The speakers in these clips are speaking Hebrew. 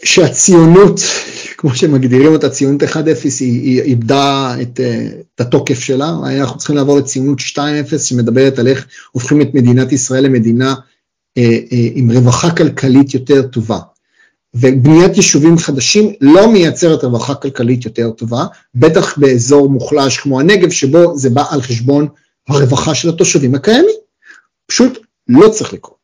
שהציונות, כמו שמגדירים אותה, ציונות 1-0, היא איבדה את התוקף שלה. אנחנו צריכים לעבור לציונות 2-0, שמדברת על איך הופכים את מדינת ישראל למדינה עם רווחה כלכלית יותר טובה. ובניית יישובים חדשים לא מייצרת רווחה כלכלית יותר טובה, בטח באזור מוחלש כמו הנגב, שבו זה בא על חשבון הרווחה של התושבים הקיימים. פשוט לא צריך לקרות.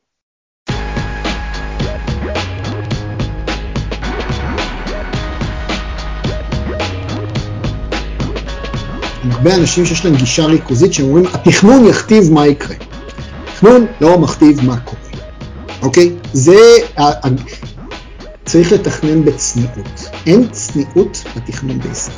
הרבה אנשים שיש להם גישה ריכוזית, שהם אומרים, התכנון יכתיב מה יקרה. התכנון לא מכתיב מה קורה. אוקיי? זה, צריך לתכנן בצניעות. אין צניעות בתכנון בישראל.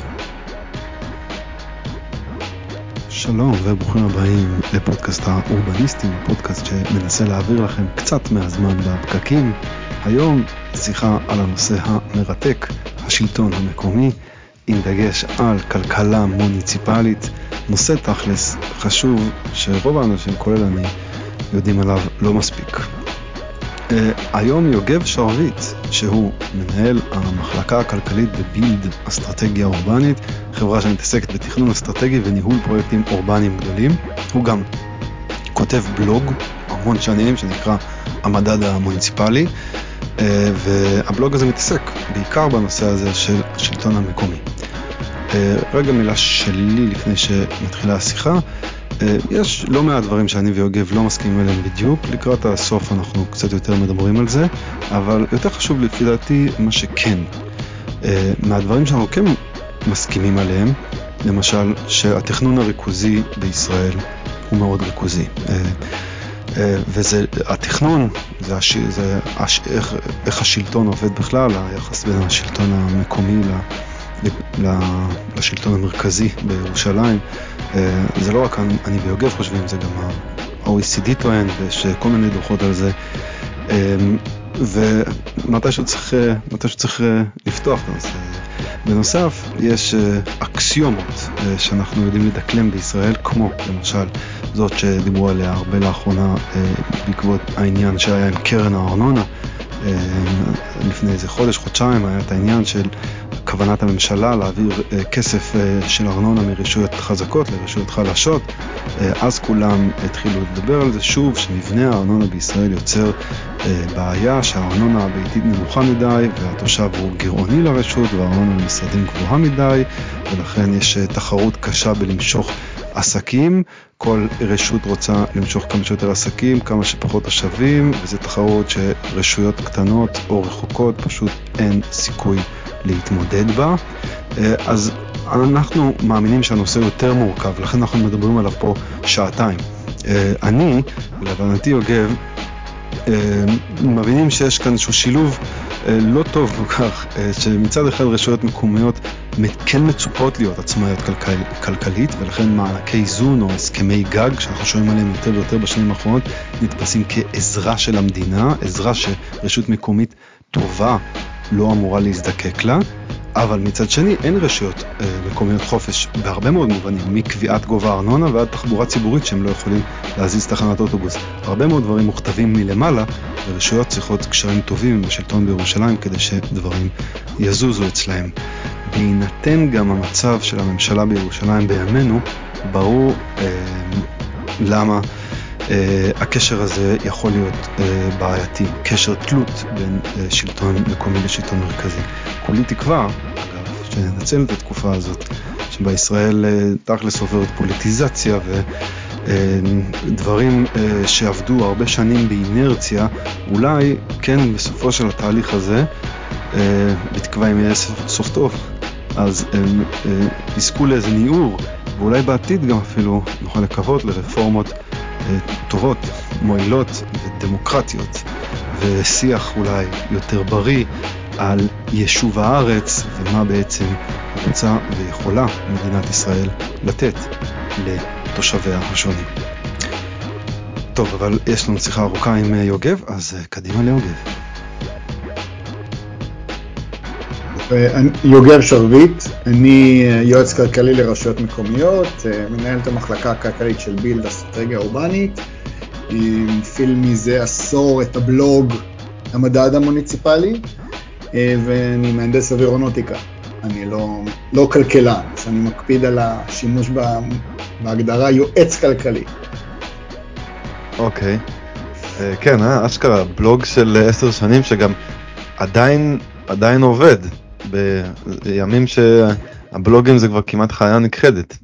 שלום וברוכים הבאים לפודקאסט האורבניסטים, פודקאסט שמנסה להעביר לכם קצת מהזמן בפקקים. היום שיחה על הנושא המרתק, השלטון המקומי, עם דגש על כלכלה מוניציפלית, נושא תכלס חשוב שרוב האנשים, כולל אני, יודעים עליו לא מספיק. היום יוגב שרביט, שהוא מנהל המחלקה הכלכלית בבילד אסטרטגיה אורבנית, חברה שמתעסקת בתכנון אסטרטגי וניהול פרויקטים אורבניים גדולים. הוא גם כותב בלוג המון שנים שנקרא המדד המוניציפלי, והבלוג הזה מתעסק בעיקר בנושא הזה של השלטון המקומי. רגע מילה שלי לפני שמתחילה השיחה. יש לא מעט דברים שאני ויוגב לא מסכימים עליהם בדיוק, לקראת הסוף אנחנו קצת יותר מדברים על זה, אבל יותר חשוב לפי דעתי מה שכן. מהדברים שאנחנו כן מסכימים עליהם, למשל שהתכנון הריכוזי בישראל הוא מאוד ריכוזי. וזה התכנון, זה איך השלטון עובד בכלל, היחס בין השלטון המקומי לשלטון המרכזי בירושלים. זה לא רק אני ויוגב חושבים, זה גם ה-OECD טוען, ויש כל מיני דוחות על זה. ומתישהו צריך לפתוח את הנושא הזה. בנוסף, יש אקסיומות שאנחנו יודעים לדקלם בישראל, כמו למשל זאת שדיברו עליה הרבה לאחרונה בעקבות העניין שהיה עם קרן הארנונה. לפני איזה חודשיים היה את העניין של כוונת הממשלה להעביר כסף של ארנונה מרשויות חזקות לרשויות חלשות. אז כולם התחילו לדבר על זה שוב, שמבנה הארנונה בישראל יוצר בעיה, שהארנונה הביתית נמוכה מדי והתושב הוא גירעוני לרשות, והארנונה למשרדים גבוהה מדי, ולכן יש תחרות קשה בלמשוך עסקים. כל רשות רוצה למשוך כמה שיותר עסקים, כמה שפחות תושבים, וזה תחרות שרשויות קטנות או רחוקות פשוט אין סיכוי להתמודד בה. אז אנחנו מאמינים שהנושא יותר מורכב, לכן אנחנו מדברים עליו פה שעתיים. אני, להבנתי יוגב, מבינים שיש כאן איזשהו שילוב לא טוב כל כך, שמצד אחד רשויות מקומיות כן מצופות להיות עצמאיות כלכלית, ולכן מענקי איזון או הסכמי גג שאנחנו שומעים עליהם יותר ויותר בשנים האחרונות נתפסים כעזרה של המדינה, עזרה שרשות מקומית טובה לא אמורה להזדקק לה. אבל מצד שני אין רשויות מקומיות חופש בהרבה מאוד מובנים, מקביעת גובה ארנונה ועד תחבורה ציבורית שהם לא יכולים להזיז תחנת אוטובוס. הרבה מאוד דברים מוכתבים מלמעלה, ורשויות צריכות קשרים טובים עם השלטון בירושלים כדי שדברים יזוזו אצלהם. בהינתן גם המצב של הממשלה בירושלים בימינו, ברור למה הקשר הזה יכול להיות בעייתי, קשר תלות בין שלטון מקומי לשלטון מרכזי. כולי תקווה, אגב, שננצל את התקופה הזאת, שבה ישראל תכלס עוברת פוליטיזציה ודברים שעבדו הרבה שנים באינרציה, אולי כן בסופו של התהליך הזה, בתקווה אם יהיה סוף טוב, אז הם יזכו לאיזה ניעור, ואולי בעתיד גם אפילו נוכל לקוות לרפורמות טובות, מועילות ודמוקרטיות, ושיח אולי יותר בריא על יישוב הארץ ומה בעצם רוצה ויכולה מדינת ישראל לתת לתושביה השונים. טוב, אבל יש לנו שיחה ארוכה עם יוגב, אז קדימה ליוגב. יוגב שרביט, אני יועץ כלכלי לרשויות מקומיות, מנהל את המחלקה הכלכלית של בילד אסטרטגיה אורבנית, מפעיל מזה עשור את הבלוג המדד המוניציפלי, ואני מהנדס אווירונוטיקה. אני לא כלכלן, אז אני מקפיד על השימוש בהגדרה יועץ כלכלי. אוקיי. כן, אשכרה, בלוג של 10 שנים שגם עדיין עובד, בימים שהבלוגים זה כבר כמעט חיה נכחדת.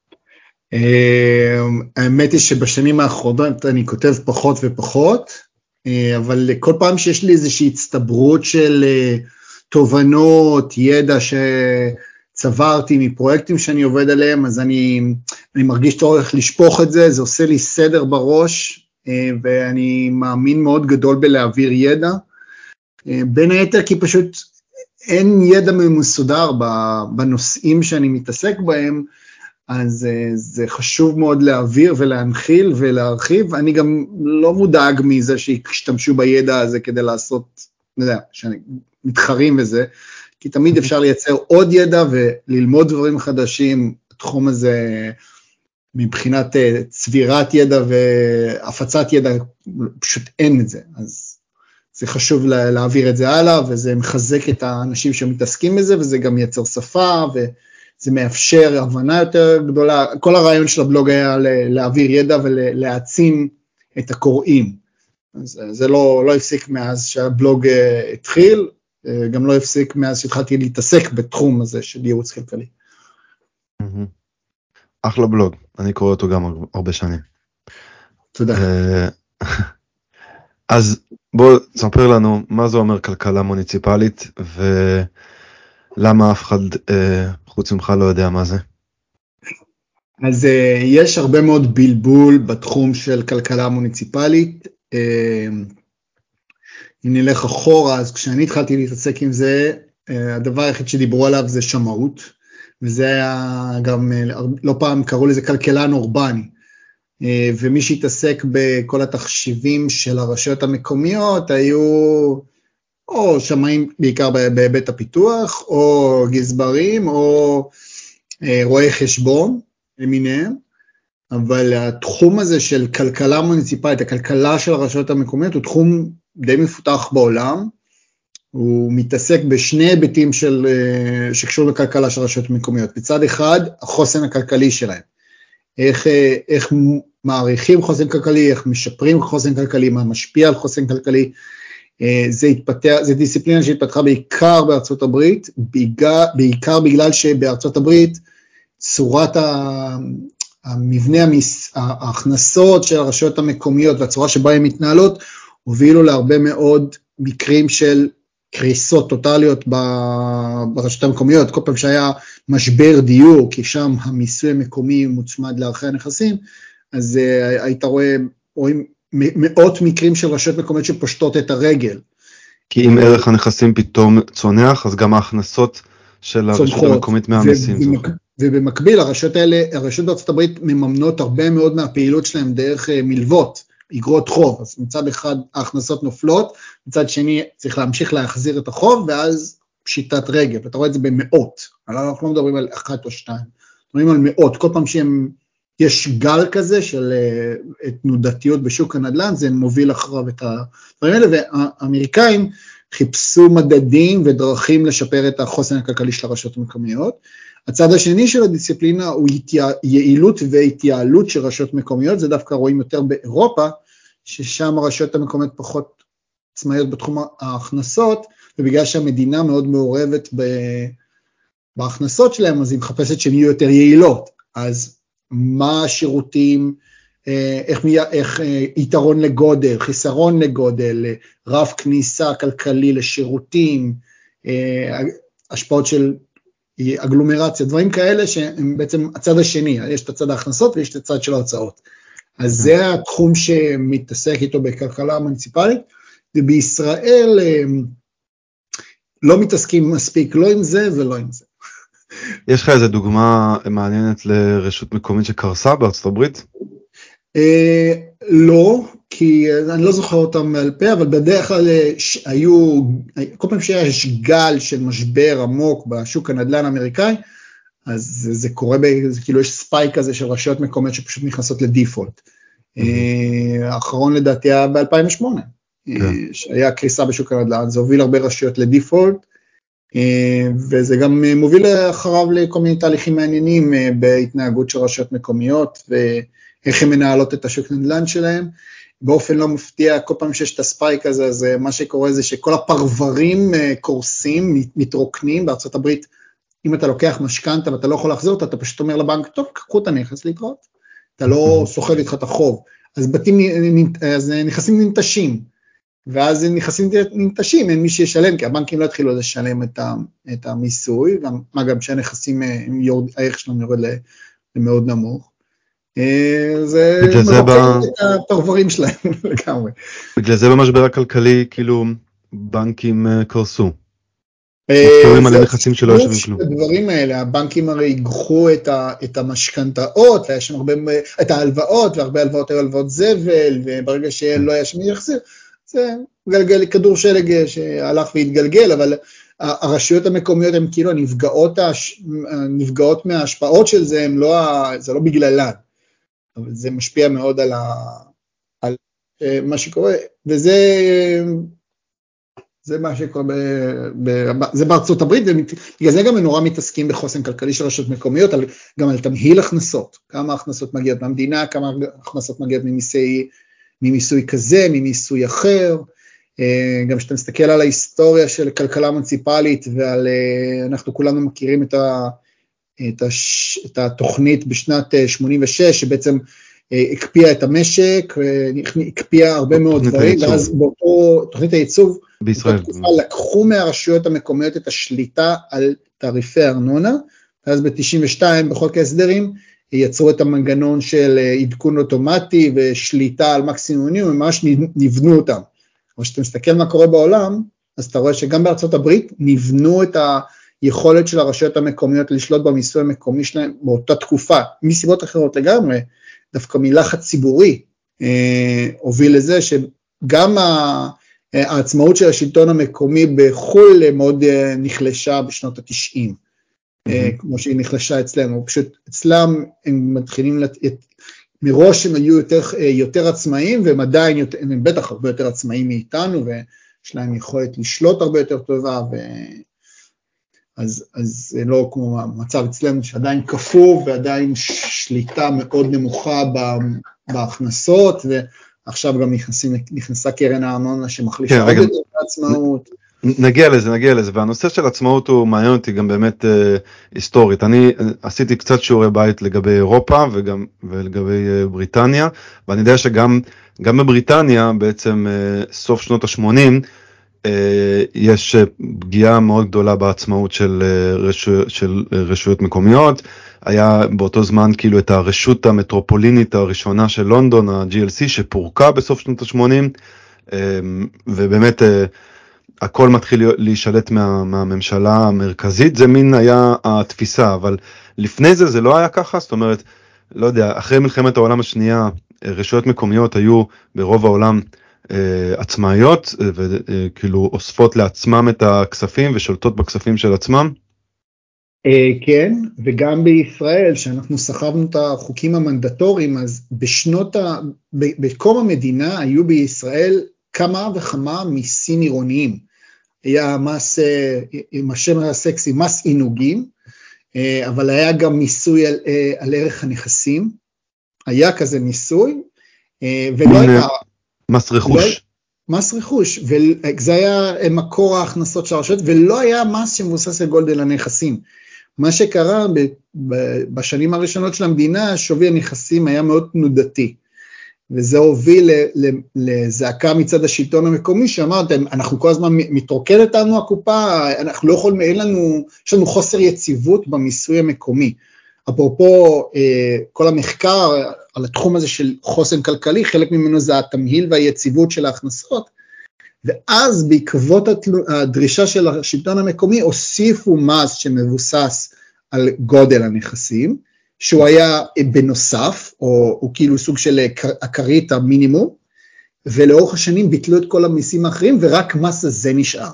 האמת היא שבשנים האחרונות אני כותב פחות ופחות, אבל כל פעם שיש לי איזושהי הצטברות של תובנות, ידע שצברתי מפרויקטים שאני עובד עליהם, אז אני מרגיש צורך לשפוך את זה, זה עושה לי סדר בראש, ואני מאמין מאוד גדול בלהעביר ידע, בין היתר כי פשוט אין ידע מסודר בנושאים שאני מתעסק בהם, אז זה חשוב מאוד להעביר ולהנחיל ולהרחיב, אני גם לא מודאג מזה שישתמשו בידע הזה כדי לעשות, שאני מתחרים וזה, כי תמיד אפשר לייצר עוד ידע וללמוד דברים חדשים, התחום הזה מבחינת צבירת ידע והפצת ידע, פשוט אין את זה, אז זה חשוב להעביר את זה הלאה, וזה מחזק את האנשים שמתעסקים בזה, וזה גם מייצר שפה, זה מאפשר הבנה יותר גדולה, כל הרעיון של הבלוג היה להעביר ידע ולהעצים את הקוראים, אז זה לא הפסיק מאז שהבלוג התחיל, גם לא הפסיק מאז שהתחלתי להתעסק בתחום הזה של ייעוץ כלכלי. אחלה בלוג, אני קורא אותו גם הרבה שנים. תודה. אז בוא תספר לנו מה זה אומר כלכלה מוניציפלית, ולמה אף אחד חוץ ממך לא יודע מה זה. אז יש הרבה מאוד בלבול בתחום של כלכלה מוניציפלית, אם נלך אחורה, אז כשאני התחלתי להתעסק עם זה, הדבר היחיד שדיברו עליו זה שמאות, וזה היה גם, לא פעם קראו לזה כלכלן אורבני, ומי שהתעסק בכל התחשיבים של הרשויות המקומיות, היו או שמאים בעיקר בהיבט הפיתוח, או גזברים, או רואי חשבון למיניהם, אבל התחום הזה של כלכלה מוניציפלית, הכלכלה של הרשויות המקומיות, הוא תחום די מפותח בעולם, הוא מתעסק בשני היבטים שקשור לכלכלה של הרשויות המקומיות, בצד אחד החוסן הכלכלי שלהם, איך מעריכים חוסן כלכלי, איך משפרים חוסן כלכלי, מה משפיע על חוסן כלכלי, זה דיסציפלינה שהתפתחה בעיקר בארצות הברית, בעיקר בגלל שבארצות הברית צורת המבנה ההכנסות של הרשויות המקומיות והצורה שבה הן מתנהלות, הובילו להרבה מאוד מקרים של קריסות טוטליות ברשויות המקומיות, כל פעם שהיה משבר דיור, כי שם המיסוי המקומי מוצמד לערכי הנכסים, אז היית רואים מאות מקרים של רשויות מקומיות שפושטות את הרגל. כי אם ערך הנכסים פתאום צונח, אז גם ההכנסות של הרשות המקומית מהמיסים זוכות. ובמקביל, הרשויות בארצות הברית מממנות הרבה מאוד מהפעילות שלהם דרך מלוות, אגרות חוב, אז מצד אחד ההכנסות נופלות, מצד שני צריך להמשיך להחזיר את החוב, ואז פשיטת רגל, ואתה רואה את זה במאות, אנחנו לא מדברים על 1 או 2, מדברים על מאות, כל פעם שיש גל כזה של תנודתיות בשוק הנדל"ן, זה מוביל אחריו את הדברים האלה, והאמריקאים חיפשו מדדים ודרכים לשפר את החוסן הכלכלי של הרשויות המקומיות, הצד השני של הדיסציפלינה הוא יעילות והתייעלות של רשויות מקומיות, זה דווקא רואים יותר באירופה, ששם הרשויות המקומיות פחות עצמאיות בתחום ההכנסות, ובגלל שהמדינה מאוד מעורבת בהכנסות שלהם, אז היא מחפשת שהן יהיו יותר יעילות, אז מה השירותים, איך יתרון לגודל, חיסרון לגודל, רף כניסה כלכלי לשירותים, השפעות של אגלומרציה, דברים כאלה שהם בעצם הצד השני, יש את הצד ההכנסות ויש את הצד של ההוצאות. אז זה התחום שמתעסק איתו בכלכלה מוניציפלית, ובישראל לא מתעסקים מספיק לא עם זה ולא עם זה. יש לך איזו דוגמה מעניינת לרשות מקומית שקרסה בארצות הברית? לא, כי אני לא זוכר אותם בעל פה, אבל בדרך כלל כל פעם שיש גל של משבר עמוק בשוק הנדל"ן האמריקאי, אז זה קורה, כאילו יש ספייק כזה של רשויות מקומיות שפשוט נכנסות לדיפולט. האחרון לדעתי היה ב-2008, שהיה קריסה בשוק הנדל"ן, זה הוביל הרבה רשויות לדיפולט, וזה גם מוביל אחריו לכל מיני תהליכים מעניינים בהתנהגות של רשויות מקומיות, ואיך הן מנהלות את השוק נדל"ן שלהם. באופן לא מפתיע, כל פעם שיש את הספייק הזה, אז מה שקורה זה שכל הפרברים קורסים, מתרוקנים. בארצות הברית, אם אתה לוקח משכנתא ואתה לא יכול לחזור אותה, אתה פשוט אומר לבנק, טוב, קחו את הנכס להתראות. אתה לא סוחב איתך את החוב. אז נכסים ננטשים, ואז נכסים ננטשים, אין מי שישלם, כי הבנקים לא התחילו לשלם את המיסוי, מה גם שהנכסים, הערך שלהם יורד למאוד נמוך. זה מבקר את הפרברים שלהם לגמרי. בגלל זה במשבר הכלכלי, כאילו, בנקים קרסו. משכירים על הנכסים שלא יושבים כלום. הדברים האלה, הבנקים הרי יגחו את המשכנתאות, והיה שם הרבה, את ההלוואות, והרבה הלוואות היו הלוואות זבל, וברגע שלא היה שם יחזיר, זה כדור שלג שהלך והתגלגל, אבל הרשויות המקומיות הן כאילו נפגעות מההשפעות של זה, זה לא בגללן, אבל זה משפיע מאוד על מה שקורה, וזה מה שקורה, זה בארצות הברית, ובגלל זה גם נורא מתעסקים בחוסן כלכלי של רשויות מקומיות, גם על תמהיל הכנסות, כמה הכנסות מגיעות מהמדינה, כמה הכנסות מגיעות ממיסוי כזה, ממיסוי אחר, גם שאתה מסתכל על ההיסטוריה של כלכלה מוניציפלית, אנחנו כולנו מכירים את התוכנית בשנת 86, שבעצם הקפיאה את המשק, הקפיאה הרבה מאוד דברים, ואז באותו תוכנית הייצוב, בישראל. לקחו מהרשויות המקומיות את השליטה על תעריפי ארנונה, ואז ב-92 בחוק ההסדרים, יצרו את המנגנון של עדכון אוטומטי ושליטה על מקסימונים, ממש נבנו אותם. אבל כשאתה מסתכל מה קורה בעולם, אז אתה רואה שגם בארצות הברית נבנו את היכולת של הרשויות המקומיות לשלוט במיסוי המקומי שלהם באותה תקופה, מסיבות אחרות לגמרי, דווקא מלחץ ציבורי הוביל לזה שגם העצמאות של השלטון המקומי בחול מאוד נחלשה בשנות ה-90, כמו שהיא נחלשה אצלנו, פשוט אצלם הם מתחילים מראש הם היו יותר עצמאים, והם עדיין, הם בטח הרבה יותר עצמאים מאיתנו, ויש להם יכולת לשלוט הרבה יותר טובה, אז זה לא כמו המצב אצלנו, שעדיין כפוף, ועדיין שליטה מאוד נמוכה בהכנסות, ועכשיו גם נכנסה קרן הארנונה שמחלישה עוד יותר בעצמאות. נגיע לזה, והנושא של עצמאות הוא מעניין אותי גם באמת היסטורית. אני עשיתי קצת שיעורי בית לגבי אירופה ולגבי בריטניה, ואני יודע שגם בבריטניה בעצם סוף שנות ה-80 יש פגיעה מאוד גדולה בעצמאות של רשויות מקומיות. היה באותו זמן כאילו את הרשות המטרופולינית הראשונה של לונדון, ה-GLC, שפורקה בסוף שנות ה-80, ובאמת הכל מתחיל להישלט מהממשלה המרכזית, זה מין היה התפיסה, אבל לפני זה לא היה ככה, זאת אומרת, לא יודע, אחרי מלחמת העולם השנייה, רשויות מקומיות היו ברוב העולם עצמאיות, וכאילו אוספות לעצמם את הכספים ושולטות בכספים של עצמם. כן, וגם בישראל, שאנחנו סחבנו את החוקים המנדטוריים, אז בקום המדינה היו בישראל כמה וכמה מיסים עירוניים. היה מס, עם השם הסקסי, מס עינוגים, אבל היה גם מיסוי על ערך הנכסים, היה כזה מיסוי, ולא הייתה... מס רכוש. מס רכוש, וזה היה מקור ההכנסות של הרשויות, ולא היה מס שמבוסס על גודל הנכסים. מה שקרה בשנים הראשונות של המדינה, שווי הנכסים היה מאוד תנודתי, וזה הוביל לזעקה מצד השלטון המקומי, שאמרתם, אנחנו כל הזמן מתרוקנת לנו הקופה, אנחנו לא יכולים, יש לנו חוסר יציבות במיסוי המקומי. אפרופו כל המחקר על התחום הזה של חוסן כלכלי, חלק ממנו זה התמהיל והיציבות של ההכנסות, ואז בעקבות הדרישה של השלטון המקומי, הוסיפו מס שמבוסס על גודל הנכסים, שהוא היה בנוסף, או הוא כאילו סוג של עקרית המינימום, ולאורך השנים ביטלו את כל המיסים האחרים, ורק מס הזה נשאר.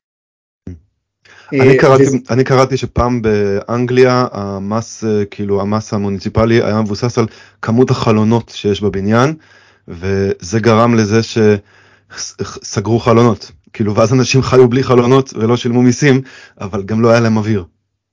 אני קראתי שפעם באנגליה, המס המוניציפלי היה מבוסס על כמות החלונות שיש בבניין, וזה גרם לזה שסגרו חלונות. כאילו, ואז אנשים חיו בלי חלונות ולא שילמו מיסים, אבל גם לא היה להם אוויר.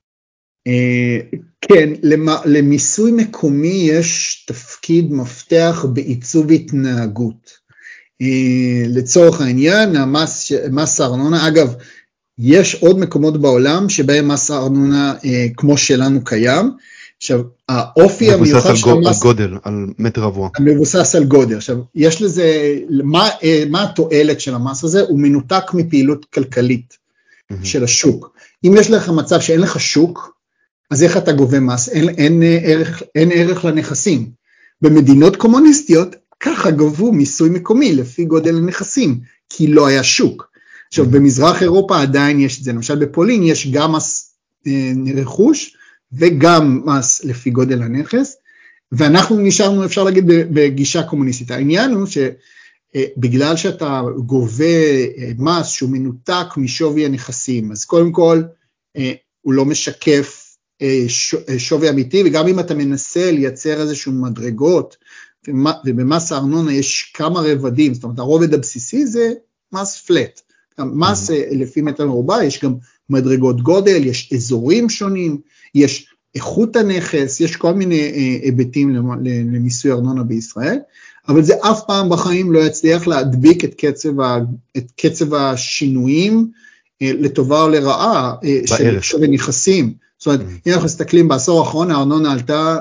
כן, למיסוי מקומי יש תפקיד מפתח בעיצוב התנהגות. לצורך העניין, מס הארנונה, אגב, יש עוד מקומות בעולם שבהם מס הארנונה כמו שלנו קיים. עכשיו, האופי המיוחד של המס... מבוסס על גודל, על מטר רבוע. מבוסס על גודל. עכשיו, יש לזה, מה התועלת של המס הזה? הוא מנותק מפעילות כלכלית של השוק. אם יש לך מצב שאין לך שוק, אז איך אתה גובה מס? אין ערך לנכסים. במדינות קומוניסטיות, ככה גבו מיסוי מקומי לפי גודל הנכסים, כי לא היה שוק. עכשיו, במזרח אירופה עדיין יש את זה, למשל בפולין יש גם מס רכוש, וגם מס לפי גודל הנכס, ואנחנו נשארנו, אפשר להגיד, בגישה קומוניסטית. העניין הוא שבגלל שאתה גובה מס שהוא מנותק משווי הנכסים, אז קודם כל הוא לא משקף שווי אמיתי, וגם אם אתה מנסה לייצר איזשהו מדרגות, ובמס הארנונה יש כמה רבדים, זאת אומרת הרובד הבסיסי זה מס פלט, מס לפי מטר מרובע, יש גם מדרגות גודל, יש אזורים שונים, יש איכות הנכס, יש כל מיני היבטים למיסוי ארנונה בישראל, אבל זה אף פעם בחיים לא יצליח להדביק את קצב השינויים לטובה או לרעה של שווי נכסים. זאת אומרת, אם אנחנו מסתכלים בעשור האחרון, הארנונה עלתה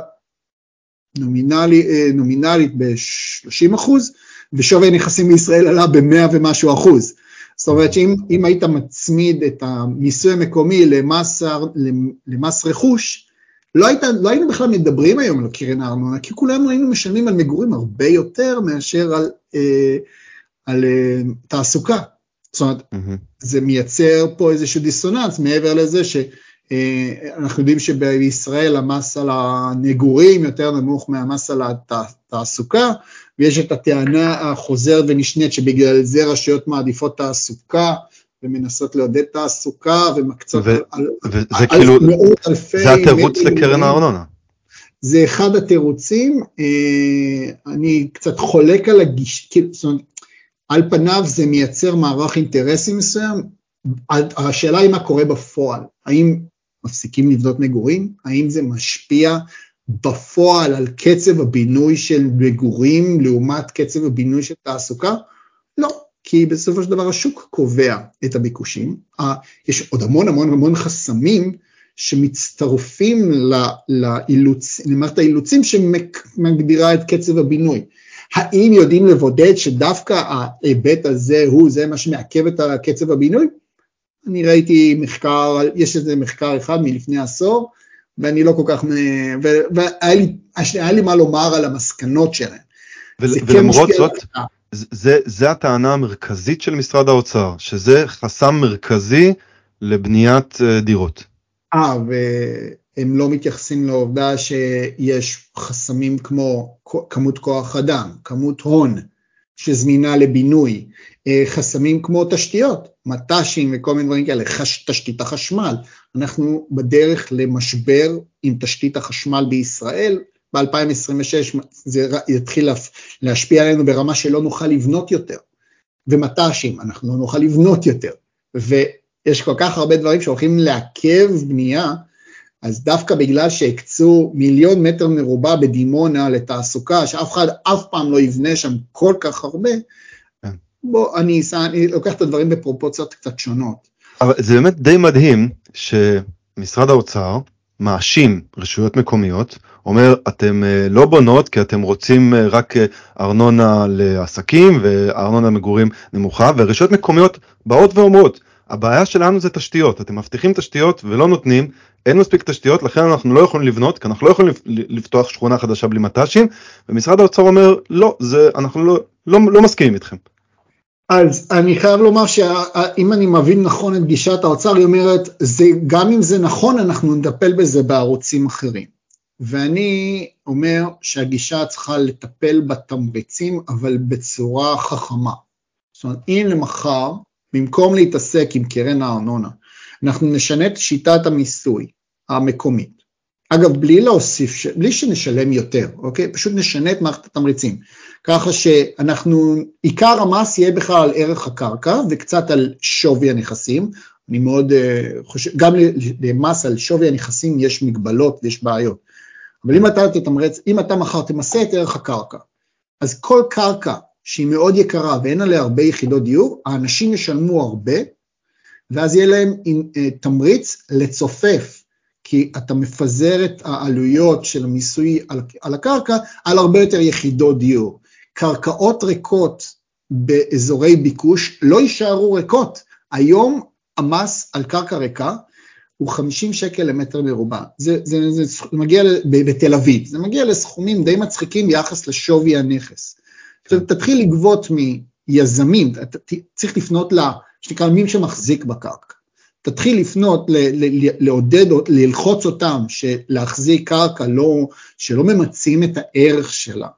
נומינלית ב-30%, ושווי נכסים בישראל עלה ב-100 ומשהו אחוז. זאת אומרת שאם היית מצמיד את המיסוי המקומי למס רכוש, לא היינו בכלל מדברים היום על קרן הארנונה, כי כולנו היינו משלמים על מגורים הרבה יותר מאשר על תעסוקה. זאת אומרת, זה מייצר פה איזשהו דיסוננס, מעבר לזה שאנחנו יודעים שבישראל המס על הנגורים יותר נמוך מהמס על התעסוקה, ויש את הטענה החוזרת ונשנית שבגלל זה רשויות מעדיפות תעסוקה, ומנסות לעודד תעסוקה, ומקצות על מאות אלפי... זה התירוץ לקרן הארנונה. זה אחד התירוצים, אני קצת חולק על הגיש, זאת אומרת, על פניו זה מייצר מערך אינטרסים מסוים, השאלה היא מה קורה בפועל, האם מפסיקים לבנות מגורים, האם זה משפיע בפועל על קצב הבינוי של מגורים, לעומת קצב הבינוי של תעסוקה? לא, כי בסופו של דבר השוק קובע את הביקושים, יש עוד המון חסמים שמצטרפים למערכת האילוצים שמגדירה את קצב הבינוי. האם יודעים לבודד שדווקא ההיבט הזה הוא זה מה שמעכב את קצב הבינוי? אני ראיתי מחקר, יש איזה מחקר אחד מלפני עשור, ואני לא כל כך, והיה לי מה לומר על המסקנות שלהם. ולמרות זאת, זה הטענה המרכזית של משרד האוצר, שזה חסם מרכזי לבניית דירות. והם לא מתייחסים לעובדה שיש חסמים כמו כמות כוח אדם, כמות הון שזמינה לבינוי, חסמים כמו תשתיות, מט"שים וכל מיני דברים כאלה, תשתית החשמל. אנחנו בדרך למשבר עם תשתית החשמל בישראל, ב-2026 זה יתחיל להשפיע עלינו ברמה שלא נוכל לבנות יותר, ומט"שים אנחנו לא נוכל לבנות יותר, ויש כל כך הרבה דברים שהולכים לעכב בנייה, אז דווקא בגלל שהקצו 1,000,000 מטר מרובע בדימונה לתעסוקה, שאף אחד אף פעם לא יבנה שם כל כך הרבה, בוא, אני לוקח את הדברים בפרופורציות קצת שונות. אבל זה באמת די מדהים שמשרד האוצר מאשים רשויות מקומיות, אומר אתם לא בונות כי אתם רוצים רק ארנונה לעסקים וארנונה למגורים נמוכה, ורשויות מקומיות באות ואומרות, הבעיה שלנו זה תשתיות, אתם מבטיחים תשתיות ולא נותנים, אין מספיק תשתיות, לכן אנחנו לא יכולים לבנות, כי אנחנו לא יכולים לפתוח שכונה חדשה בלי מט"שים, ומשרד האוצר אומר, לא, אנחנו לא מסכימים איתכם. אז אני חייב לומר שאם אני מבין נכון את גישת האוצר, היא אומרת, גם אם זה נכון, אנחנו נטפל בזה בערוצים אחרים. ואני אומר שהגישה צריכה לטפל בתמריצים, אבל בצורה חכמה. זאת אומרת, אם למחר, במקום להתעסק עם קרן הארנונה, אנחנו נשנה את שיטת המיסוי המקומית, אגב, בלי להוסיף, בלי שנשלם יותר, אוקיי? פשוט נשנה את מערכת התמריצים. ככה שאנחנו, עיקר המס יהיה בכלל על ערך הקרקע, וקצת על שווי הנכסים. אני מאוד חושב, גם למס על שווי הנכסים יש מגבלות ויש בעיות. אבל אם אתה תתמרץ, אם אתה מחר תמסה את ערך הקרקע, אז כל קרקע שהיא מאוד יקרה ואין עליה הרבה יחידות דיור, האנשים ישלמו הרבה, ואז יהיה להם תמריץ לצופף, כי אתה מפזר את העלויות של המיסוי על הקרקע, על הרבה יותר יחידות דיור. קרקעות ריקות באזורי ביקוש לא יישארו ריקות. היום המס על קרקע ריקה הוא 50 שקל למטר מרובע. זה מגיע בתל אביב, זה מגיע לסכומים די מצחיקים ביחס לשווי הנכס. תתחיל לגבות מיזמים, צריך לפנות שנקרא מי שמחזיק בקרקע. תתחיל לפנות, לעודד, ללחוץ אותם, להחזיק קרקע שלא ממצים את הערך שלה,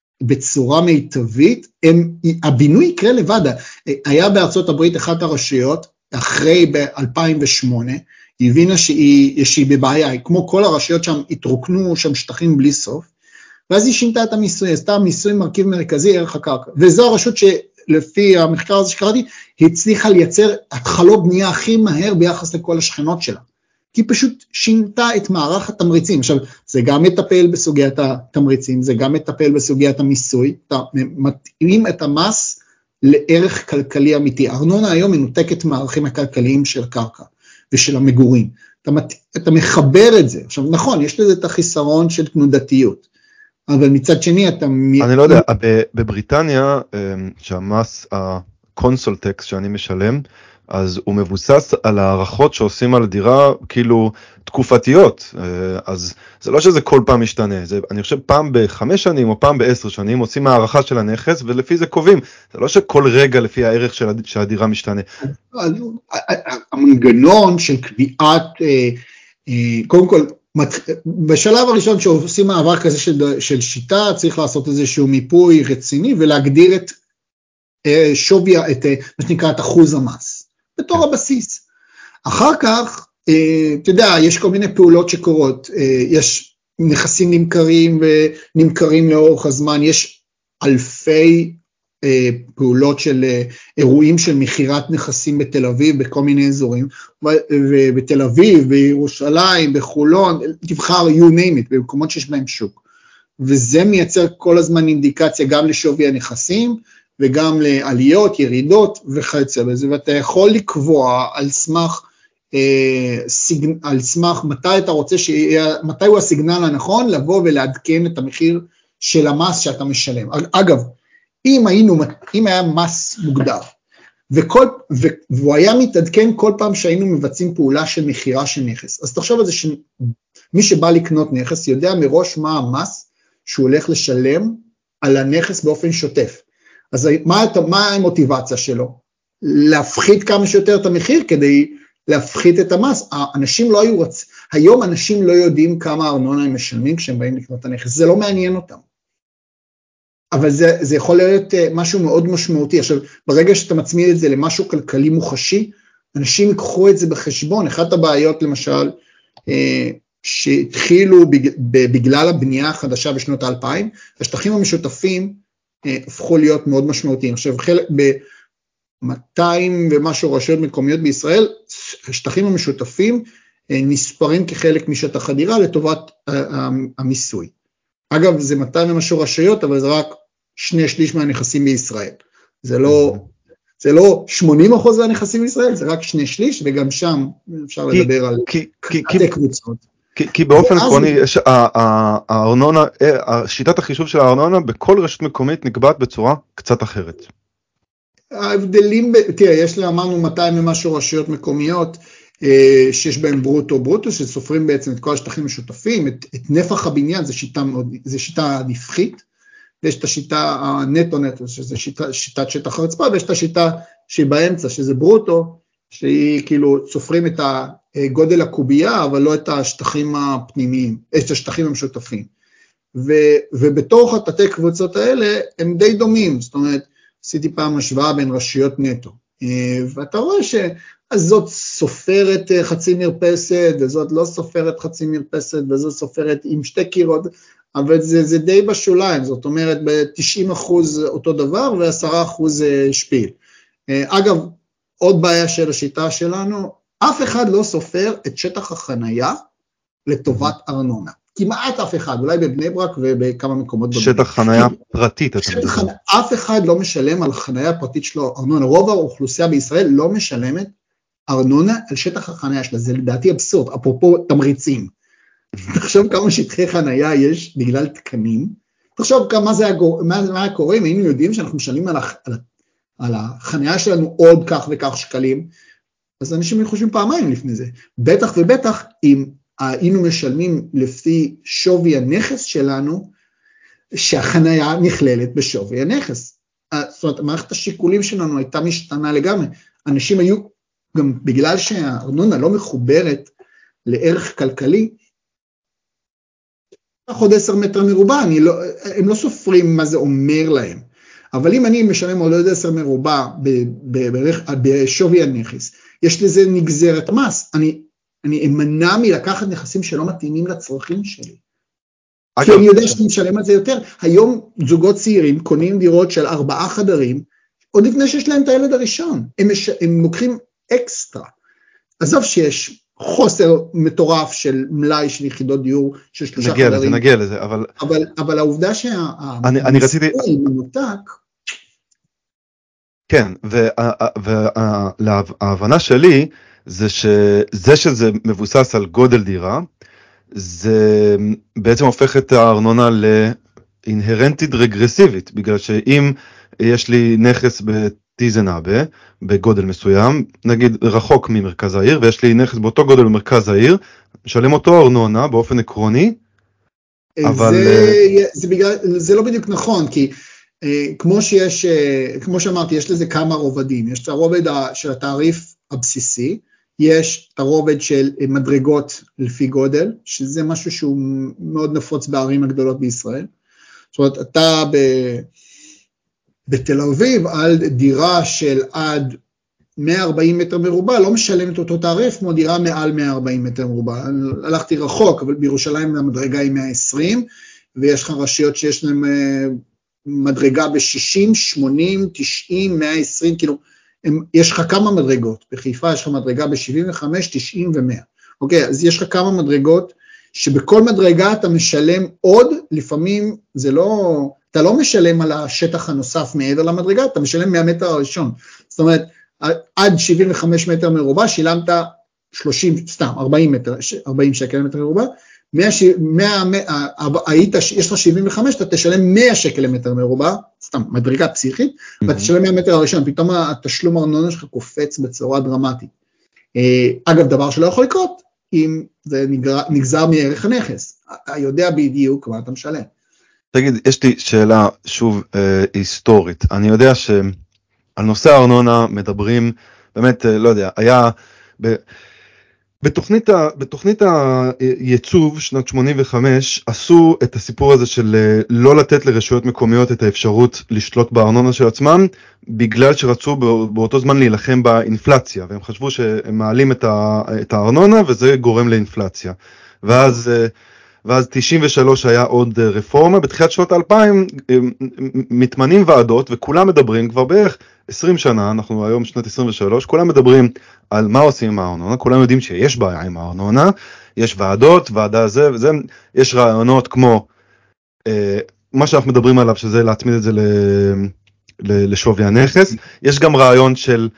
בצורה מיטבית, הבינוי יקרה לבד. היה בארצות הברית אחת הרשויות, אחרי ב-2008, היא הבינה שהיא בבעיה, כמו כל הרשויות שם התרוקנו שם שטחים בלי סוף, ואז היא שינתה את המיסוי, עשתה מיסוי מרכיב מרכזי ערך הקרקע, וזו הרשות לפי המחקר הזה שקראתי, היא הצליחה לייצר התחלות בנייה הכי מהר ביחס לכל השכנות שלה. כי פשוט שינתה את מערך התמריצים. עכשיו, זה גם מטפל בסוגיית התמריצים, זה גם מטפל בסוגיית המיסוי, אתה מתאים את המס לערך כלכלי אמיתי. ארנונה היום מנותקת מערכים הכלכליים של הקרקע ושל המגורים. אתה מחבר את זה. עכשיו, נכון, יש לזה את החיסרון של תנודתיות. אבל מצד שני אתה... אני לא יודע, בבריטניה, שהמס הקונסולטקס שאני משלם, אז הוא מבוסס על הערכות שעושים על דירה כאילו תקופתיות, אז זה לא שזה כל פעם משתנה, אני חושב פעם ב5 שנים או פעם ב10 שנים עושים הערכה של הנכס ולפי זה קובעים, זה לא שכל רגע לפי הערך של הדירה משתנה. המנגנון של קביעת, קודם כל, בשלב הראשון שעושים מעבר כזה של שיטה, צריך לעשות איזשהו מיפוי רציני, ולהגדיר את שווי, מה שנקרא, את אחוז המס, בתור הבסיס. אחר כך, אתה יודע, יש כל מיני פעולות שקורות, יש נכסים נמכרים לאורך הזמן, יש אלפי פעולות של אירועים של מחירת נכסים בתל אביב, בכל מיני אזורים, ובתל אביב, בירושלים, בחולון, תבחר, you name it, במקומות שיש בהם שוק. וזה מייצר כל הזמן אינדיקציה גם לשווי הנכסים, וגם לעליות, ירידות וכיוצא בזה, ואתה יכול לקבוע על סמך מתי אתה רוצה מתי הוא הסיגנל הנכון, לבוא ולעדכן את המחיר של המס שאתה משלם. אגב, אם היה מס מוגדר, והוא היה מתעדכן כל פעם שהיינו מבצעים פעולה של מחירה של נכס, אז תחשוב על זה שמי שבא לקנות נכס יודע מראש מה המס שהוא הולך לשלם על הנכס באופן שוטף. אז מה המוטיבציה שלו? להפחית כמה שיותר את המחיר כדי להפחית את המס. היום אנשים לא יודעים כמה ארנונה הם משלמים כשהם באים לקנות את הנכס, זה לא מעניין אותם. אבל זה יכול להיות משהו מאוד משמעותי. עכשיו, ברגע שאתה מצמיד את זה למשהו כלכלי מוחשי, אנשים ייקחו את זה בחשבון. אחת הבעיות, למשל, שהתחילו בגלל הבנייה החדשה בשנות ה-2000, השטחים המשותפים הפכו להיות מאוד משמעותיים. עכשיו, ב-200 ומשהו רשויות מקומיות בישראל, השטחים המשותפים נספרים כחלק משטח הדירה לטובת המיסוי. אגב, זה 200 ומשהו רשויות, אבל זה רק 2/3 מהנכסים בישראל. זה לא 80% מהנכסים בישראל, זה רק 2/3, וגם שם אפשר לדבר על קטעי קבוצות. כי באופן עקרוני, שיטת החישוב של הארנונה בכל רשות מקומית נקבעת בצורה קצת אחרת. ההבדלים, תראה, יש אמרנו 200 ומשהו רשויות מקומיות, שיש בהם ברוטו, שסופרים בעצם את כל השטחים המשותפים, את נפח הבניין, זה שיטה נפחית, ויש את השיטה הנטו, שזה שיטת שטח הרצפה, ויש את השיטה שהיא באמצע, שזה ברוטו, שהיא כאילו סופרים את הגודל הקובייה, אבל לא את השטחים הפנימיים, את השטחים המשותפים. ובתוך התתי קבוצות האלה, הם די דומים, זאת אומרת, עשיתי פעם השוואה בין רשויות נטו. ואתה רואה שזאת סופרת חצי מרפסת, וזאת לא סופרת חצי מרפסת, וזאת סופרת עם שתי קירות, אבל זה די בשוליים, זאת אומרת ב-90% אותו דבר, ו10% שפיל. אגב, עוד בעיה של השיטה שלנו, אף אחד לא סופר את שטח החנייה לטובת ארנונה. כמעט אף אחד, אולי בבני ברק ובכמה מקומות. שטח חנייה פרטית. אף אחד לא משלם על חנייה פרטית שלו ארנונה. רוב האוכלוסייה בישראל לא משלמת ארנונה על שטח החנייה שלה. זה לדעתי אבסורד, אפרופו תמריצים. תחשוב כמה שטחי חנייה יש בגלל תקנים. תחשוב מה היה קורה אם היינו יודעים שאנחנו משלמים על החנייה שלנו עוד כך וכך שקלים, אז אנשים חושבים פעמיים לפני זה. בטח ובטח אם היינו משלמים לפי שווי הנכס שלנו, שהחנייה נכללת בשווי הנכס. זאת אומרת, מערכת השיקולים שלנו הייתה משתנה לגמרי. אנשים היו, גם בגלל שהארנונה לא מחוברת לערך כלכלי, עוד 10 מטר מרובע, הם לא סופרים מה זה אומר להם. אבל אם אני משלם עוד 10 מרובע בשווי הנכס, יש לזה נגזרת מס. אני אמנע מלקחת נכסים שלא מתאימים לצרכים שלי. כי אני יודע שאני משלם על זה יותר. היום זוגות צעירים קונים דירות של 4 חדרים, עוד לפני שיש להם את הילד הראשון. הם לוקחים אקסטרה. עזוב שיש חוסר מטורף של מלאי של יחידות דיור של 3 חדרים. נגיע לזה, אבל העובדה שהמספור מנותק, כן, וההבנה שלי זה שזה מבוסס על גודל דירה, זה בעצם הופך את הארנונה לאינהרנטית רגרסיבית, בגלל שאם יש לי נכס בטיזנאבה, בגודל מסוים, נגיד רחוק ממרכז העיר, ויש לי נכס באותו גודל במרכז העיר, משלם אותו ארנונה באופן עקרוני, אבל זה לא בדיוק נכון, כי כמו שאמרתי, יש לזה כמה רובדים. יש את הרובד של התעריף הבסיסי, יש את הרובד של מדרגות לפי גודל, שזה משהו שהוא מאוד נפוץ בערים הגדולות בישראל. זאת אומרת, אתה בתל אביב, על דירה של עד 140 מטר מרובע, לא משלם את אותו תעריף, כמו דירה מעל 140 מטר מרובע. הלכתי רחוק, אבל בירושלים המדרגה היא 120, ויש לך רשויות שיש להם מדרגה ב-60, 80, 90, 120, כאילו, יש לך כמה מדרגות, בחיפה יש לך מדרגה ב-75, 90 ו-100, אוקיי, אז יש לך כמה מדרגות, שבכל מדרגה אתה משלם עוד, לפעמים זה לא, אתה לא משלם על השטח הנוסף מעבר למדרגה, אתה משלם מהמטר הראשון, זאת אומרת, עד 75 מטר מרובע, שילמת 30, סתם, 40 שקל מטר מרובע, יש לך 75, אתה תשלם 100 שקל למטר מרובע, סתם, מדרגה פסיכית, ואתה תשלם מהמטר הראשון, פתאום התשלום הארנונה שלך קופץ בצורה דרמטית. אגב, דבר שלא יכול לקרות, אם זה נגזר מערך הנכס, אתה יודע בדיוק מה אתה משלם. תגיד, יש לי שאלה שוב היסטורית, אני יודע שעל נושא הארנונה מדברים, באמת, לא יודע, היה בתוכנית הייצוב שנת 85 עשו את הסיפור הזה של לא לתת לרשויות מקומיות את האפשרות לשלוט בארנונה של עצמם, בגלל שרצו באותו זמן להילחם באינפלציה, והם חשבו שהם מעלים את הארנונה וזה גורם לאינפלציה. ואז 93 היה עוד רפורמה, בתחילת שנות 2000 מתמנים ועדות וכולם מדברים כבר בערך 20 שנה, אנחנו היום שנת 23, כולם מדברים על מה עושים עם הארנונה, כולם יודעים שיש בעיה עם הארנונה, יש ועדות, ועדה זה וזה, יש רעיונות כמו מה שאנחנו מדברים עליו, שזה להצמיד את זה לשווי הנכס, יש גם רעיון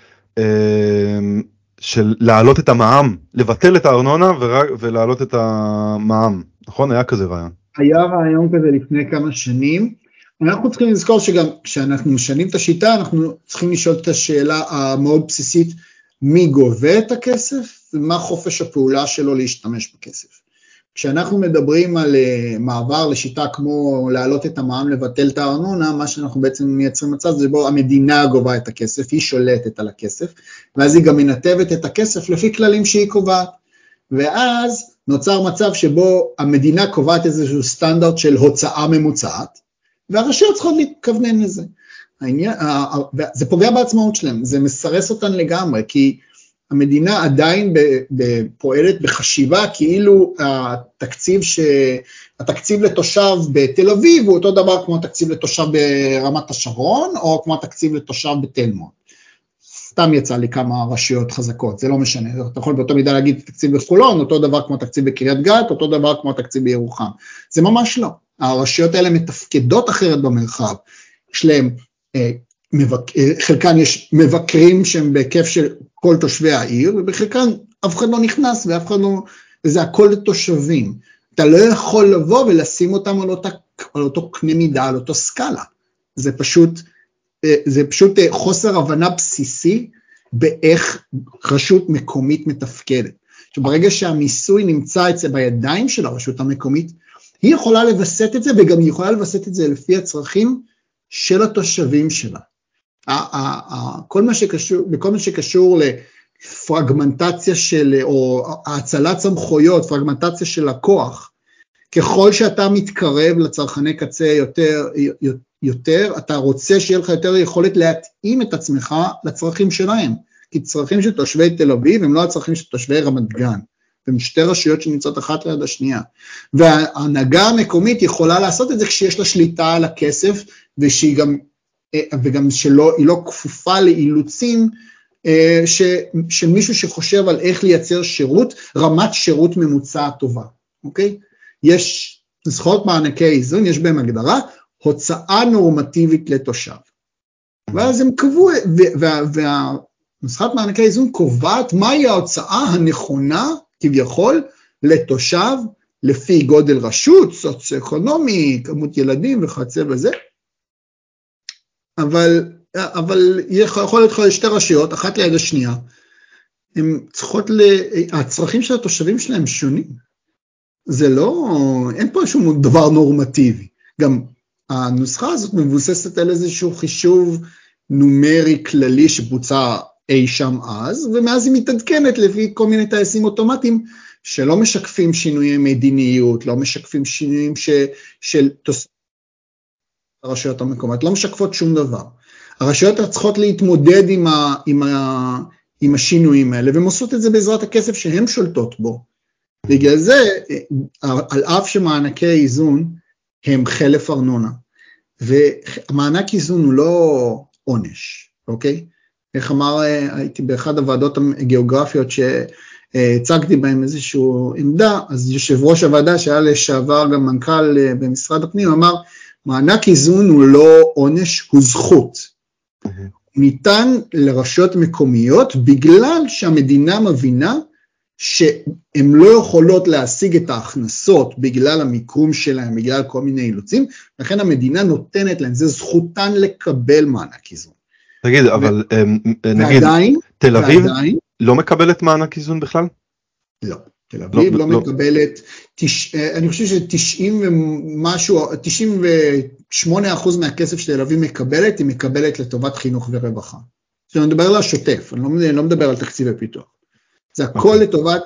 של להעלות את המע"מ, לבטל את הארנונה ולהעלות את המע"מ, נכון? היה כזה רעיון. היה רעיון כזה לפני כמה שנים, אנחנו צריכים לזכור שגם כשאנחנו משנים את השיטה, אנחנו צריכים לשאול את השאלה המאוד בסיסית, מי גובה את הכסף, ומה חופש הפעולה שלו להשתמש בכסף. כשאנחנו מדברים על מעבר לשיטה כמו להעלות את המע"מ, לבטל את הארנונה, מה שאנחנו בעצם מייצרים מצב, זה בו המדינה גובה את הכסף, היא שולטת על הכסף, ואז היא גם מנתבת את הכסף לפי כללים שהיא קובעת. ואז נוצר מצב שבו המדינה קובעת איזשהו סטנדרט של הוצאה ממוצעת, והרשויות צריכות להתכוונן לזה. זה פוגע בעצמאות שלהם, זה מסרס אותן לגמרי, כי המדינה עדיין פועלת בחשיבה כאילו התקציב לתושב בתל אביב הוא אותו דבר כמו התקציב לתושב ברמת השרון, או כמו התקציב לתושב בתל מונד. סתם יצא לי כמה רשויות חזקות, זה לא משנה, אתה יכול באותו מידה להגיד תקציב בחולון, אותו דבר כמו תקציב בקריית גת, אותו דבר כמו תקציב בירוחם. זה ממש לא. הרשויות האלה מתפקדות אחרת במרחב, יש להם, חלקן יש מבקרים שהם בהיקף של כל תושבי העיר, ובחלקן אף אחד לא נכנס, ואף אחד לא, וזה הכל לתושבים. אתה לא יכול לבוא ולשים אותם על אותו קנה מידה, על אותו סקאלה. זה פשוט חוסר הבנה בסיסי באיך רשות מקומית מתפקדת. שברגע שהמיסוי נמצא בידיים של הרשות המקומית, היא יכולה לבסט את זה, וגם היא יכולה לבסט את זה לפי הצרכים של התושבים שלה. בכל מה שקשור לפרגמנטציה או הצלת סמכויות, פרגמנטציה של הכוח, ככל שאתה מתקרב לצרכני קצה יותר, אתה רוצה שיהיה לך יותר יכולת להתאים את עצמך לצרכים שלהם, כי צרכים של תושבי תל אביב הם לא הצרכים של תושבי רמת גן, הם שתי רשויות שנמצאות אחת ליד השנייה, וההנהגה המקומית יכולה לעשות את זה כשיש לה שליטה על הכסף, וגם שהיא לא כפופה לאילוצים של מישהו שחושב על איך לייצר שירות, רמת שירות ממוצע טובה, אוקיי? יש נוסחאות מענקי איזון, יש בהם הגדרה, הוצאה נורמטיבית לתושב. ואז הם קבעו, והנוסחת מענקי איזון קובעת מהי ההוצאה הנכונה, כביכול, לתושב, לפי גודל רשות, סוציו-אקונומי, כמות ילדים וכיוצא בזה. אבל יכול להיות שתי רשויות, אחת ליד השנייה, הצרכים של התושבים שלהם שונים. זה לא, אין פה איזשהו דבר נורמטיבי. גם הנוסחה הזאת מבוססת על איזשהו חישוב נומרי כללי שבוצע אי שם אז, ומאז היא מתעדכנת לפי כל מיני טייסים אוטומטיים, שלא משקפים שינויי מדיניות, לא משקפים שינויים של הרשויות המקומיות, לא משקפות שום דבר. הרשויות צריכות להתמודד עם השינויים האלה, והן עושות את זה בעזרת הכסף שהן שולטות בו. בגלל זה, על אף שמענקי איזון הם חלף ארנונה, ומענק איזון הוא לא עונש, אוקיי? איך אמר, הייתי באחד הוועדות הגיאוגרפיות שהצגתי בהם איזושהי עמדה, אז יושב ראש הוועדה שהיה לשעבר גם מנכ"ל במשרד הפנים, אמר, מענק איזון הוא לא עונש, הוא זכות. ניתן לרשויות מקומיות בגלל שהמדינה מבינה שהן לא יכולות להשיג את ההכנסות בגלל המיקום שלהם, בגלל כל מיני אילוצים, לכן המדינה נותנת להם, זה זכותן לקבל מענק איזון. תגיד, אבל נגיד, תל אביב לא מקבלת מענק איזון בכלל? לא. תל אביב לא מקבלת, אני חושב ש98% מהכסף שתל אביב מקבלת, היא מקבלת לטובת חינוך ורווחה. אני מדבר על השוטף, אני לא מדבר על תקציב ופיתוח. זה הכל לטובת,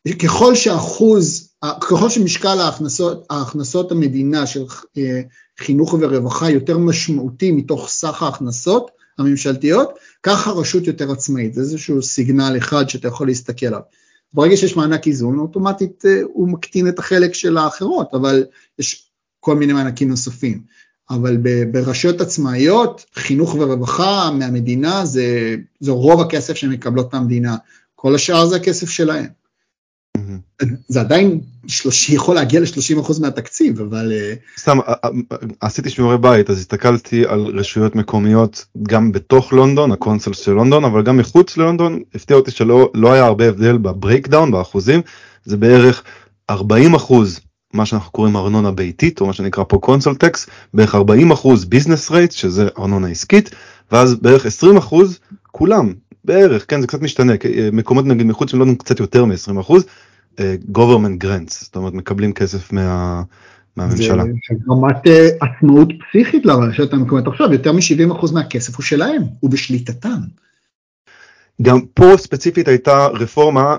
ככל שמשקל ההכנסות המדינה של חינוך ורווחה יותר משמעותי מתוך סך ההכנסות הממשלתיות, כך הרשות יותר עצמאית. זה איזשהו סיגנל אחד שאתה יכול להסתכל עליו. ברגע שיש מענק איזון, אוטומטית הוא מקטין את החלק של האחרות, אבל יש כל מיני מענקים נוספים. אבל ברשויות עצמאיות, חינוך ורווחה מהמדינה, זה רוב הכסף שמקבלות מהמדינה. כל השאר זה הכסף שלהם. זה עדיין יכול להגיע ל-30% מהתקציב, אבל... סתם, עשיתי שיעורי בית, אז הסתכלתי על רשויות מקומיות, גם בתוך לונדון, הקונסול של לונדון, אבל גם מחוץ ללונדון, הפתיע אותי שלא היה הרבה הבדל בברייקדאון, באחוזים, זה בערך 40%, מה שאנחנו קוראים ארנונה ביתית, או מה שנקרא פה קונסול טקס, בערך 40% ביזנס רייט, שזה ארנונה עסקית, ואז בערך 20% כולם, בערך, כן, זה קצת משתנה, מקומות נגיד מחוץ ללונדון קצת יותר מ-20%, government grants, זאת אומרת, מקבלים כסף מהממשלה. זה רמת עצמאות פסיכית לרשויות המקומיות. עכשיו, יותר מ-70% מהכסף הוא שלהם, הוא בשליטתם. גם פה ספציפית הייתה רפורמה,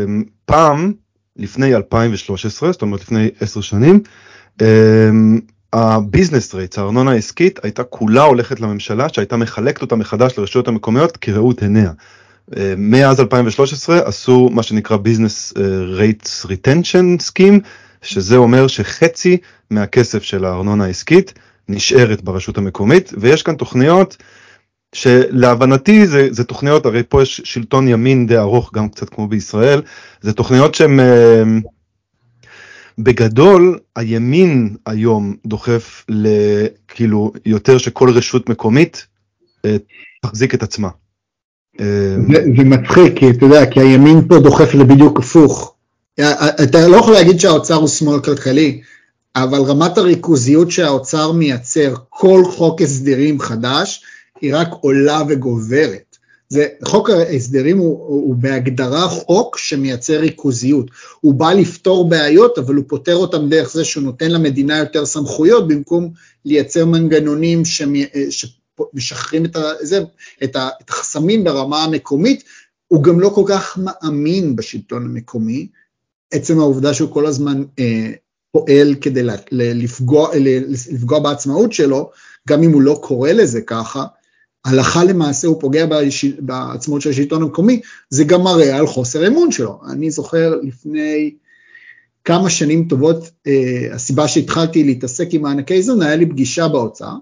פעם, לפני 2013, זאת אומרת לפני 10 שנים, הביזנס רייטס, הארנונה העסקית, הייתה כולה הולכת לממשלה, שהייתה מחלקת אותה מחדש לרשויות המקומיות כראות עיניה. מאז 2013 עשו מה שנקרא ביזנס רייטס ריטנשן סקים, שזה אומר שחצי מהכסף של הארנונה העסקית נשארת ברשות המקומית, ויש כאן תוכניות שלהבנתי זה תוכניות, הרי פה יש שלטון ימין די ארוך, גם קצת כמו בישראל, זה תוכניות שהן בגדול, הימין היום דוחף כאילו יותר שכל רשות מקומית תחזיק את עצמה. זה מצחיק, כי אתה יודע, כי הימין פה דוחף לבדיוק הפוך. אתה לא יכול להגיד שהאוצר הוא שמאל כלכלי, אבל רמת הריכוזיות שהאוצר מייצר כל חוק הסדרים חדש, היא רק עולה וגוברת. חוק ההסדרים הוא בהגדרה חוק שמייצר ריכוזיות. הוא בא לפתור בעיות, אבל הוא פותר אותם דרך זה שהוא נותן למדינה יותר סמכויות, במקום לייצר מנגנונים שמשחררים את החסמים ברמה המקומית. הוא גם לא כל כך מאמין בשלטון המקומי, עצם העובדה שהוא כל הזמן פועל כדי לפגוע בעצמאות שלו, גם אם הוא לא קורא לזה ככה, הלכה למעשה הוא פוגע בעצמאות של השלטון המקומי, זה גם מראה על חוסר אמון שלו. אני זוכר לפני כמה שנים טובות, הסיבה שהתחלתי להתעסק עם מענקי איזון, היה לי פגישה באוצר,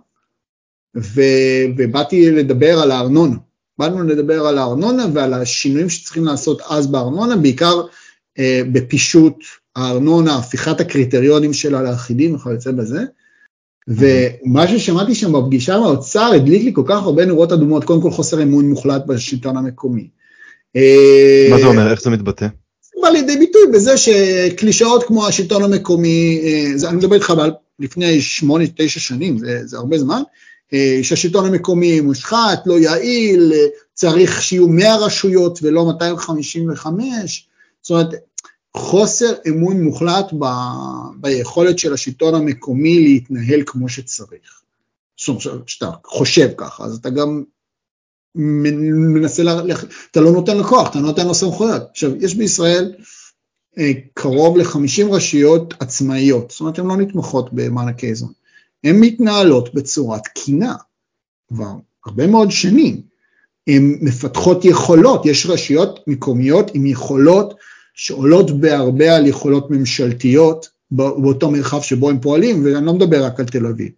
ובאתי לדבר על הארנונה. באנו לדבר על הארנונה ועל השינויים שצריכים לעשות אז בארנונה, בעיקר בפישוט הארנונה, הפיכת הקריטריונים שלה לאחידים וכיוצא בזה, ומה ששמעתי שם בפגישה מהאוצר הדליק לי כל כך הרבה נורות אדומות, קודם כל חוסר אמון מוחלט בשלטון המקומי. מה זה אומר? איך זה מתבטא? זה בא לידי ביטוי בזה שקלישאות כמו השלטון המקומי, אני מדבר איתך לפני 8-9 שנים, זה הרבה זמן, שהשלטון המקומי מושחת, לא יעיל, צריך שיהיו 100 רשויות ולא 255, זאת אומרת, חוסר אמון מוחלט ביכולת של השלטון המקומי להתנהל כמו שצריך. זאת אומרת, שאתה חושב ככה, אז אתה גם מנסה, אתה לא נותן לכוח, אתה נותן לו סמכויות. עכשיו, יש בישראל קרוב ל-50 רשויות עצמאיות, זאת אומרת, הן לא נתמכות במענקי איזון. הן מתנהלות בצורה תקינה, כבר הרבה מאוד שנים. הן מפתחות יכולות, יש רשויות מקומיות עם יכולות, שעולות בהרבה על יכולות ממשלתיות באותו מרחב שבו הם פועלים, ואני לא מדבר רק על תל אביב.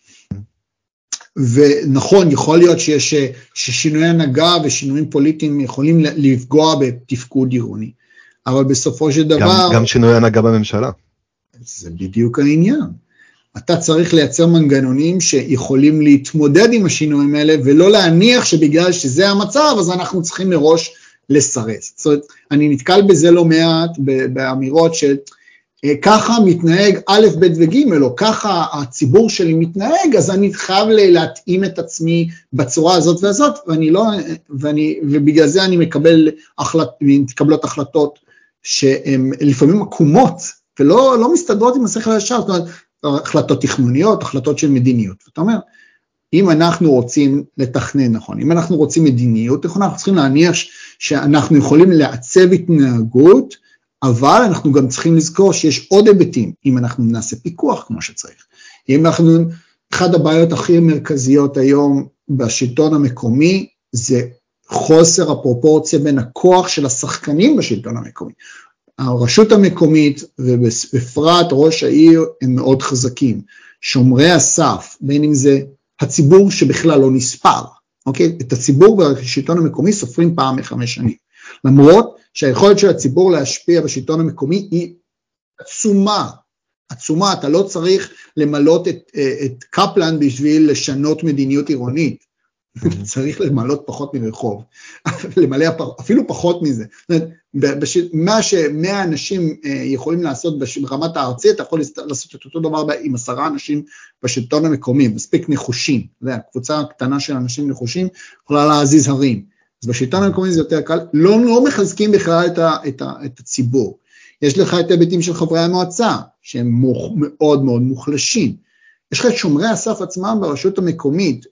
ונכון, יכול להיות ששינוי הנהגה ושינויים פוליטיים יכולים לפגוע בתפקוד עירוני, אבל בסופו של דבר... גם שינוי הנהגה בממשלה. זה בדיוק העניין. אתה צריך לייצר מנגנונים שיכולים להתמודד עם השינויים האלה, ולא להניח שבגלל שזה המצב, אז אנחנו צריכים מראש לסרס. זאת אומרת, אני נתקל בזה לא מעט באמירות של ככה מתנהג א', ב' וג', או ככה הציבור שלי מתנהג, אז אני חייב להתאים את עצמי בצורה הזאת והזאת, ובגלל זה אני מתקבלות החלטות שהן לפעמים עקומות, ולא מסתדרות עם השכל הישר, זאת אומרת, החלטות תכנוניות, החלטות של מדיניות. זאת אומרת, אם אנחנו רוצים לתכנן נכון, אם אנחנו רוצים מדיניות נכון, אנחנו צריכים להניח שאנחנו יכולים לעצב התנהגות, אבל אנחנו גם צריכים לזכור שיש עוד היבטים, אם אנחנו נעשה פיקוח כמו שצריך. אם אנחנו, אחד הבעיות הכי מרכזיות היום בשלטון המקומי, זה חוסר הפרופורציה בין הכוח של השחקנים בשלטון המקומי. הרשות המקומית, ובפרט ראש העיר, הם מאוד חזקים. שומרי הסף, בין אם זה הציבור שבכלל לא נספר, אוקיי? את הציבור בשלטון המקומי סופרים פעם ב5 שנים. למרות שהיכולת של הציבור להשפיע בשלטון המקומי היא עצומה, עצומה, אתה לא צריך למלות את קפלן בשביל לשנות מדיניות עירונית, צריך למלות פחות מרחוב, למלא אפילו פחות מזה. מה ש100 אנשים יכולים לעשות ברמת הארצית, אתה יכול לעשות את אותו דבר עם 10 אנשים בשלטון המקומי, מספיק נחושים, קבוצה קטנה של אנשים נחושים יכולה להזיז הרים. אז בשלטון המקומי זה יותר קל, לא מחזקים בכלל את הציבור. יש לך את ההיבטים של חברי המועצה, שהם מאוד מאוד מוחלשים. יש לך את שומרי הסף עצמם ברשות המקומית,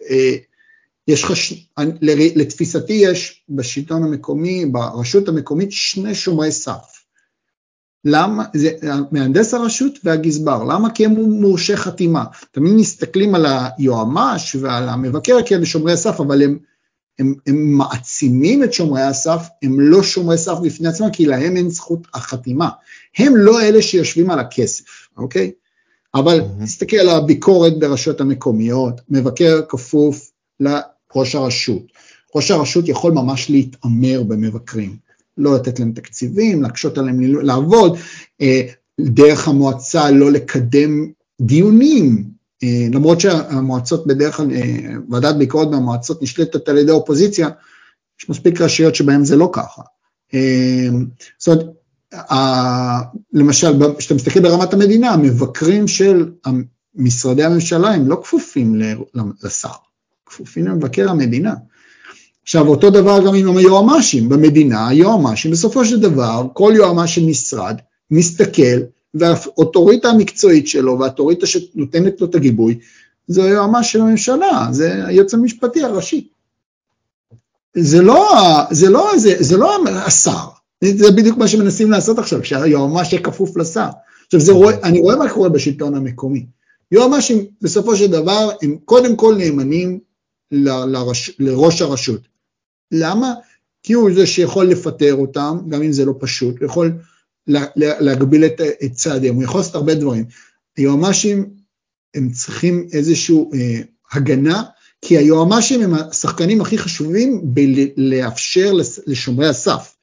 לתפיסתי יש בשלטון המקומי, ברשות המקומית 2 שומרי סף. למה? זה מהנדס הרשות והגזבר. למה? כי הם מורשי חתימה. תמיד מסתכלים על היועמ"ש ועל המבקר כאלה שומרי הסף, אבל הם מעצימים את שומרי הסף, הם לא שומרי סף בפני עצמם, כי להם אין זכות החתימה. הם לא אלה שיושבים על הכסף, אוקיי? אבל תסתכל על הביקורת ברשויות המקומיות, מבקר כפוף לראש הרשות. ראש הרשות יכול ממש להתאמר במבקרים, לא לתת להם תקציבים, להקשות עליהם לעבוד, דרך המועצה לא לקדם דיונים, למרות שהמועצות בדרך כלל, ועדת ביקורת מהמועצות נשלטת על ידי אופוזיציה, יש מספיק רשויות שבהם זה לא ככה. זאת אומרת, למשל, כשאתה מסתכל ברמת המדינה, המבקרים של משרדי הממשלה הם לא כפופים לשר, כפופים למבקר המדינה. עכשיו, אותו דבר גם עם היועמ"שים במדינה, היועמ"שים, בסופו של דבר, כל יועמ"ש של משרד מסתכל, והאוטוריטה המקצועית שלו, והאוטוריטה שנותנת לו את הגיבוי, זה היועמ"ש של הממשלה, זה היועץ המשפטי הראשי. זה לא השר, זה בדיוק מה שמנסים לעשות עכשיו, כשהיועמ"ש יהיה כפוף לשר. עכשיו, אני רואה מה קורה בשלטון המקומי. יועמ"שים, בסופו של דבר, הם קודם כל נאמנים לראש הרשות. למה? כי הוא זה שיכול לפטר אותם, גם אם זה לא פשוט, הוא יכול להגביל את צעדיהם, הוא יכול לעשות הרבה דברים. היועמ"שים הם צריכים איזושהי הגנה, כי היועמ"שים הם השחקנים הכי חשובים לאפשר לשומרי הסף,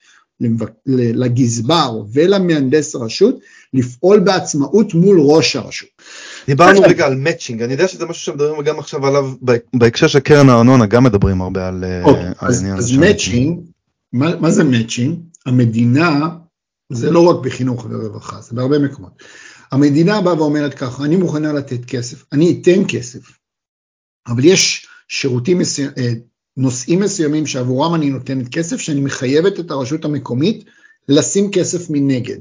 לגזבר ולמהנדס הרשות, לפעול בעצמאות מול ראש הרשות. דיברנו רגע על מאצ'ינג, אני יודע שזה משהו שמדברים גם עכשיו עליו, בהקשר של קרן הארנונה, גם מדברים הרבה על העניין. אז מאצ'ינג, מה זה מאצ'ינג? המדינה, זה לא רק בחינוך ורווחה, זה בהרבה מקומות. המדינה באה ואומרת ככה, אני מוכנה לתת כסף, אני אתן כסף, אבל יש שירותים נושאים מסוימים שעבורם אני נותנת כסף, שאני מחייבת את הרשות המקומית לשים כסף מנגד.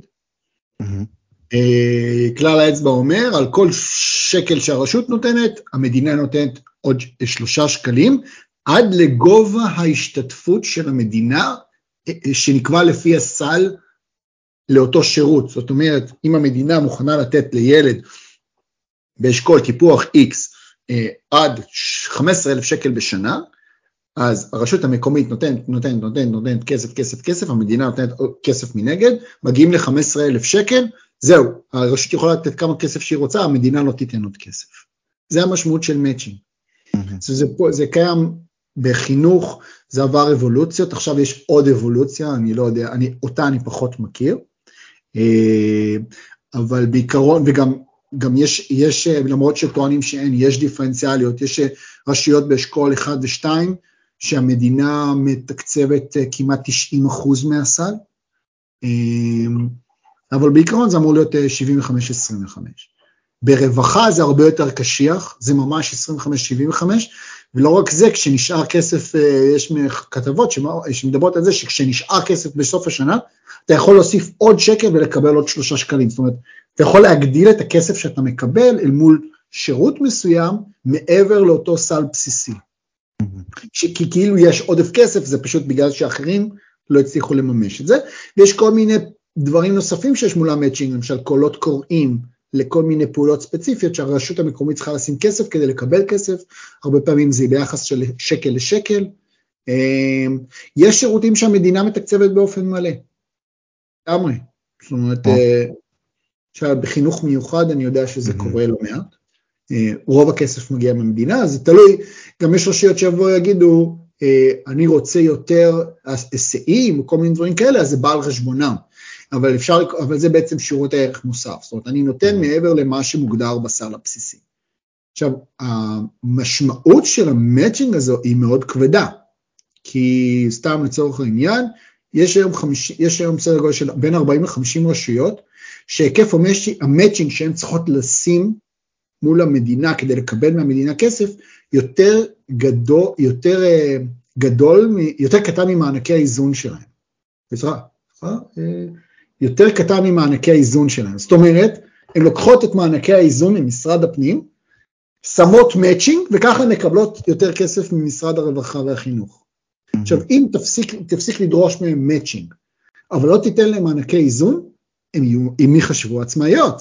כלל האצבע אומר, על כל שקל שהרשות נותנת, המדינה נותנת עוד 3 שקלים, עד לגובה ההשתתפות של המדינה, שנקבע לפי הסל לאותו שירות. זאת אומרת, אם המדינה מוכנה לתת לילד באשכול טיפוח X עד 15,000 שקל בשנה, אז הרשות המקומית נותנת כסף, המדינה נותנת כסף מנגד, מגיעים ל-15,000 שקל, זהו, הרשות יכולה לתת כמה כסף שהיא רוצה, המדינה לא תיתן עוד כסף. זה המשמעות של מאצ'ינג. זה קיים בחינוך, זה עבר אבולוציות, עכשיו יש עוד אבולוציה, אני לא יודע, אותה אני פחות מכיר, אבל בעיקרון, וגם יש, למרות שטוענים שאין, יש דיפרנציאליות, יש רשויות באשכול 1 ו-2, שהמדינה מתקצבת כמעט 90% מהסל, אבל בעיקרון זה אמור להיות 75-25. ברווחה זה הרבה יותר קשיח, זה ממש 25-75, ולא רק זה, כשנשאר כסף, יש כתבות שמדברות על זה, שכשנשאר כסף בסוף השנה, אתה יכול להוסיף עוד שקל ולקבל עוד 3 שקלים, זאת אומרת, אתה יכול להגדיל את הכסף שאתה מקבל אל מול שירות מסוים, מעבר לאותו סל בסיסי. כי כאילו יש עודף כסף, זה פשוט בגלל שאחרים לא הצליחו לממש את זה, ויש כל מיני דברים נוספים שיש מול המאצ'ינג, למשל קולות קוראים לכל מיני פעולות ספציפיות, שהרשות המקומית צריכה לשים כסף כדי לקבל כסף, הרבה פעמים זה ביחס של שקל לשקל, יש שירותים שהמדינה מתקצבת באופן מלא, לגמרי, זאת אומרת, בחינוך מיוחד אני יודע שזה קורה לא מעט, רוב הכסף מגיע מהמדינה, זה תלוי, גם יש רשויות שיבואו יגידו, אני רוצה יותר היסעים, או כל מיני דברים כאלה, אז זה בא על חשבונם, אבל זה בעצם שירות הערך מוסף, זאת אומרת, אני נותן מעבר למה שמוגדר בסל הבסיסי. עכשיו, המשמעות של המאצ'ינג הזו היא מאוד כבדה, כי סתם לצורך העניין, יש היום סדר גודל של בין 40 ל-50 רשויות, שהיקף המאצ'ינג שהן צריכות לשים מול המדינה, כדי לקבל מהמדינה כסף, יותר קטן ממענקי האיזון שלהם. יותר קטן ממענקי האיזון שלהם. זאת אומרת, הן לוקחות את מענקי האיזון ממשרד הפנים, שמות מאצ'ינג, וככה מקבלות יותר כסף ממשרד הרווחה והחינוך. עכשיו, אם תפסיק לדרוש מהם מאצ'ינג, אבל לא תיתן להם מענקי איזון, הם יחשבו עצמאיות,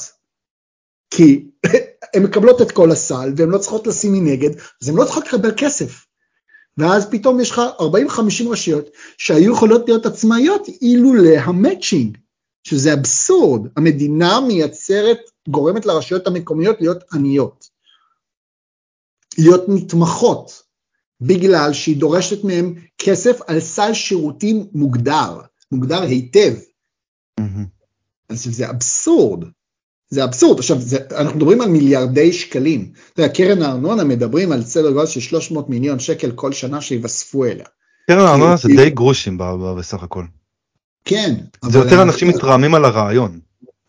כי הן מקבלות את כל הסל, והן לא צריכות לשים מנגד, אז הן לא צריכות לקבל כסף, ואז פתאום יש לך 40-50 רשויות, שהיו יכולות להיות עצמאיות, אילולא המאצ'ינג, שזה אבסורד, המדינה מייצרת, גורמת לרשויות המקומיות להיות עניות, להיות נתמכות, בגלל שהיא דורשת מהם כסף על סל שירותים מוגדר היטב. אז זה אבסורד, זה אבסורד. עכשיו, אנחנו מדברים על מיליארדי שקלים. אתה יודע, קרן הארנונה מדברים על סדר גודל של 300 מיליון שקל כל שנה שיווספו אליה. קרן הארנונה זה די גרושים בסך הכל. כן. זה יותר אנשים מתרעמים על הרעיון.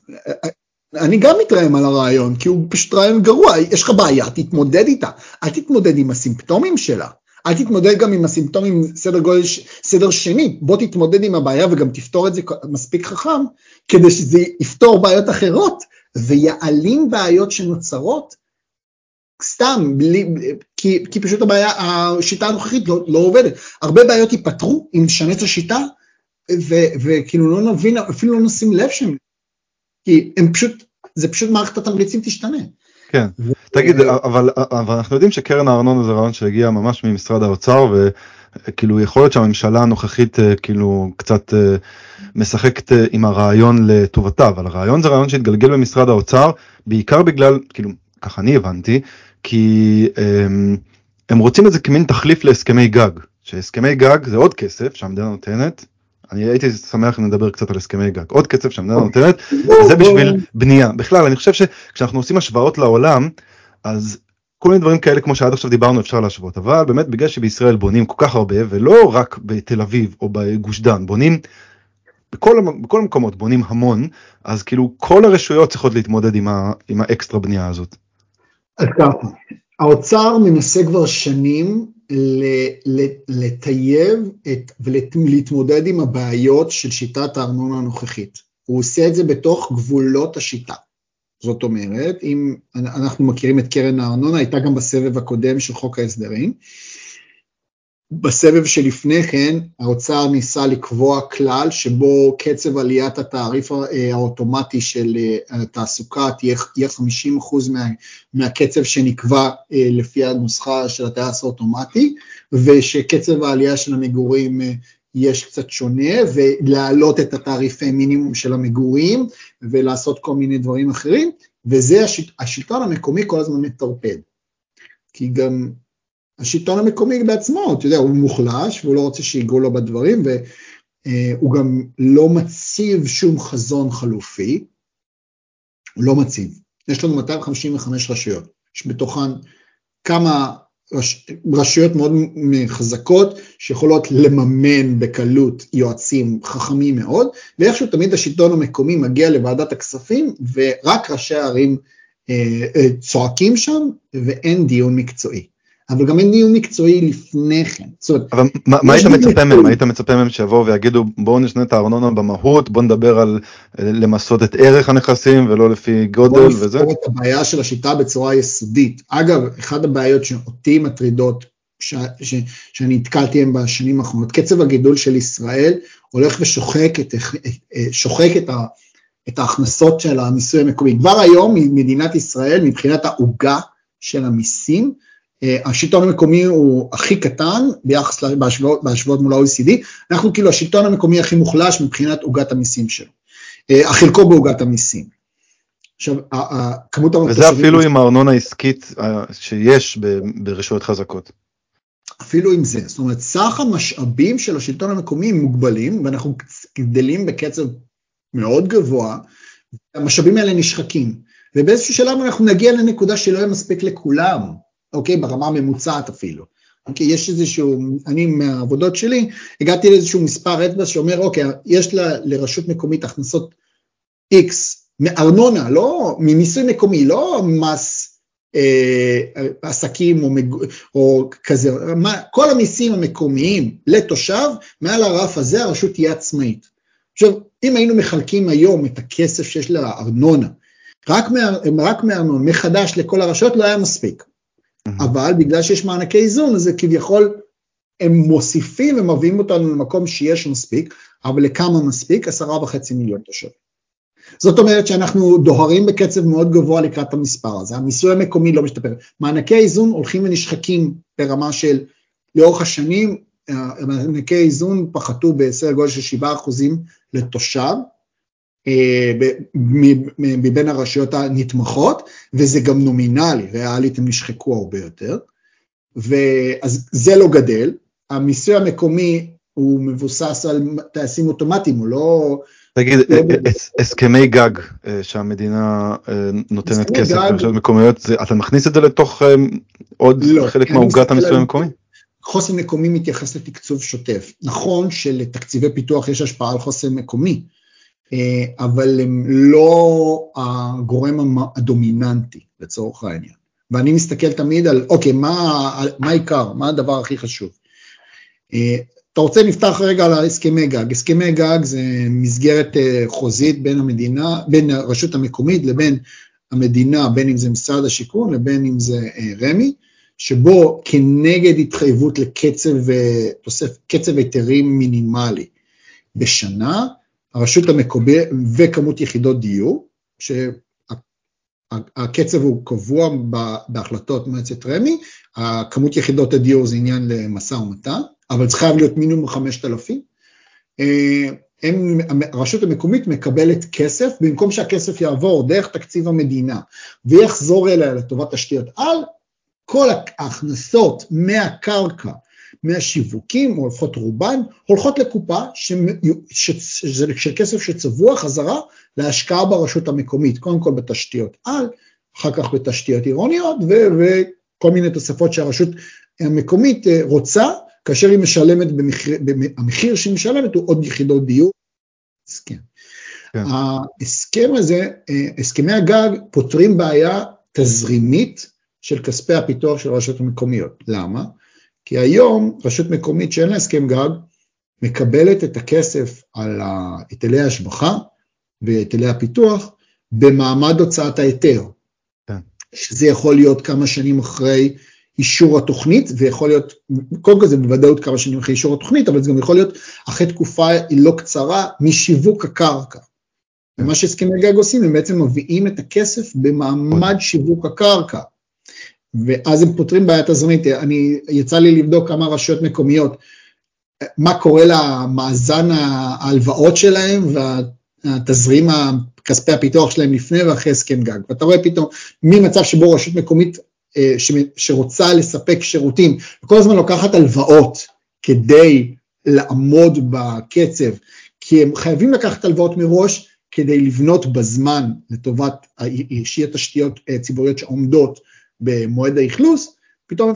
אני גם מתרעם על הרעיון, כי הוא פשוט רעיון גרוע. יש לך בעיה, תתמודד איתה. אל תתמודד עם הסימפטומים שלה. אל תתמודד גם עם הסימפטומים סדר שני. בוא תתמודד עם הבעיה וגם תפתור את זה מספיק חכם, כדי שזה יפתור בעיות אחרות, ויעלים בעיות שנוצרות, סתם, כי פשוט השיטה הנוכחית לא עובדת. הרבה בעיות ייפתרו אם נשנה את השיטה, וכאילו לא נבין, אפילו לא נשים לב שהם, כי זה פשוט מערכת התמריצים תשתנה. כן, תגיד, אבל אנחנו יודעים שקרן הארנונה זה רעיון שהגיע ממש ממשרד האוצר, וכאילו יכול להיות שהממשלה הנוכחית כאילו קצת משחקת עם הרעיון לטובתה, אבל הרעיון זה רעיון שהתגלגל במשרד האוצר, בעיקר בגלל, כאילו, ככה אני הבנתי, כי הם רוצים את זה כמין תחליף להסכמי גג, שהסכמי גג זה עוד כסף שהמדינה נותנת, אני הייתי שמח אם נדבר קצת על הסכמי גג, עוד כסף שהמדינה נותנת, זה בשביל בנייה. בכלל, אני חושב שכשאנחנו עושים השוואות לעולם, אז כל מיני דברים כאלה כמו שעד עכשיו דיברנו אפשר להשוות, אבל באמת בגלל שבישראל בונים כל כך הרבה, ולא רק בתל אביב או בגוש דן, בונים בכל מקומות, בונים המון, אז כאילו כל הרשויות צריכות להתמודד עם האקסטרה בנייה הזאת. אז ככה, האוצר מנסה כבר שנים לטייב ולהתמודד עם הבעיות של שיטת הארנונה הנוכחית. הוא עושה את זה בתוך גבולות השיטה. זאת אומרת, אם אנחנו מכירים את קרן הארנונה, הייתה גם בסבב הקודם של חוק ההסדרים. בסבב שלפני כן, האוצר ניסה לקבוע כלל שבו קצב עליית התעריף האוטומטי של התעסוקה תהיה 50% מהקצב שנקבע לפי הנוסחה של הטייס האוטומטי, ושקצב העלייה של המגורים יש קצת שונה, ולהעלות את התעריפי מינימום של המגורים, ולעשות כל מיני דברים אחרים, וזה השלטון המקומי כל הזמן מטרפד. כי גם השלטון המקומי בעצמו, אתה יודע, הוא מוחלש, והוא לא רוצה שיגעו לו בדברים, והוא גם לא מציב שום חזון חלופי, הוא לא מציב. יש לנו 255 רשויות, יש בתוכן כמה רשויות מאוד חזקות, שיכולות לממן בקלות יועצים חכמים מאוד, ואיכשהו תמיד השלטון המקומי מגיע לוועדת הכספים, ורק ראשי הערים צועקים שם, ואין דיון מקצועי. אבל גם אין דיון מקצועי לפני כן. אבל מה היית מצפה מהם? היית מצפה מהם שיבואו ויגידו, בואו נשנה את הארנונה במהות, בואו נדבר על למסות את ערך הנכסים, ולא לפי גודל וזה? בואו נפתור את הבעיה של השיטה בצורה יסודית. אגב, אחת הבעיות שאותי מטרידות, שאני התקלתי הם בשנים האחרונות, קצב הגידול של ישראל, הולך ושוחק את ההכנסות של המיסוי המקומי. כבר היום, מדינת ישראל, מבחינת העוגה של המיסים, השלטון המקומי הוא הכי קטן ביחס בהשוואות מול ה-OECD, אנחנו כאילו השלטון המקומי הכי מוחלש מבחינת עוגת המיסים שלו, חלקו בעוגת המיסים. עכשיו, כמות וזה אפילו עם הארנונה העסקית שיש ברשויות חזקות. אפילו עם זה, זאת אומרת, סך המשאבים של השלטון המקומי הם מוגבלים, ואנחנו גדלים בקצב מאוד גבוה, המשאבים האלה נשחקים, ובאיזשהו שלב אנחנו נגיע לנקודה שלא יהיה מספיק לכולם, אוקיי, ברמה הממוצעת אפילו. אוקיי, יש איזשהו, אני מהעבודות שלי, הגעתי לאיזשהו מספר אצבע שאומר, אוקיי, יש לרשות מקומית הכנסות X, מארנונה, לא, ממיסוי מקומי, לא מס עסקים או כזה, כל המיסים המקומיים לתושב, מעל הרף הזה הרשות תהיה עצמאית. עכשיו, אם היינו מחלקים היום את הכסף שיש לארנונה, רק מארנונה, מחדש לכל הרשויות לא היה מספיק. אבל בגלל שיש מענקי איזון, אז זה כביכול, הם מוסיפים ומביאים אותנו למקום שיש מספיק, אבל לכמה מספיק? 10.5 מיליון תושבים. זאת אומרת שאנחנו דוהרים בקצב מאוד גבוה לקראת המספר הזה, המיסוי המקומי לא משתפר, מענקי האיזון הולכים ונשחקים ברמה של לאורך השנים, מענקי האיזון פחתו בסדר גודל של 7% לתושב, מבין הרשויות הנתמכות, וזה גם נומינלי, ריאלית הם נשחקו הרבה יותר, אז זה לא גדל, המיסוי המקומי הוא מבוסס על טייסים אוטומטיים, הוא לא... תגיד, הסכמי גג שהמדינה נותנת כסף לרשויות מקומיות, אתה מכניס את זה לתוך עוד חלק מהעוגת המיסוי המקומי? חוסן מקומי מתייחס לתקצוב שוטף. נכון שלתקציבי פיתוח יש השפעה על חוסן מקומי, אבל הם לא הגורם הדומיננטי לצורך העניין. ואני מסתכל תמיד על, אוקיי, מה העיקר? מה הדבר הכי חשוב? אתה רוצה נפתח רגע על הסכמי גג. הסכמי גג זה מסגרת חוזית בין המדינה, בין הרשות המקומית לבין המדינה, בין אם זה משרד השיכון לבין אם זה רמי, שבו כנגד התחייבות לקצב היתרים מינימלי בשנה, הרשות המקומית וכמות יחידות דיור, שהקצב הוא קבוע בהחלטות מועצת רמי, הכמות יחידות הדיור זה עניין למשא ומתן, אבל זה חייב להיות מינימום 5,000, הרשות המקומית מקבלת כסף, במקום שהכסף יעבור דרך תקציב המדינה, ויחזור אליה לטובת תשתיות על, כל ההכנסות מהקרקע, מהשיווקים, או לפחות רובן, הולכות לקופה של כסף שצבוע חזרה להשקעה ברשות המקומית, קודם כל בתשתיות על, אחר כך בתשתיות עירוניות, וכל מיני תוספות שהרשות המקומית רוצה, כאשר היא משלמת, המחיר שהיא משלמת הוא עוד יחידות דיור. הסכם. ההסכם הזה, הסכמי הגג פותרים בעיה תזרימית של כספי הפיתוח של הרשויות המקומיות. למה? כי היום רשות מקומית שאין לה הסכם גג, מקבלת את הכסף על היטלי ההשבחה והיטלי הפיתוח, במעמד הוצאת ההיתר. שזה יכול להיות כמה שנים אחרי אישור התוכנית, ויכול להיות, קודם כל זה בוודאות כמה שנים אחרי אישור התוכנית, אבל זה גם יכול להיות אחרי תקופה לא קצרה משיווק הקרקע. ומה שהסכמי גג עושים, הם בעצם מביאים את הכסף במעמד שיווק הקרקע. ואז הם פותרים בעיה תזרימית. יצא לי לבדוק כמה רשויות מקומיות, מה קורה למאזן ההלוואות שלהם, והתזרים כספי הפיתוח שלהם לפני ואחרי הסכם גג. ואתה רואה פתאום ממצב שבו רשות מקומית שרוצה לספק שירותים, וכל הזמן לוקחת הלוואות כדי לעמוד בקצב, כי הם חייבים לקחת הלוואות מראש כדי לבנות בזמן לטובת שיהיה תשתיות ציבוריות שעומדות במועד האכלוס, פתאום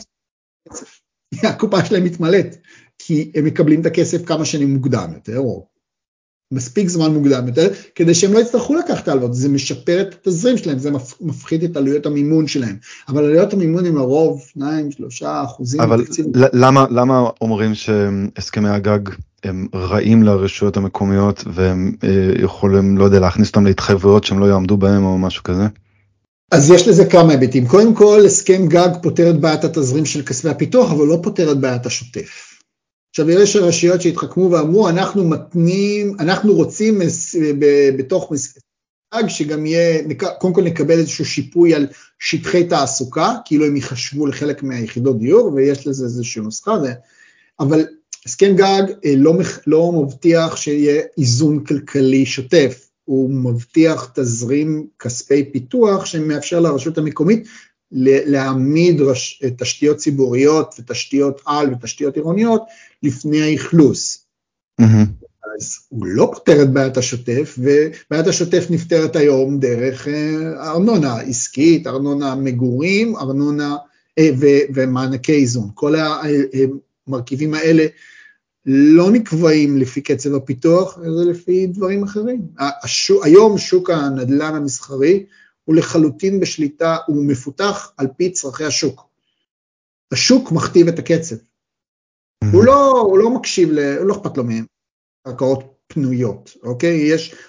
הקופה שלהם מתמלאת, כי הם מקבלים את הכסף כמה שנים מוקדם יותר, או מספיק זמן מוקדם יותר, כדי שהם לא יצטרכו לקחת הלוואות, זה משפר את התזרים שלהם, זה מפחית את עלויות המימון שלהם, אבל עלויות המימון הם לרוב 2-3%. אבל למה אומרים שהסכמי הגג הם רעים לרשויות המקומיות, והם יכולים, לא יודע, להכניס אותם להתחייבויות שהם לא יעמדו בהם או משהו כזה? אז יש לזה כמה היבטים. קודם כל, הסכם גג פותר את בעיית התזרים של כספי הפיתוח, אבל לא פותר את בעיית השוטף. עכשיו, יש רשויות שהתחכמו ואמרו, אנחנו רוצים בתוך גג שגם יהיה, קודם כל נקבל איזשהו שיפוי על שטחי תעסוקה, כאילו הם יחשבו לחלק מהיחידות דיור, ויש לזה איזושהי נוסחה, אבל הסכם גג לא מבטיח שיהיה איזון כלכלי שוטף, הוא מבטיח תזרים כספי פיתוח שמאפשר לרשות המקומית להעמיד תשתיות ציבוריות ותשתיות על ותשתיות עירוניות לפני האכלוס. אז הוא לא פותר את בעיית השוטף, ובעיית השוטף נפתרת היום דרך ארנונה עסקית, ארנונה מגורים, ארנונה ומענקי איזון. כל המרכיבים האלה לא נקבעים לפי קצב הפיתוח, זה לפי דברים אחרים. היום שוק הנדל"ן המסחרי הוא לחלוטין בשליטה, הוא מפותח על פי צרכי השוק. השוק מכתיב את הקצב. הוא לא מקשיב, הוא לא אכפת לו מהם, קרקעות פנויות, אוקיי?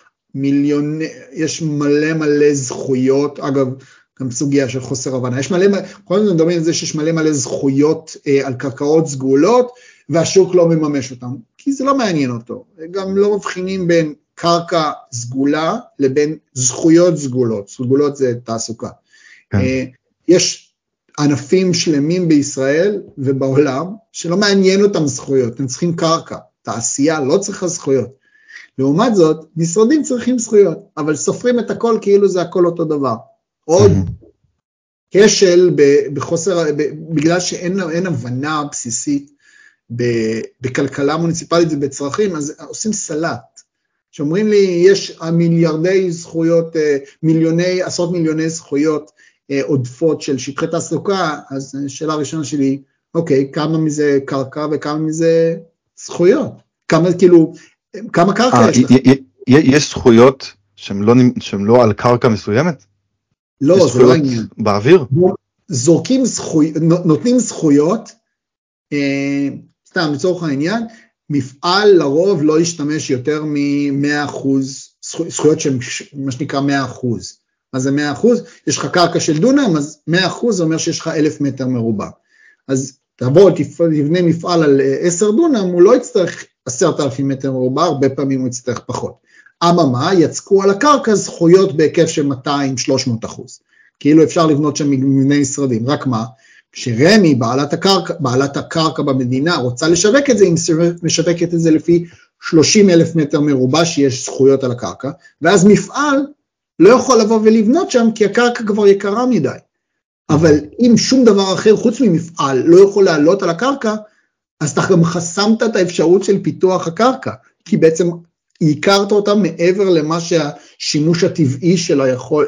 יש מלא זכויות, אגב, גם סוגיה של חוסר הבנה. כל הזמן מדברים על זה שיש מלא זכויות על קרקעות סגולות, והשוק לא מממש אותם, כי זה לא מעניין אותו. גם לא מבחינים בין קרקע סגולה לבין זכויות סגולות, סגולות זה תעסוקה. כן. יש ענפים שלמים בישראל ובעולם שלא מעניין אותם זכויות, הם צריכים קרקע, תעשייה לא צריכה זכויות. לעומת זאת, משרדים צריכים זכויות, אבל סופרים את הכל כאילו זה הכל אותו דבר. עוד כשל בחוסר, בגלל שאין הבנה בסיסית בכלכלה מוניציפלית ובצרכים, אז עושים סלט. שאומרים לי, יש מיליארדי זכויות, עשרות מיליוני זכויות עודפות של שטחי תעסוקה, אז השאלה הראשונה שלי, אוקיי, כמה מזה קרקע וכמה מזה זכויות? כמה קרקע יש לך? יש זכויות שהן לא על קרקע מסוימת? לא, זה לא העניין. באוויר? זורקים זכויות, נותנים זכויות, סתם לצורך העניין, מפעל לרוב לא ישתמש יותר מ-100%, זכויות שהן מה שנקרא 100%. מה זה 100%? יש לך קרקע של דונם, אז 100% זה אומר שיש לך 1,000 מטר מרובע. אז תבנה מפעל על 10 דונם, הוא לא יצטרך 10,000 מטר מרובע, הרבה פעמים הוא יצטרך פחות. אממה, יצקו על הקרקע זכויות בהיקף של 200-300%. כאילו אפשר לבנות שם מבני משרדים, רק מה? כשרמי, בעלת הקרקע במדינה, רוצה לשווק את זה, היא משווקת את זה לפי 30,000 מטר מרובע שיש זכויות על הקרקע, ואז מפעל לא יכול לבוא ולבנות שם, כי הקרקע כבר יקרה מדי. אבל אם שום דבר אחר חוץ ממפעל לא יכול לעלות על הקרקע, אז אתה גם חסמת את האפשרות של פיתוח הקרקע, כי בעצם יקרת אותה מעבר למה שהשימוש הטבעי שלה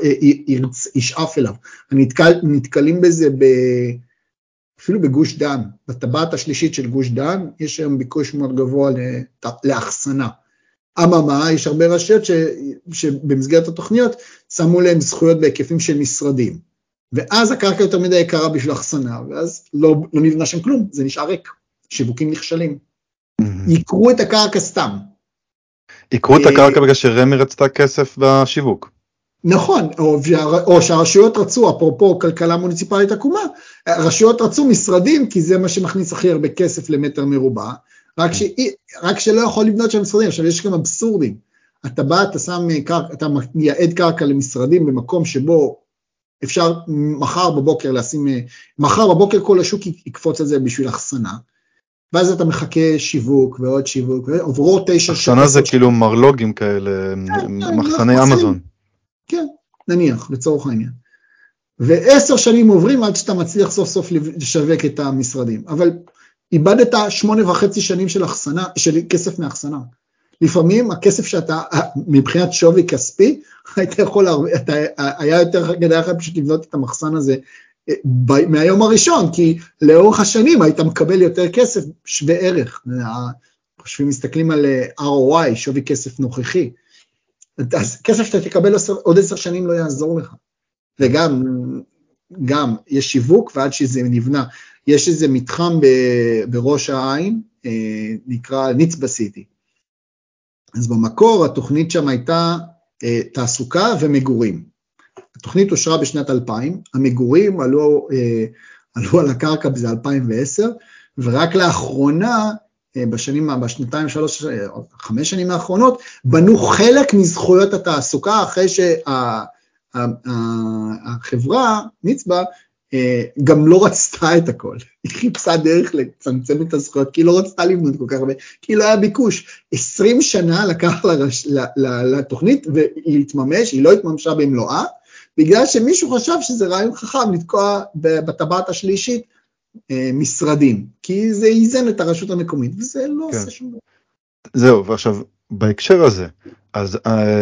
ישאף אליו. נתקלים בזה אפילו בגוש דן, בטבעת השלישית של גוש דן, יש היום ביקוש מאוד גבוה לאחסנה. אממה, יש הרבה רשויות שבמסגרת התוכניות שמו להם זכויות בהיקפים של משרדים, ואז הקרקע יותר מדי יקרה בשביל אחסנה, ואז לא נבנה שם כלום, זה נשאר ריק, שיווקים נכשלים. יקרו את הקרקע סתם. יקרו את הקרקע בגלל שרמי רצתה כסף בשיווק. נכון, או שהרשויות רצו, אפרופו כלכלה מוניציפלית עקומה, הרשויות רצו משרדים, כי זה מה שמכניס הכי הרבה כסף למטר מרובע, רק שלא יכול לבנות שם משרדים. עכשיו יש גם אבסורדים, אתה בא, אתה מייעד קרקע למשרדים במקום שבו אפשר מחר בבוקר כל השוק יקפוץ על זה בשביל אחסנה, ואז אתה מחכה שיווק ועוד שיווק, עוברו 9 שנים. אחסנה זה כאילו מרלוגים כאלה, מחסני אמזון. כן, נניח, לצורך העניין. ו10 שנים עוברים עד שאתה מצליח סוף סוף לשווק את המשרדים, אבל איבדת 8.5 שנים של כסף מאחסנה. לפעמים הכסף שאתה, מבחינת שווי כספי, היה יותר כדאי לך פשוט לבנות את המחסן הזה מהיום הראשון, כי לאורך השנים היית מקבל יותר כסף שווה ערך. חושבים, מסתכלים על ROI, שווי כסף נוכחי. אז כסף שאתה תקבל עוד 10 שנים לא יעזור לך. וגם יש שיווק ועד שזה נבנה. יש איזה מתחם בראש העין, נקרא ניצבה סיטי. אז במקור התוכנית שם הייתה תעסוקה ומגורים. התוכנית אושרה בשנת 2000, המגורים עלו על הקרקע בזה 2010, ורק לאחרונה, בשנתיים, 5 שנים האחרונות, בנו חלק מזכויות התעסוקה, אחרי שהחברה, ניצבה, גם לא רצתה את הכל. היא חיפשה דרך לצמצם את הזכויות, כי היא לא רצתה לבנות כל כך הרבה, כי לא היה ביקוש. 20 שנה לקח לתוכנית ולהתממש, היא לא התממשה במלואה, בגלל שמישהו חשב שזה רעיון חכם לתקוע בטבעת השלישית משרדים, כי זה איזן את הרשות המקומית, וזה לא עושה שום דבר. זהו, ועכשיו, בהקשר הזה, אז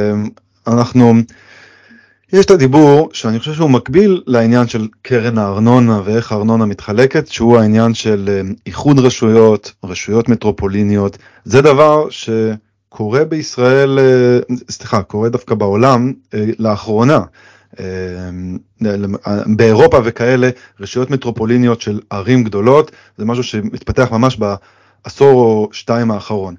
יש את הדיבור שאני חושב שהוא מקביל לעניין של קרן הארנונה ואיך הארנונה מתחלקת, שהוא העניין של איחוד רשויות מטרופוליניות. זה דבר שקורה בישראל, קורה דווקא בעולם לאחרונה. באירופה וכאלה, רשויות מטרופוליניות של ערים גדולות, זה משהו שמתפתח ממש בעשור או 2 האחרון.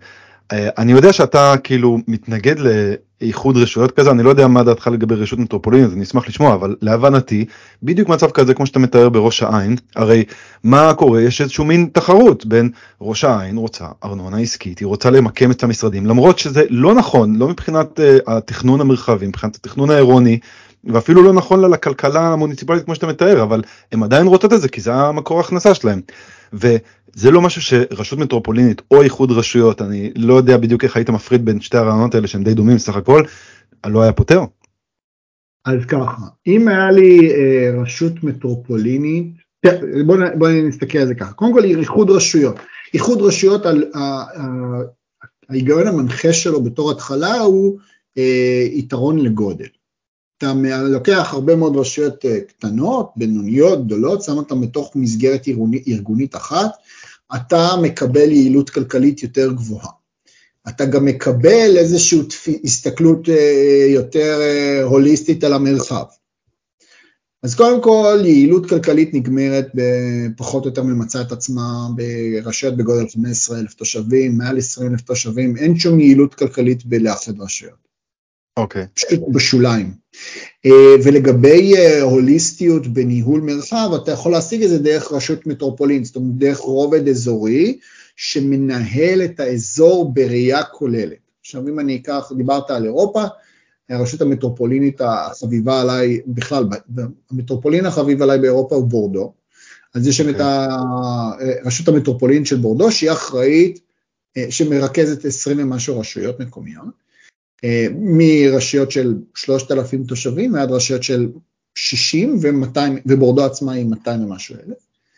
אני יודע שאתה כאילו מתנגד לאיחוד רשויות כזה, אני לא יודע מה דעתך לגבי רשות מטרופולינית, אני אשמח לשמוע, אבל להבנתי, בדיוק מצב כזה כמו שאתה מתאר בראש העין, הרי מה קורה? יש איזשהו מין תחרות בין ראש העין, רוצה ארנונה עסקית, היא רוצה למקם את המשרדים, למרות שזה לא נכון, לא מבחינת התכנון המרחבי, מבחינת התכנון העירוני, ואפילו לא נכון לה לכלכלה המוניציפלית כמו שאתה מתאר, אבל הם עדיין רוצות את זה, כי זה המקור ההכנסה שלהם. וזה לא משהו שרשות מטרופולינית או איחוד רשויות, אני לא יודע בדיוק איך היית מפריד בין שתי הרעיונות האלה שהם די דומים סך הכל, לא היה פותר. אז ככה, אם היה לי רשות מטרופולינית, בוא נסתכל על זה ככה, קודם כל איחוד רשויות, איחוד רשויות, ההיגיון המנחה שלו בתור התחלה הוא יתרון לגודל. אתה לוקח הרבה מאוד רשויות קטנות, בינוניות, גדולות, שם אותם בתוך מסגרת ארגונית אחת, אתה מקבל יעילות כלכלית יותר גבוהה. אתה גם מקבל איזושהי הסתכלות יותר הוליסטית על המרחב. אז קודם כל, יעילות כלכלית נגמרת בפחות או יותר ממצא את עצמה ברשויות בגודל 15,000 תושבים, מעל 20,000 תושבים, אין שום יעילות כלכלית בלאחד רשויות. אוקיי. פשוט בשוליים. ולגבי הוליסטיות בניהול מרחב, אתה יכול להשיג את זה דרך רשות מטרופולינית, זאת אומרת דרך רובד אזורי, שמנהל את האזור בראייה כוללת. עכשיו אם אני אקח, דיברת על אירופה, הרשות המטרופולינית החביבה עליי, בכלל, המטרופולין החביב עליי באירופה הוא בורדו, אז יש שם את הרשות המטרופולינית של בורדו, שהיא אחראית, שמרכזת 20 ומשהו רשויות מקומיות, מרשויות של 3,000 תושבים, ועד רשויות של 60 ו-200, ובורדו עצמה היא 200 ומשהו אלף,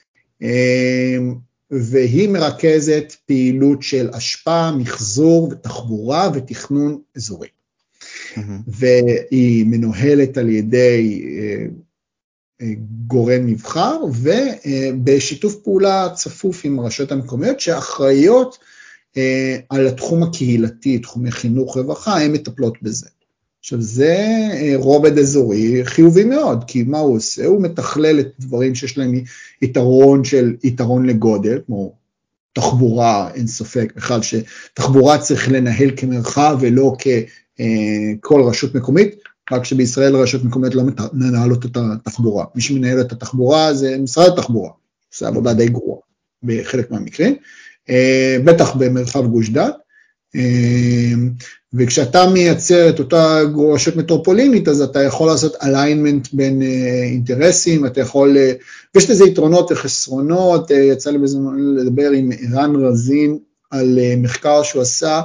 והיא מרכזת פעילות של השפעה, מחזור ותחבורה ותכנון אזורי. והיא מנוהלת על ידי גורם נבחר, ובשיתוף פעולה צפוף עם הרשויות המקומיות, שאחראיות על התחום הקהילתי, תחומי חינוך רווחה, הן מטפלות בזה. עכשיו זה רובד אזורי חיובי מאוד, כי מה הוא עושה? הוא מתכלל את דברים שיש להם יתרון לגודל, כמו תחבורה, אין ספק, בכלל שתחבורה צריך לנהל כמרחב ולא ככל רשות מקומית, רק שבישראל רשות מקומית לא מנהלות את התחבורה. מי שמנהל את התחבורה זה משרד התחבורה, זה עבודה די גרועה בחלק מהמקרים, בטח במרחב גוש דן, וכשאתה מייצר את אותה רשות מטרופולינית, אז אתה יכול לעשות alignment בין אינטרסים, אתה יכול, ויש לזה יתרונות וחסרונות, יצא לי בזמן לדבר עם ערן רזין על מחקר שהוא עשה,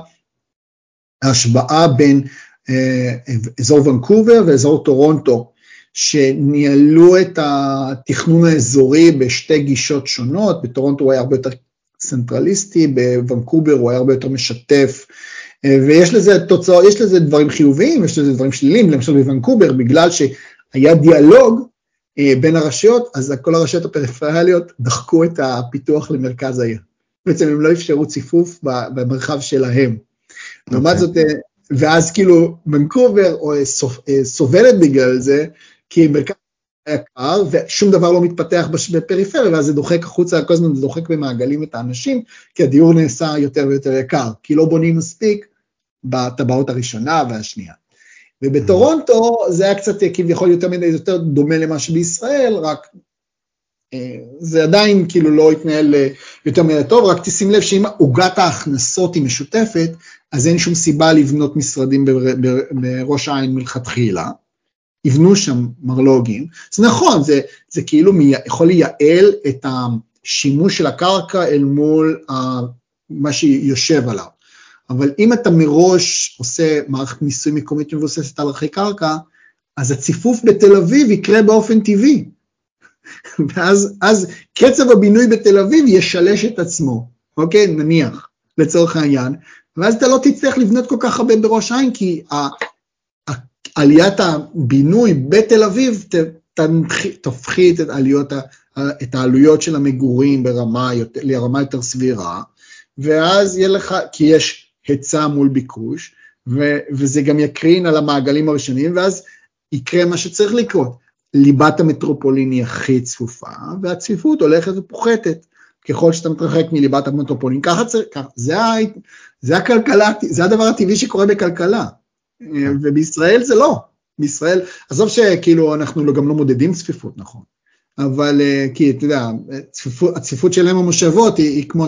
השוואה בין אזור ונקובר ואזור טורונטו, שניהלו את התכנון האזורי בשתי גישות שונות, בטורונטו הוא היה הרבה יותר סנטרליסטי, בוונקובר הוא היה הרבה יותר משתף, ויש לזה תוצאות, יש לזה דברים חיוביים, יש לזה דברים שליליים, למשל בוונקובר, בגלל שהיה דיאלוג בין הרשויות, אז כל הרשויות הפריפריאליות דחקו את הפיתוח למרכז העיר. בעצם הם לא אפשרו ציפוף במרחב שלהם. לעומת זאת, ואז כאילו וונקובר סובלת בגלל זה, כי מרכז יקר, ושום דבר לא מתפתח בפריפריה, ואז זה דוחק החוצה, כל הזמן זה דוחק במעגלים את האנשים, כי הדיור נעשה יותר ויותר יקר, כי לא בונים מספיק בטבעות הראשונה והשנייה. ובטורונטו זה היה קצת כביכול יותר דומה למה שבישראל, רק זה עדיין כאילו לא יתנהל יותר מדי טוב, רק תשים לב שאם עוגת ההכנסות היא משותפת, אז אין שום סיבה לבנות משרדים בראש העין מלכתחילה, יבנו שם מרלוגים, זה נכון, זה כאילו יכול לייעל את השימוש של הקרקע אל מול מה שיושב עליו, אבל אם אתה מראש עושה מערכת מיסוי מקומית מבוססת על ערכי קרקע, אז הציפוף בתל אביב יקרה באופן טבעי, ואז קצב הבינוי בתל אביב ישלש את עצמו, אוקיי, נניח, לצורך העניין, ואז אתה לא תצטרך לבנות כל כך הרבה בראש העין, כי עליית הבינוי בתל אביב תפחית את העלויות של המגורים לרמה יותר סבירה, ואז יהיה לך, כי יש היצע מול ביקוש, וזה גם יקרין על המעגלים הראשונים, ואז יקרה מה שצריך לקרות. ליבת המטרופולין היא הכי צפופה, והצפיפות הולכת ופוחתת. ככל שאתה מתרחק מליבת המטרופולין, ככה זה הכלכלה, זה הדבר הטבעי שקורה בכלכלה, ובישראל זה לא, בישראל, עזוב שכאילו אנחנו גם לא מודדים צפיפות, נכון, אבל כי אתה יודע, הצפיפות שלהם המושבות היא כמו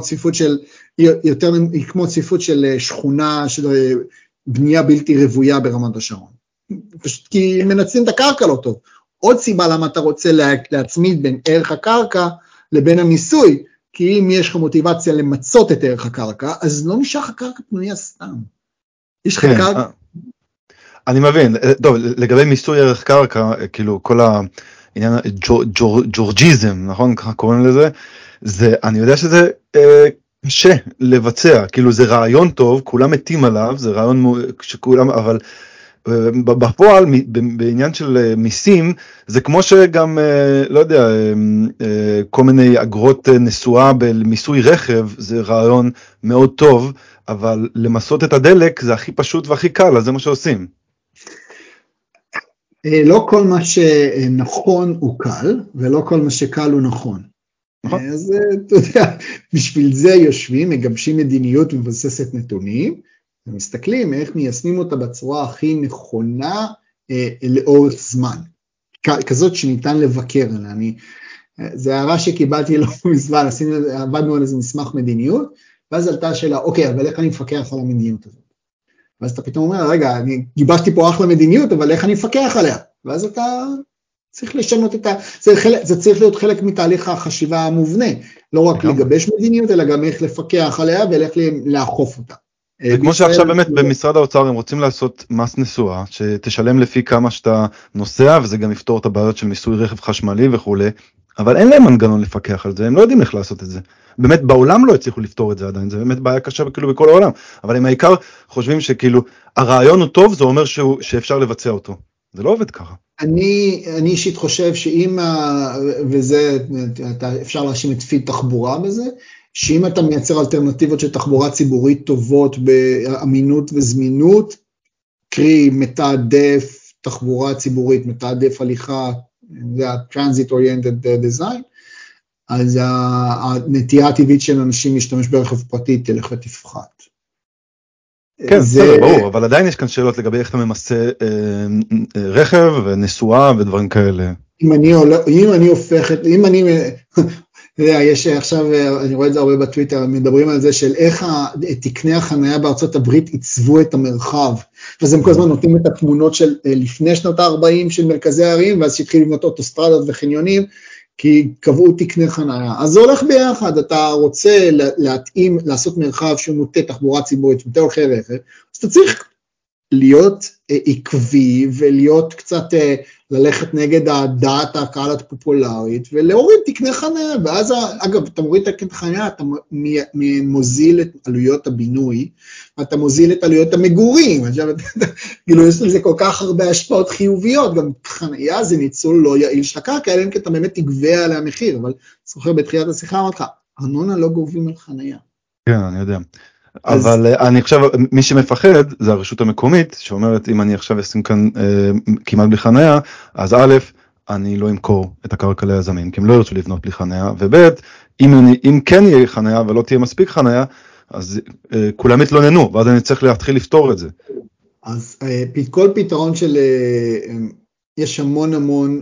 צפיפות של שכונה, של בנייה בלתי רוויה ברמת השרון, פשוט כי מנצלים את הקרקע לא טוב, עוד סיבה למה אתה רוצה להצמיד בין ערך הקרקע לבין המיסוי, כי אם יש לך מוטיבציה למצות את ערך הקרקע, אז לא נשאר הקרקע פנויה סתם. יש לך קרקע... אני מבין, טוב, לגבי מיסוי ערך קרקע, כאילו כל העניין, ג'ורג'יזם, נכון? ככה קוראים לזה, אני יודע שזה קשה לבצע, כאילו זה רעיון טוב, כולם מתים עליו, זה רעיון שכולם, אבל... בפועל, בעניין של מיסים, זה כמו שגם, לא יודע, כל מיני אגרות נסועה במיסוי רכב, זה רעיון מאוד טוב, אבל למסות את הדלק זה הכי פשוט והכי קל, אז זה מה שעושים. לא כל מה שנכון הוא קל, ולא כל מה שקל הוא נכון. אז אתה יודע, בשביל זה יושבים, מגבשים מדיניות מבססת נתונים, ומסתכלים איך מיישמים אותה בצורה הכי נכונה לאורך זמן, כזאת שניתן לבקר. זה הערה שקיבלתי לא מזמן, עבדנו על איזה מסמך מדיניות, ואז עלתה השאלה, אוקיי, אבל איך אני מפקח על המדיניות הזאת? ואז אתה פתאום אומר, רגע, אני גיבשתי פה אחלה מדיניות, אבל איך אני מפקח עליה? ואז אתה צריך לשנות זה צריך להיות חלק מתהליך החשיבה המובנה, לא רק לגבש מדיניות, אלא גם איך לפקח עליה, ואיך לאכוף אותה. זה כמו שעכשיו באמת במשרד האוצר הם רוצים לעשות מס נסועה, שתשלם לפי כמה שאתה נוסע, וזה גם יפתור את הבעיות של מיסוי רכב חשמלי וכו', אבל אין להם מנגנון לפקח על זה, הם לא יודעים איך לעשות את זה. באמת בעולם לא הצליחו לפתור את זה עדיין, זה באמת בעיה קשה כאילו בכל העולם, אבל הם העיקר חושבים שכאילו הרעיון הוא טוב, זה אומר שאפשר לבצע אותו. זה לא עובד ככה. אני אישית חושב שאם, וזה, אפשר להאשים את פיד תחבורה בזה, שאם אתה מייצר אלטרנטיבות של תחבורה ציבורית טובות באמינות וזמינות, קרי מתעדף תחבורה ציבורית, מתעדף הליכה, זה ה-Transit Oriented Design, אז הנטייה הטבעית של אנשים להשתמש ברכב פרטי תלך ותפחת. כן, בסדר, ברור, אבל עדיין יש כאן שאלות לגבי איך אתה ממסה רכב ונסועה ודברים כאלה. אם אני הופכת, יש עכשיו, אני רואה את זה הרבה בטוויטר, מדברים על זה של איך תקני החנייה בארצות הברית עיצבו את המרחב, ואז הם כל הזמן נותנים את התמונות של לפני שנות ה-40 של מרכזי הערים, ואז שהתחילו לבנות אוטוסטרדות וחניונים, כי קבעו תקני חנייה. אז זה הולך ביחד, אתה רוצה להתאים, לעשות מרחב שהוא מוטה תחבורה ציבורית, מוטה הולכי רכב, אז אתה צריך להיות עקבי ולהיות קצת ללכת נגד הדעת הקהל הפופולרית ולהוריד תקני חניה, ואז אגב אתה מוריד תקני חניה, אתה מוזיל את עלויות הבינוי, ואתה מוזיל את עלויות המגורים, כאילו יש לזה כל כך הרבה השפעות חיוביות, גם חניה זה ניצול לא יעיל של הקרקע, אלא אם כי אתה באמת תגבה עליה מחיר, אבל זוכר בתחילת השיחה אמרת לך, ארנונה לא גובים על חניה. כן, אני יודע. אבל אני חושב, מי שמפחד זה הרשות המקומית, שאומרת אם אני עכשיו אשים כאן כמעט בלי חניה, אז א', אני לא אמכור את הקרקע ליזמים, כי הם לא ירצו לבנות בלי חניה, וב', אם כן יהיה חניה ולא תהיה מספיק חניה, אז כולם יתלוננו, ואז אני צריך להתחיל לפתור את זה. אז כל פתרון של, יש המון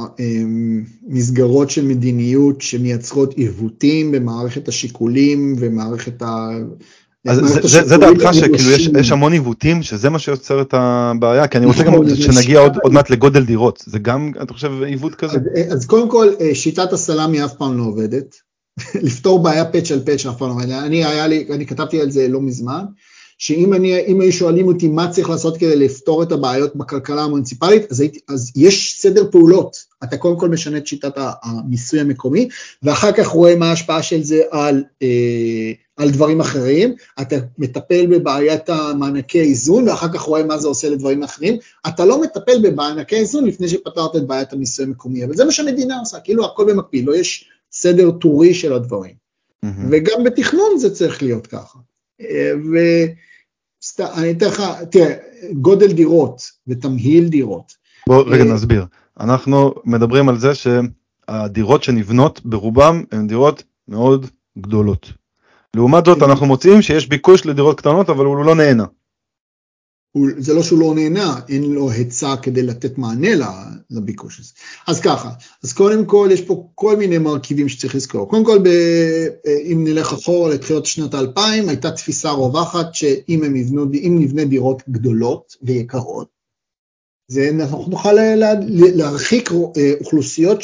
מסגרות של מדיניות שמייצרות עיוותים במערכת השיקולים ומערכת אז זה דעתך שכאילו יש המון עיוותים, שזה מה שיוצר את הבעיה, כי אני רוצה גם שנגיע עוד מעט לגודל דירות, זה גם, אתה חושב, עיוות כזה? אז קודם כל, שיטת הסלאמי אף פעם לא עובדת, לפתור בעיה פאץ' על פאץ' אף פעם לא עובדת, אני כתבתי על זה לא מזמן, שאם היו שואלים אותי מה צריך לעשות כדי לפתור את הבעיות בכלכלה המוניציפלית, אז יש סדר פעולות, אתה קודם כל משנה את שיטת המיסוי המקומי, ואחר כך רואה מה ההשפעה של זה על דברים אחרים, אתה מטפל בבעיית המענקי איזון, ואחר כך רואה מה זה עושה לדברים אחרים, אתה לא מטפל במענקי איזון לפני שפתרת את בעיית המיסוי המקומי, אבל זה מה שהמדינה עושה, כאילו הכל במקביל, לא יש סדר טורי של הדברים, וגם בתכנון זה צריך להיות ככה, ואני אתן לך, תראה, גודל דירות ותמהיל דירות. בוא רגע נסביר, אנחנו מדברים על זה שהדירות שנבנות ברובם הן דירות מאוד גדולות. לעומת זאת אנחנו מוצאים שיש ביקוש לדירות קטנות, אבל הוא לא נהנה. זה לא שהוא לא נהנה, אין לו היצע כדי לתת מענה לביקוש הזה. אז ככה, אז קודם כל יש פה כל מיני מרכיבים שצריך לזכור. קודם כל, אם נלך אחורה לתחילת שנת 2000, הייתה תפיסה רווחת שאם נבנה דירות גדולות ויקרות, אנחנו נוכל להרחיק אוכלוסיות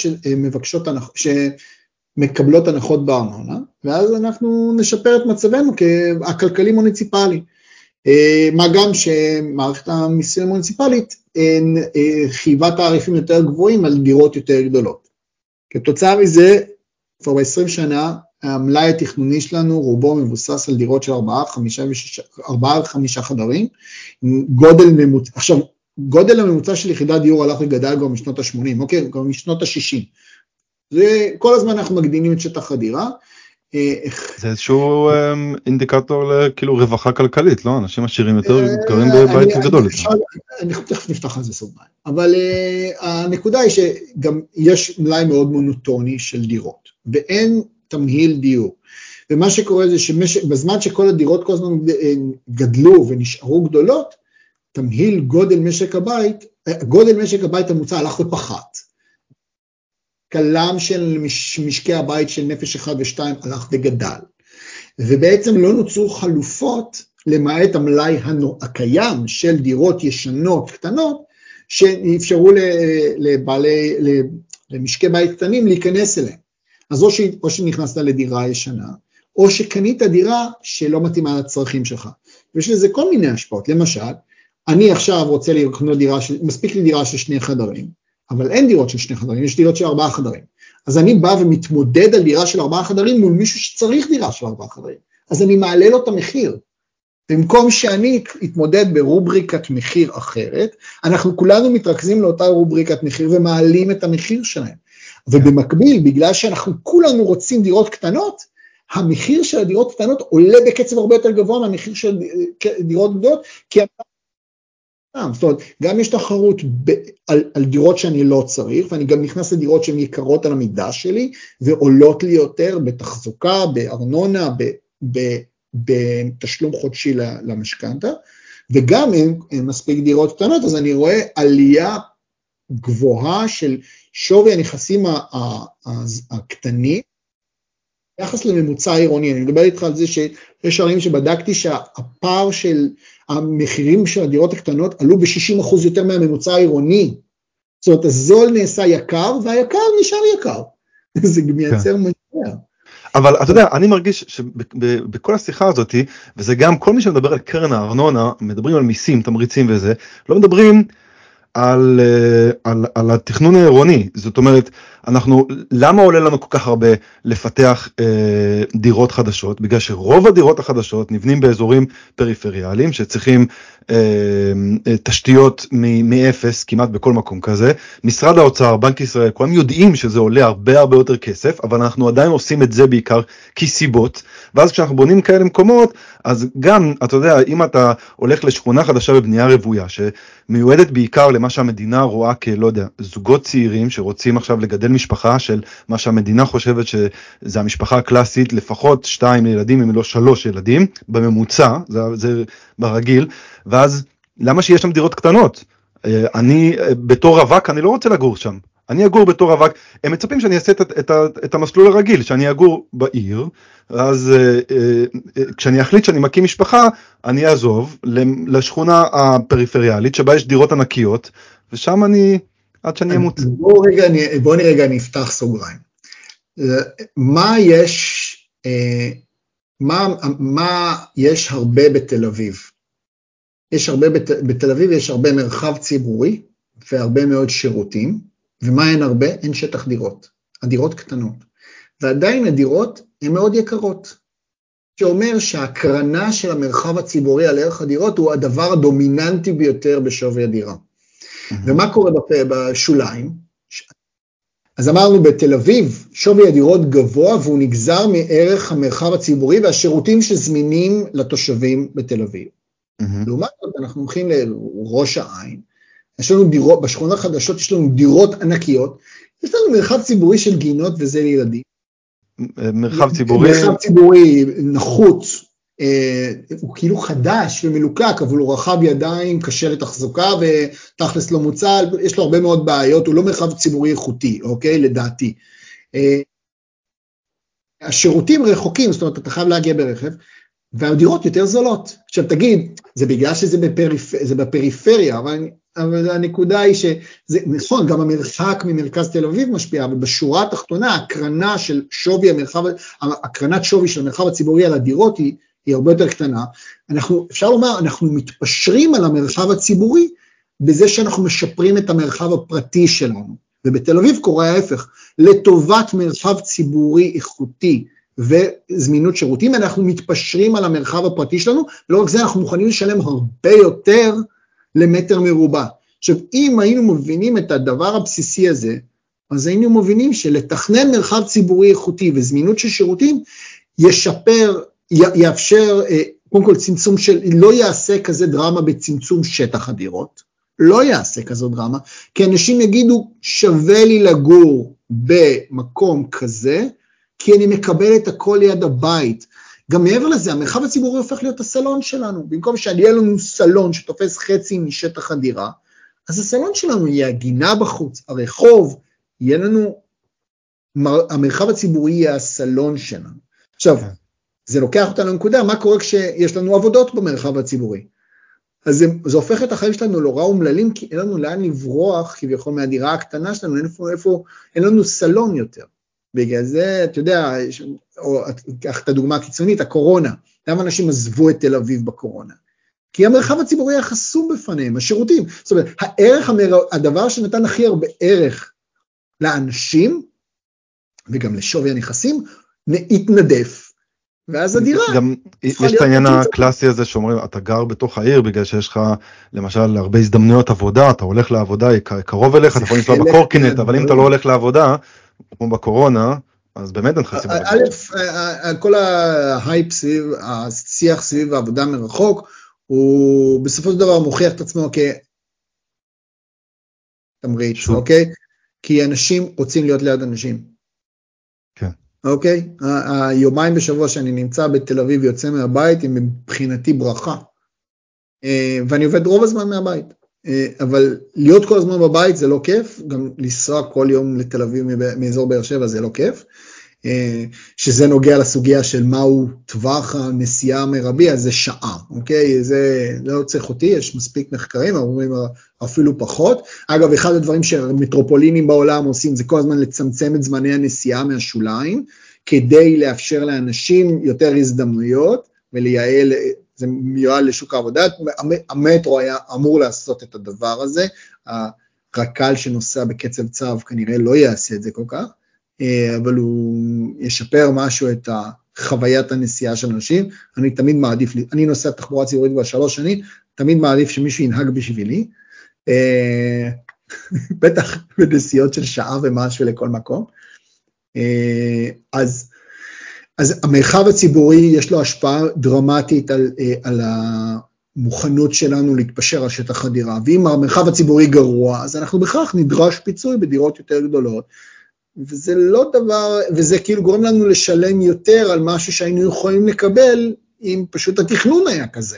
שמקבלות הנחות בארנונה, ואז אנחנו נשפר את מצבנו כהכלכלי מוניציפלי. מה גם שמערכת המיסוי המוניציפלית חייבה תעריפים יותר גבוהים על דירות יותר גדולות. כתוצאה מזה, כבר ב-20 שנה, המלאי התכנוני שלנו רובו מבוסס על דירות של 4-5 חדרים, עכשיו, גודל הממוצע של יחידת דיור הלך וגדל כבר משנות ה-80, אוקיי? כבר משנות ה-60. כל הזמן אנחנו מגדילים את שטח הדירה. זה איזשהו אינדיקטור לכאילו רווחה כלכלית, לא? אנשים עשירים יותר גרים בבית גדול. אני תכף נפתח על זה סוגריים. אבל הנקודה היא שגם יש מלאי מאוד מונוטוני של דירות, ואין תמהיל דיור. ומה שקורה זה שבזמן שכל הדירות כל הזמן גדלו ונשארו גדולות, תמהיל גודל משק הבית הממוצע הלך ופחת. כלם של משקי הבית של נפש 1 ו-2 הלך וגדל. ובעצם לא נוצרו חלופות למעט המלאי הקיים של דירות ישנות קטנות, שאפשרו למשקי בית קטנים להיכנס אליהם. אז או שנכנסת לדירה ישנה, או שקנית דירה שלא מתאימה לצרכים שלך. ויש לזה כל מיני השפעות. למשל, אני עכשיו רוצה לקנות דירה, מספיק לי דירה של 2 חדרים, אבל אין דירות של 2 חדרים, יש דירות של 4 חדרים. אז אני בא ומתמודד על דירה של 4 חדרים מול מישהו שצריך דירה של 4 חדרים. אז אני מעלה לו את המחיר. במקום שאני אתמודד ברובריקת מחיר אחרת, אנחנו כולנו מתרכזים לאותה רובריקת מחיר ומעלים את המחיר שלהם. ובמקביל, בגלל שאנחנו כולנו רוצים דירות קטנות, המחיר של הדירות קטנות עולה בקצב הרבה יותר גבוה מהמחיר של דירות גדולות, כי זאת אומרת, גם יש תחרות על דירות שאני לא צריך, ואני גם נכנס לדירות שהן יקרות על המידה שלי, ועולות לי יותר בתחזוקה, בארנונה, בתשלום חודשי למשכנתא, וגם אין מספיק דירות קטנות, אז אני רואה עלייה גבוהה של שווי הנכסים הקטנים, יחס לממוצע העירוני. אני מדבר איתך על זה שיש ערים שבדקתי שהפער של המחירים של הדירות הקטנות עלו ב-60% יותר מהממוצע העירוני. זאת אומרת, הזול נעשה יקר, והיקר נשאר יקר. זה מייצר משבר. אבל אתה יודע, אני מרגיש שבכל השיחה הזאת, וזה גם כל מי שמדבר על קרן הארנונה, מדברים על מיסים, תמריצים וזה, לא מדברים על התכנון העירוני. זאת אומרת, למה עולה לנו כל כך הרבה לפתח דירות חדשות? בגלל שרוב הדירות החדשות נבנים באזורים פריפריאליים, שצריכים תשתיות מאפס, כמעט בכל מקום כזה. משרד האוצר, בנק ישראל, כולם יודעים שזה עולה הרבה יותר כסף, אבל אנחנו עדיין עושים את זה בעיקר כסיבות, ואז כשאנחנו בונים כאלה מקומות, אז גם, אתה יודע, אם אתה הולך לשכונה חדשה בבנייה רוויה, שמיועדת בעיקר למה שהמדינה רואה כלא יודע, זוגות צעירים שרוצים עכשיו לגדל משפחה של מה שהמדינה חושבת שזה המשפחה הקלאסית, לפחות 2 ילדים, אם לא 3 ילדים, בממוצע, זה ברגיל, ואז למה שיש שם דירות קטנות? אני בתור רווק, אני לא רוצה לגור שם. אני אגור בתור רווק, הם מצפים שאני אעשה את המסלול הרגיל, שאני אגור בעיר, אז כשאני אחליט שאני מקים משפחה, אני אעזוב לשכונה הפריפריאלית, שבה יש דירות ענקיות, ושם עד שאני אמות. בוא נרגע נפתח סוגריים. מה יש הרבה בתל אביב? בתל אביב יש הרבה מרחב ציבורי, והרבה מאוד שירותים, ומה אין הרבה? אין שטח דירות. הדירות קטנות. ועדיין הדירות הן מאוד יקרות. שאומר שהקרנה של המרחב הציבורי על ערך הדירות הוא הדבר הדומיננטי ביותר בשווי הדירה. ומה קורה בשוליים? אז אמרנו בתל אביב, שווי הדירות גבוה והוא נגזר מערך המרחב הציבורי והשירותים שזמינים לתושבים בתל אביב. לעומת זאת, אנחנו הולכים לראש העין, יש לנו דירות, בשכונות החדשות יש לנו דירות ענקיות, יש לנו מרחב ציבורי של גינות וזה לילדים. מרחב ציבורי. מרחב ציבורי נחוץ, הוא כאילו חדש ומלוקק, אבל הוא רחב ידיים, קשה לתחזוקה ותכלס לא מוצל, יש לו הרבה מאוד בעיות, הוא לא מרחב ציבורי איכותי, אוקיי? לדעתי. השירותים רחוקים, זאת אומרת, אתה חייב להגיע ברכב, והדירות יותר זולות. עכשיו תגיד, זה בגלל שזה בפריפריה, אבל הנקודה היא שזה, נכון, גם המרחק ממרכז תל אביב משפיע, אבל בשורה התחתונה, הקרנת שווי של המרחב הציבורי על הדירות היא הרבה יותר קטנה. אפשר לומר, אנחנו מתפשרים על המרחב הציבורי, בזה שאנחנו משפרים את המרחב הפרטי שלנו. ובתל אביב קורה ההפך, לטובת מרחב ציבורי איכותי, וזמינות שירותים, אנחנו מתפשרים על המרחב הפרטי שלנו, ולא רק זה, אנחנו מוכנים לשלם הרבה יותר למטר מרובע. עכשיו, אם היינו מבינים את הדבר הבסיסי הזה, אז היינו מבינים שלתכנן מרחב ציבורי איכותי וזמינות של שירותים, יאפשר, קודם כל צמצום לא יעשה כזה דרמה בצמצום שטח הדירות, לא יעשה כזו דרמה, כי אנשים יגידו, שווה לי לגור במקום כזה, כי אני מקבל את הכל ליד הבית. גם מעבר לזה, המרחב הציבורי הופך להיות הסלון שלנו. במקום שיהיה לנו סלון שתופס חצי משטח הדירה, אז הסלון שלנו יהיה הגינה בחוץ, הרחוב, יהיה לנו, המרחב הציבורי יהיה הסלון שלנו. עכשיו, זה לוקח אותנו לנקודה, מה קורה כשיש לנו עבודות במרחב הציבורי? אז זה הופך את החיים שלנו לא רע ומללים, כי אין לנו לאן לברוח, כביכול מהדירה הקטנה שלנו, אין לנו סלון יותר. בגלל זה, אתה יודע, או קח את הדוגמה הקיצונית, הקורונה. למה אנשים עזבו את תל אביב בקורונה? כי המרחב הציבורי היה חסום בפניהם, השירותים. זאת אומרת, הדבר שנתן הכי הרבה ערך לאנשים, וגם לשווי הנכסים, התנדף. ואז הדירה... גם יש את העניין הקלאסי הזה שאומרים, אתה גר בתוך העיר, בגלל שיש לך, למשל, הרבה הזדמנויות עבודה, אתה הולך לעבודה, קרוב אליך, אתה יכול לנסוע בקורקינט, אבל אם אתה לא הולך לעבודה, כמו בקורונה, אז באמת אין חסימה. כל ההייפ סביב, השיח סביב העבודה מרחוק, הוא בסופו של דבר מוכיח את עצמו כתמריץ, אוקיי? כי אנשים רוצים להיות ליד אנשים. כן. אוקיי? היומיים בשבוע שאני נמצא בתל אביב ויוצא מהבית, הם מבחינתי ברכה. ואני עובד רוב הזמן מהבית. אבל להיות כל הזמן בבית זה לא כיף, גם לנסוע כל יום לתל אביב מאזור באר שבע זה לא כיף, שזה נוגע לסוגיה של מהו טווח הנסיעה המרבי, אז זה שעה, אוקיי? זה לא צריך אותי, יש מספיק מחקרים, אומרים אפילו פחות. אגב, אחד הדברים שמטרופולינים בעולם עושים, זה כל הזמן לצמצם את זמני הנסיעה מהשוליים, כדי לאפשר לאנשים יותר הזדמנויות, ולייעל, זה מיועד לשוק העבודה, המטרו היה אמור לעשות את הדבר הזה, הרק"ל שנוסע בקצב צו כנראה לא יעשה את זה כל כך, אבל הוא ישפר משהו את חוויית הנסיעה של אנשים. אני תמיד מעדיף, אני נוסע תחבורה ציבורית כבר 3 שנים, תמיד מעדיף שמישהו ינהג בשבילי, בטח בנסיעות של שעה ומשהו לכל מקום. אז המרחב הציבורי יש לו השפעה דרמטית על המוכנות שלנו להתפשר על שטח הדירה, ואם המרחב הציבורי גרוע, אז אנחנו בכך נדרש פיצוי בדירות יותר גדולות, וזה לא דבר, וזה כאילו גורם לנו לשלם יותר על משהו שהיינו יכולים לקבל, אם פשוט התכנון היה כזה.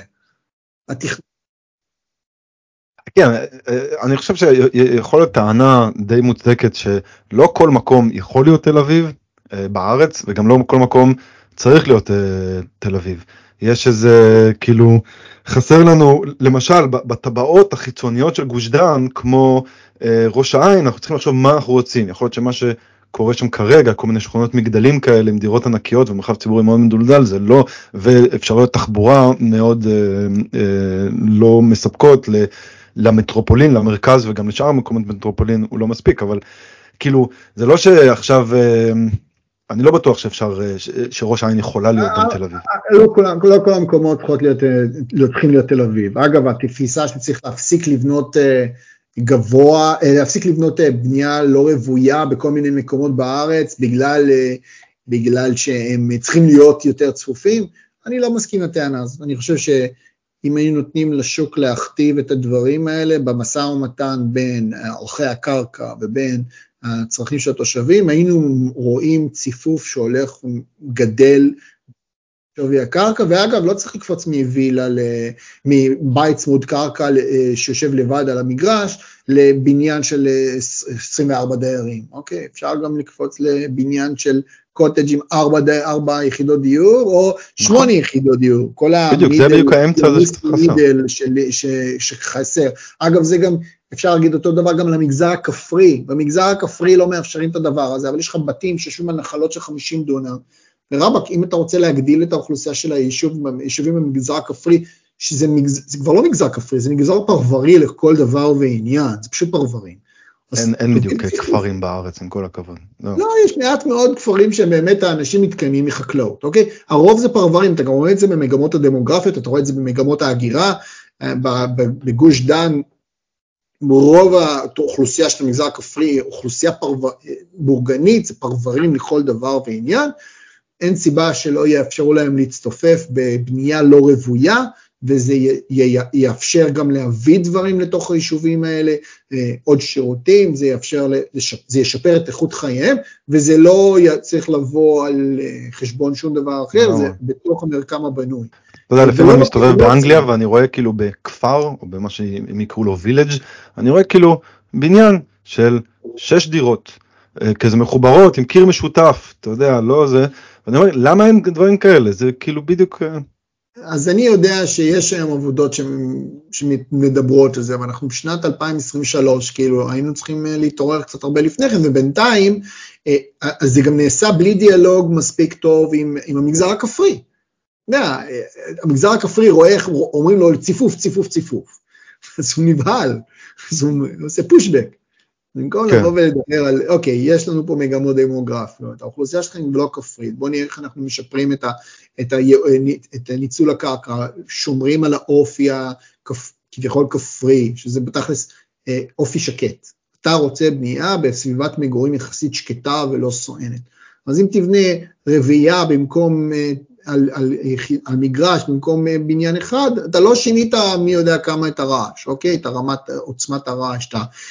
כן, אני חושב שיכול להיות טענה די מוצדקת, שלא כל מקום יכול להיות תל אביב בארץ, וגם לא כל מקום צריך להיות תל אביב. יש איזה, כאילו, חסר לנו, למשל, בטבעות החיצוניות של גוש דן, כמו ראש העין, אנחנו צריכים לחשוב מה אנחנו רוצים. יכול להיות שמה שקורה שם כרגע, כל מיני שכונות מגדלים כאלה, עם דירות ענקיות ומרחב ציבורי מאוד מדולדל, זה לא, ואפשרויות תחבורה מאוד לא מספקות למטרופולין, למרכז, וגם לשאר המקומות במטרופולין הוא לא מספיק, אבל כאילו, זה לא שעכשיו, אני לא בטוח שאפשר, שראש העין יכולה להיות גם תל אביב. לא כל המקומות צריכים להיות תל אביב. אגב, התפיסה שצריך להפסיק לבנות גבוה, להפסיק לבנות בנייה לא רוויה בכל מיני מקומות בארץ, בגלל שהם צריכים להיות יותר צפופים, אני לא מסכים לטענה הזאת. אני חושב אם היינו נותנים לשוק להכתיב את הדברים האלה, במשא ומתן בין עורכי הקרקע ובין הצרכים של התושבים, היינו רואים ציפוף שהולך גדל שווי הקרקע, ואגב, לא צריך לקפוץ מווילה, מבית צמוד קרקע שיושב לבד על המגרש, לבניין של 24 דיירים, אוקיי? אפשר גם לקפוץ לבניין של קוטג' עם 4 יחידות דיור, או 8 יחידות דיור, בדיוק, זה בדיוק האמצע הזה שחסר. אגב, זה גם, אפשר להגיד אותו דבר גם למגזר הכפרי, במגזר הכפרי לא מאפשרים את הדבר הזה, אבל יש לך בתים שיושבים על נחלות של 50 דונם, ורבק, אם אתה רוצה להגדיל את האוכלוסייה של היישובים במגזר הכפרי, זה כבר לא מגזר כפרי, זה מגזר פרברי לכל דבר ועניין, זה פשוט פרברים. אין בדיוק כפרים בארץ, עם כל הכבוד. לא, יש מעט מאוד כפרים שבאמת האנשים מתקיימים מחקלאות, אוקיי? הרוב זה פרברים, אתה גם רואה את זה במגמות הדמוגרפיות, אתה רואה את זה במגמות ההגירה, בגוש דן, רוב האוכלוסייה של המגזר הכפרי, אוכלוסייה בורגנית, זה פרברים לכל דבר ועניין, אין סיבה שלא יאפשרו להם להצטופף בבנייה לא רוויה, וזה יאפשר גם להביא דברים לתוך היישובים האלה, עוד שירותים, זה ישפר את איכות חייהם, וזה לא צריך לבוא על חשבון שום דבר אחר, זה בתוך המרקם הבנוי. אתה יודע, לפעמים אני מסתובב באנגליה, ואני רואה כאילו בכפר, או במה שהם יקראו לו וילג', אני רואה כאילו בניין של 6 דירות, כזה מחוברות, עם קיר משותף, אתה יודע, לא זה, ואני אומר, למה אין דברים כאלה? זה כאילו בדיוק... אז אני יודע שיש היום עבודות שמדברות על זה, אבל אנחנו בשנת 2023, כאילו היינו צריכים להתעורר קצת הרבה לפני כן, ובינתיים, אז זה גם נעשה בלי דיאלוג מספיק טוב עם המגזר הכפרי. המגזר הכפרי רואה איך אומרים לו ציפוף, ציפוף, ציפוף. אז הוא נבהל, אז הוא עושה פושבק. במקום לבוא ולדבר על, אוקיי, יש לנו פה מגמות דמוגרפיות, האוכלוסייה שלכם לא כפרית, בואו נראה איך אנחנו משפרים את ניצול הקרקע, שומרים על האופי כביכול כפרי, שזה בתכלס אופי שקט. אתה רוצה בנייה בסביבת מגורים יחסית שקטה ולא סואנת. אז אם תבנה רביעייה במקום על מגרש, במקום בניין אחד, אתה לא שינית מי יודע כמה את הרעש, אוקיי? את הרמת עוצמת הרעש,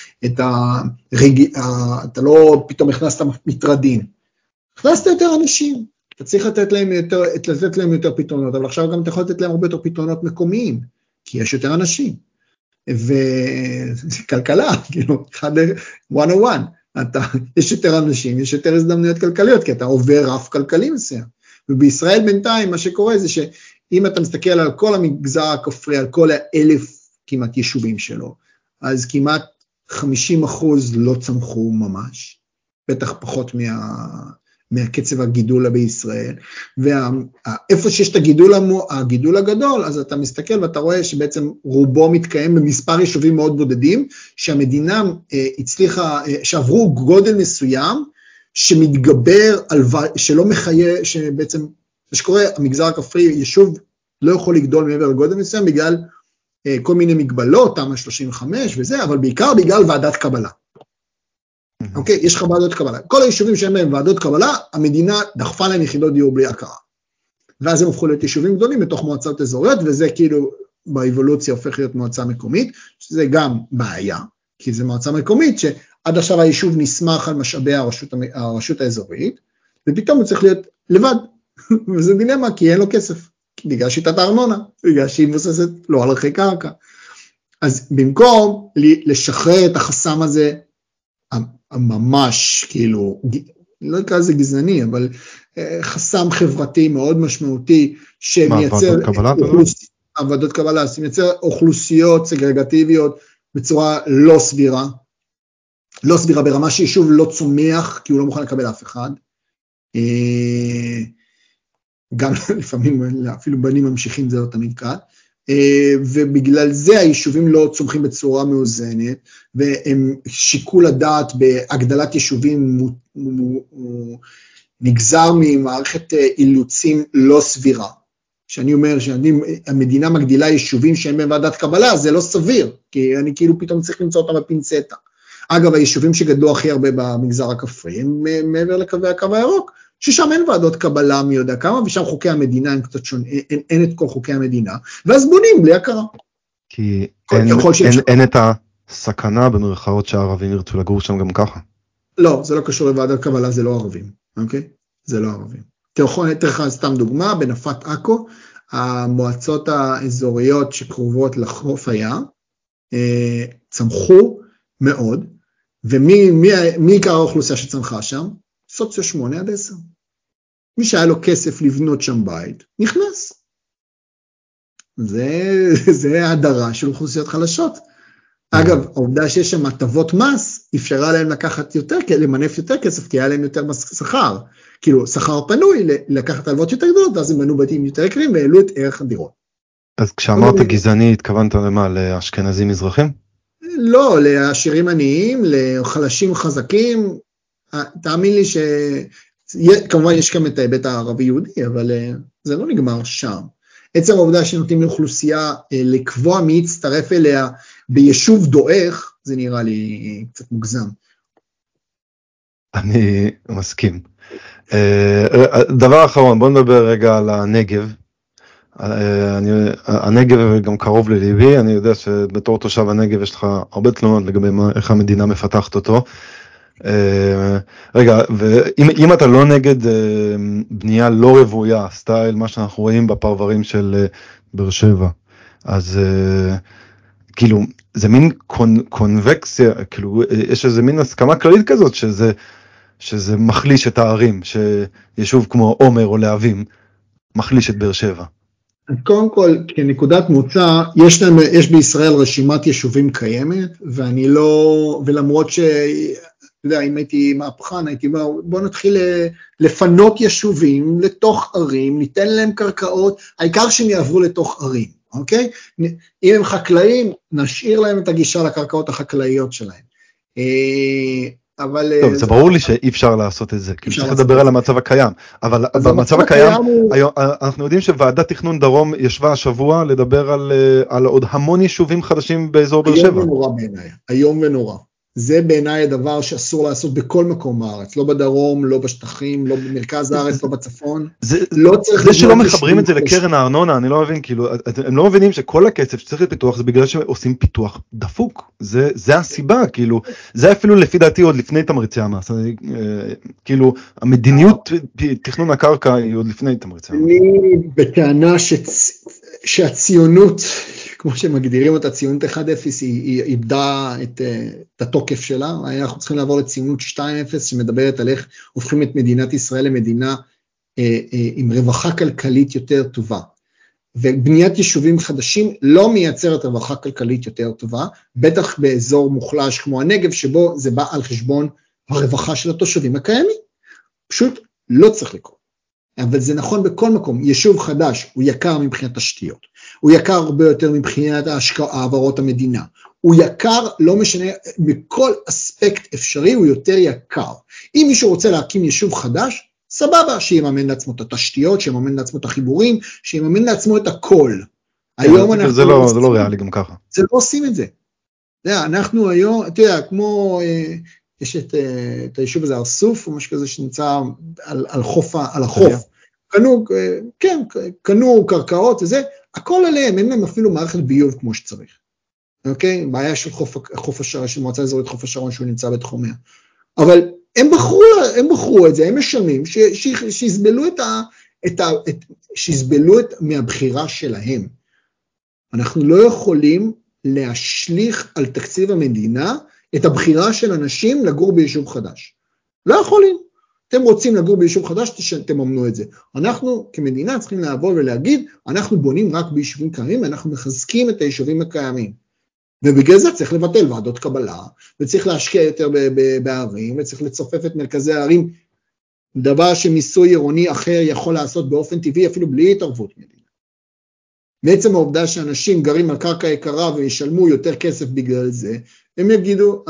אתה לא פתאום הכנסת מטרדים. הכנסת יותר אנשים, אתה צריך לתת להם יותר פתרונות, אבל עכשיו גם אתה יכול לתת להם הרבה יותר פתרונות מקומיים, כי יש יותר אנשים. וזה כלכלה, כאילו, 101, יש יותר אנשים, יש יותר הזדמנויות כלכליות, כי אתה עובר רף כלכלי מסוים. ובישראל בינתיים מה שקורה זה שאם אתה מסתכל על כל המגזר הכפרי, על כל 1,000 כמעט יישובים שלו, אז כמעט 50% לא צמחו ממש, בטח פחות מהקצב הגידול בישראל, ואיפה שיש את הגידול הגדול, אז אתה מסתכל ואתה רואה שבעצם רובו מתקיים במספר יישובים מאוד בודדים, שהמדינה הצליחה, שעברו גודל מסוים, שמתגבר על, שלא מחיה, שבעצם, מה שקורה, המגזר הכפרי, יישוב לא יכול לגדול מעבר לגודל מסוים, בגלל כל מיני מגבלות, תמ"א 35 וזה, אבל בעיקר בגלל ועדת קבלה. אוקיי, יש לך ועדות קבלה. כל היישובים שהם בהם ועדות קבלה, המדינה דחפה להם יחידות דיור בלי הכרה. ואז הם הופכו להיות יישובים גדולים בתוך מועצות אזוריות, וזה כאילו באבולוציה הופך להיות מועצה מקומית, שזה גם בעיה, כי זה מועצה מקומית שעד עכשיו היישוב נסמך על משאבי הרשות האזורית, ופתאום הוא צריך להיות לבד, וזה דילמה, כי אין לו כסף, בגלל שיטת הארנונה, בגלל שהיא מבוססת לא על ערכי קרקע. אז במקום לשחרר את החסם הזה, ממש כאילו, לא אקרא לזה גזעני, אבל חסם חברתי מאוד משמעותי, שמייצר עבודות קבלה, שמייצר אוכלוסיות סגרגטיביות בצורה לא סבירה, לא סבירה ברמה שיישוב לא צומח, כי הוא לא מוכן לקבל אף אחד, גם לפעמים אפילו בנים ממשיכים זה לא תמיד קל, ובגלל זה היישובים לא צומחים בצורה מאוזנת, והם שיקול הדעת בהגדלת יישובים נגזר ממערכת אילוצים לא סבירה. שאני אומר שהמדינה מגדילה יישובים שהם בוועדת קבלה, זה לא סביר, כי אני כאילו פתאום צריך למצוא אותם בפינצטה. אגב, היישובים שגדלו הכי הרבה במגזר הכפרי, הם מעבר לקווי הקו הירוק, ששם אין ועדות קבלה מי יודע כמה, ושם חוקי המדינה הם קצת שונים, אין את כל חוקי המדינה, ואז בונים בלי הכרה. כי אין את הסכנה במרכאות שהערבים ירצו לגור שם גם ככה. לא, זה לא קשור לוועדת קבלה, זה לא ערבים, אוקיי? זה לא ערבים. תראה סתם דוגמה, בנפת עכו, המועצות האזוריות שקרובות לחוף הים, צמחו מאוד, ומי עיקר האוכלוסייה שצמחה שם? סוציו 8 עד 10. מי שהיה לו כסף לבנות שם בית, נכנס. זה הדרה של אוכלוסיות חלשות. אגב, העובדה שיש שם הטבות מס, אפשרה להם לקחת יותר, למנף יותר כסף, כי היה להם יותר שכר. כאילו, שכר פנוי לקחת הלוואות יותר גדולות, ואז הם בנו בתים יותר יקרים, והעלו את ערך הדירות. אז כשאמרת גזעני, התכוונת למה? לאשכנזים מזרחים? לא, לעשירים עניים, לחלשים חזקים. תאמין לי כמובן יש גם את ההיבט הערבי-יהודי, אבל זה לא נגמר שם. עצם העובדה שנותנים לאוכלוסייה לקבוע מי יצטרף אליה ביישוב דועך, זה נראה לי קצת מוגזם. אני מסכים. דבר אחרון, בוא נדבר רגע על הנגב. הנגב גם קרוב לליבי, אני יודע שבתור תושב הנגב יש לך הרבה תלונות לגבי איך המדינה מפתחת אותו. רגע, ואם אתה לא נגד בנייה לא רבויה, סטייל מה שאנחנו רואים בפרברים של באר שבע, אז כאילו זה מין קונבקסיה, כאילו יש איזה מין הסכמה כללית כזאת שזה מחליש את הערים, שישוב כמו עומר או להבים מחליש את באר שבע. קודם כל, כנקודת מוצא, יש בישראל רשימת יישובים קיימת, ולמרות אתה יודע, אם הייתי מהפכן, הייתי אומר, בוא נתחיל לפנות יישובים לתוך ערים, ניתן להם קרקעות, העיקר שהם יעברו לתוך ערים, אוקיי? אם הם חקלאים, נשאיר להם את הגישה לקרקעות החקלאיות שלהם. אבל... טוב, זה ברור לי שאי אפשר לעשות את זה, כי צריך לדבר על המצב הקיים, אבל במצב הקיים, אנחנו יודעים שוועדת תכנון דרום ישבה השבוע לדבר על עוד המון יישובים חדשים באזור באר שבע. היום ונורא בעיניי, היום ונורא. זה בעיניי הדבר שאסור לעשות בכל מקום בארץ, לא בדרום, לא בשטחים, לא במרכז הארץ, לא בצפון. זה שלא מחברים את זה לקרן הארנונה, אני לא מבין, כאילו, הם לא מבינים שכל הכסף שצריך לפיתוח, זה בגלל שעושים פיתוח דפוק, זה הסיבה, כאילו, זה אפילו לפי דעתי עוד לפני תמריצי המס, כאילו, המדיניות תכנון הקרקע היא עוד לפני תמריצי המס. אני בטענה שהציונות, כמו שמגדירים אותה, ציונות 1-0, היא איבדה את התוקף שלה. אנחנו צריכים לעבור לציונות 2-0, שמדברת על איך הופכים את מדינת ישראל למדינה עם רווחה כלכלית יותר טובה. ובניית יישובים חדשים לא מייצרת רווחה כלכלית יותר טובה, בטח באזור מוחלש כמו הנגב, שבו זה בא על חשבון הרווחה של התושבים הקיימים. פשוט לא צריך לקרות. אבל זה נכון בכל מקום, יישוב חדש הוא יקר מבחינת תשתיות, הוא יקר הרבה יותר מבחינת העברות המדינה, הוא יקר, לא משנה, בכל אספקט אפשרי הוא יותר יקר. אם מישהו רוצה להקים יישוב חדש, סבבה, שיממן לעצמו את התשתיות, שיממן לעצמו את החיבורים, שיממן לעצמו את הכל. היום אנחנו... זה לא ריאלי גם ככה. זה לא עושים את זה. אנחנו היום, אתה יודע, כמו... יש את היישוב הזה, ארסוף, או משהו כזה שנמצא על החוף. קנו קרקעות וזה, הכל עליהם, אין להם אפילו מערכת ביוב כמו שצריך. אוקיי? בעיה של חוף השרון, של מועצה אזורית חוף השרון, שהוא נמצא בתחומיה. אבל הם בחרו את זה, הם משלמים, שיסבלו מהבחירה שלהם. אנחנו לא יכולים להשליך על תקציב המדינה, את הבחירה של אנשים לגור ביישוב חדש. לא יכולים. אתם רוצים לגור ביישוב חדש, תממנו את זה. אנחנו כמדינה צריכים לעבור ולהגיד, אנחנו בונים רק ביישובים קיימים, אנחנו מחזקים את היישובים הקיימים. ובגלל זה צריך לבטל ועדות קבלה, וצריך להשקיע יותר בערים, וצריך לצופף את מרכזי הערים, דבר שמיסוי עירוני אחר יכול לעשות באופן טבעי, אפילו בלי התערבות מדינה. בעצם העובדה שאנשים גרים על קרקע יקרה וישלמו יותר כסף בגלל זה, הם יגידו,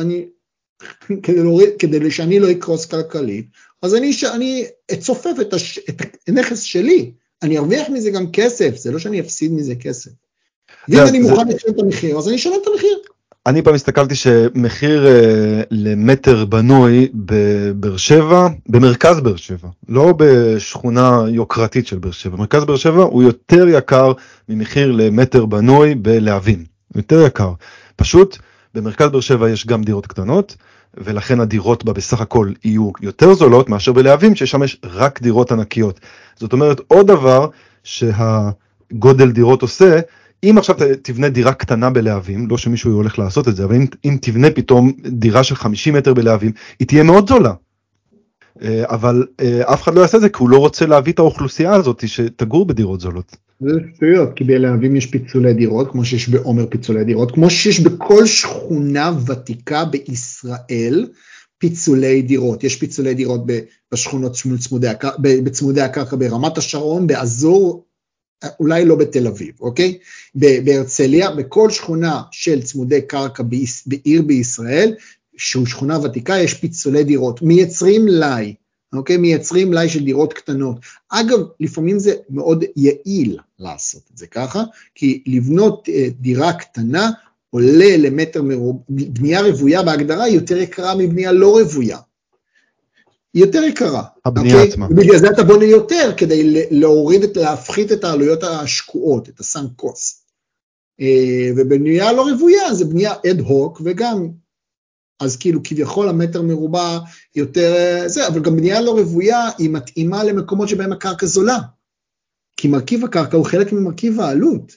כדי שאני לא אקרוס כלכלית, אז אני אצופף את הנכס שלי, אני ארוויח מזה גם כסף, זה לא שאני אפסיד מזה כסף. ואם אני מוכן לשלם את המחיר, אז אני אשלם את המחיר. אני פעם הסתכלתי שמחיר למטר בנוי בבאר שבע, במרכז באר שבע, לא בשכונה יוקרתית של באר שבע, במרכז באר שבע הוא יותר יקר ממחיר למטר בנוי בלהבים, יותר יקר. פשוט במרכז באר שבע יש גם דירות קטנות, ולכן הדירות בה בסך הכל יהיו יותר זולות מאשר בלהבים, ששם יש רק דירות ענקיות. זאת אומרת, עוד דבר שהגודל דירות עושה, אם עכשיו תבנה דירה קטנה בלהבים, לא שמישהו הולך לעשות את זה, אבל אם תבנה פתאום דירה של 50 מטר בלהבים, היא תהיה מאוד זולה. אבל אף אחד לא יעשה את זה, כי הוא לא רוצה להביא את האוכלוסייה הזאת שתגור בדירות זולות. זה שטויות, כי בלהבים יש פיצולי דירות, כמו שיש בעומר פיצולי דירות, כמו שיש בכל שכונה ותיקה בישראל, פיצולי דירות. יש פיצולי דירות בשכונות בצמודי הקרקע ברמת השרון, באזור, אולי לא בתל אביב, אוקיי? בהרצליה, בכל שכונה של צמודי קרקע בעיר בישראל, שהוא שכונה ותיקה, יש פיצולי דירות, מייצרים לי, אוקיי? מייצרים מלאי של דירות קטנות. אגב, לפעמים זה מאוד יעיל לעשות את זה ככה, כי לבנות דירה קטנה עולה למטר מרובע, בנייה רוויה בהגדרה היא יותר יקרה מבנייה לא רוויה. היא יותר יקרה. הבנייה אוקיי? עצמה. ובגלל זה אתה בונה יותר, כדי להפחית את העלויות השקועות, את הסאנק קוסט. ובנייה לא רוויה זה בנייה אד הוק, וגם אז כאילו כביכול המטר מרובע יותר זה, אבל גם בנייה לא רוויה היא מתאימה למקומות שבהם הקרקע זולה, כי מרכיב הקרקע הוא חלק ממרכיב העלות.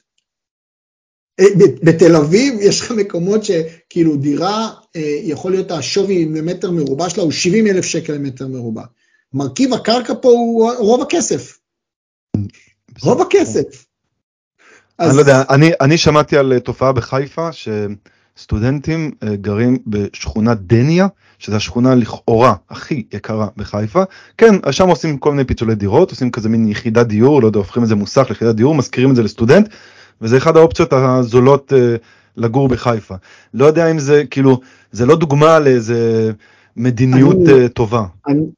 בתל אביב יש לך מקומות שכאילו דירה יכול להיות השווי למטר מרובע שלה הוא 70,000 שקל למטר מרובע. מרכיב הקרקע פה הוא רוב הכסף. רוב הכסף. אני לא יודע, אני שמעתי על תופעה בחיפה סטודנטים גרים בשכונת דניה, שזו השכונה לכאורה הכי יקרה בחיפה. כן, שם עושים כל מיני פיצולי דירות, עושים כזה מין יחידת דיור, לא יודע, הופכים את זה מוסך ליחידת דיור, מזכירים את זה לסטודנט, וזה אחד האופציות הזולות לגור בחיפה. לא יודע אם זה, כאילו, זה לא דוגמה לאיזה מדיניות טובה.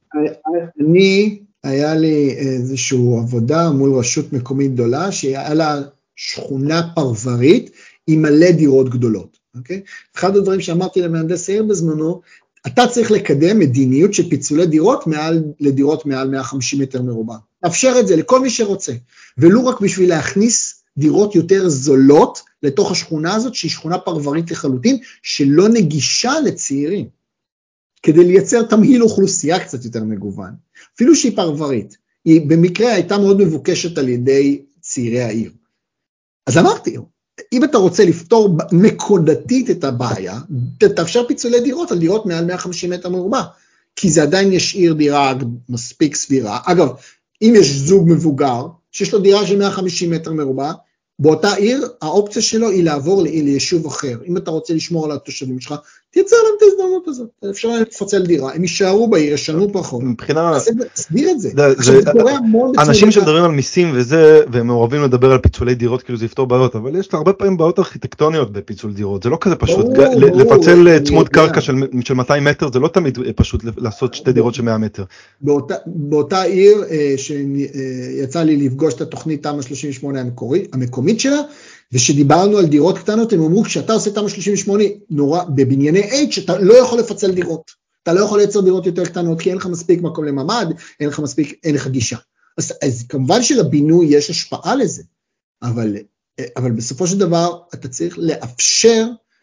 היה לי איזושהי עבודה מול רשות מקומית גדולה, שהיה לה שכונה פרברית, עם מלא דירות גדולות. אוקיי? אחד הדברים שאמרתי למהנדס העיר בזמנו, אתה צריך לקדם מדיניות של פיצולי דירות לדירות מעל 150 מטר מרובע. אפשר את זה לכל מי שרוצה, ולא רק בשביל להכניס דירות יותר זולות לתוך השכונה הזאת, שהיא שכונה פרברית לחלוטין, שלא נגישה לצעירים, כדי לייצר תמהיל אוכלוסייה קצת יותר מגוון. אפילו שהיא פרברית, היא במקרה הייתה מאוד מבוקשת על ידי צעירי העיר. אז אמרתי, אם אתה רוצה לפתור נקודתית את הבעיה, תאפשר פיצולי דירות על דירות מעל 150 מטר מרובע, כי זה עדיין ישאיר דירה מספיק סבירה. אגב, אם יש זוג מבוגר, שיש לו דירה של 150 מטר מרובע, באותה עיר, האופציה שלו היא לעבור ליישוב אחר. אם אתה רוצה לשמור על התושבים שלך, תייצר להם את ההזדמנות הזאת. אפשר להם לפצל דירה, הם יישארו בעיר, ישנו פחות. מבחינה... תסביר את זה. אנשים שמדברים על מיסים וזה, והם מעורבים לדבר על פיצולי דירות, כאילו זה יפתור בעיות, אבל יש הרבה פעמים בעיות ארכיטקטוניות בפיצול דירות. זה לא כזה פשוט. לפצל צמוד קרקע של 200 מטר, זה לא תמיד פשוט לעשות שתי דירות של 100 מטר. באותה עיר שיצא לי לפגוש את התוכנית תמ"א 38 המקומית שלה, ושדיברנו על דירות קטנות, הם אמרו, כשאתה עושה תמ"א 38 נורא, בבנייני H, אתה לא יכול לפצל דירות. אתה לא יכול לייצר דירות יותר קטנות, כי אין לך מספיק מקום לממד, אין לך גישה. אז כמובן שלבינוי יש השפעה לזה, אבל בסופו של דבר, אתה צריך לאפשר,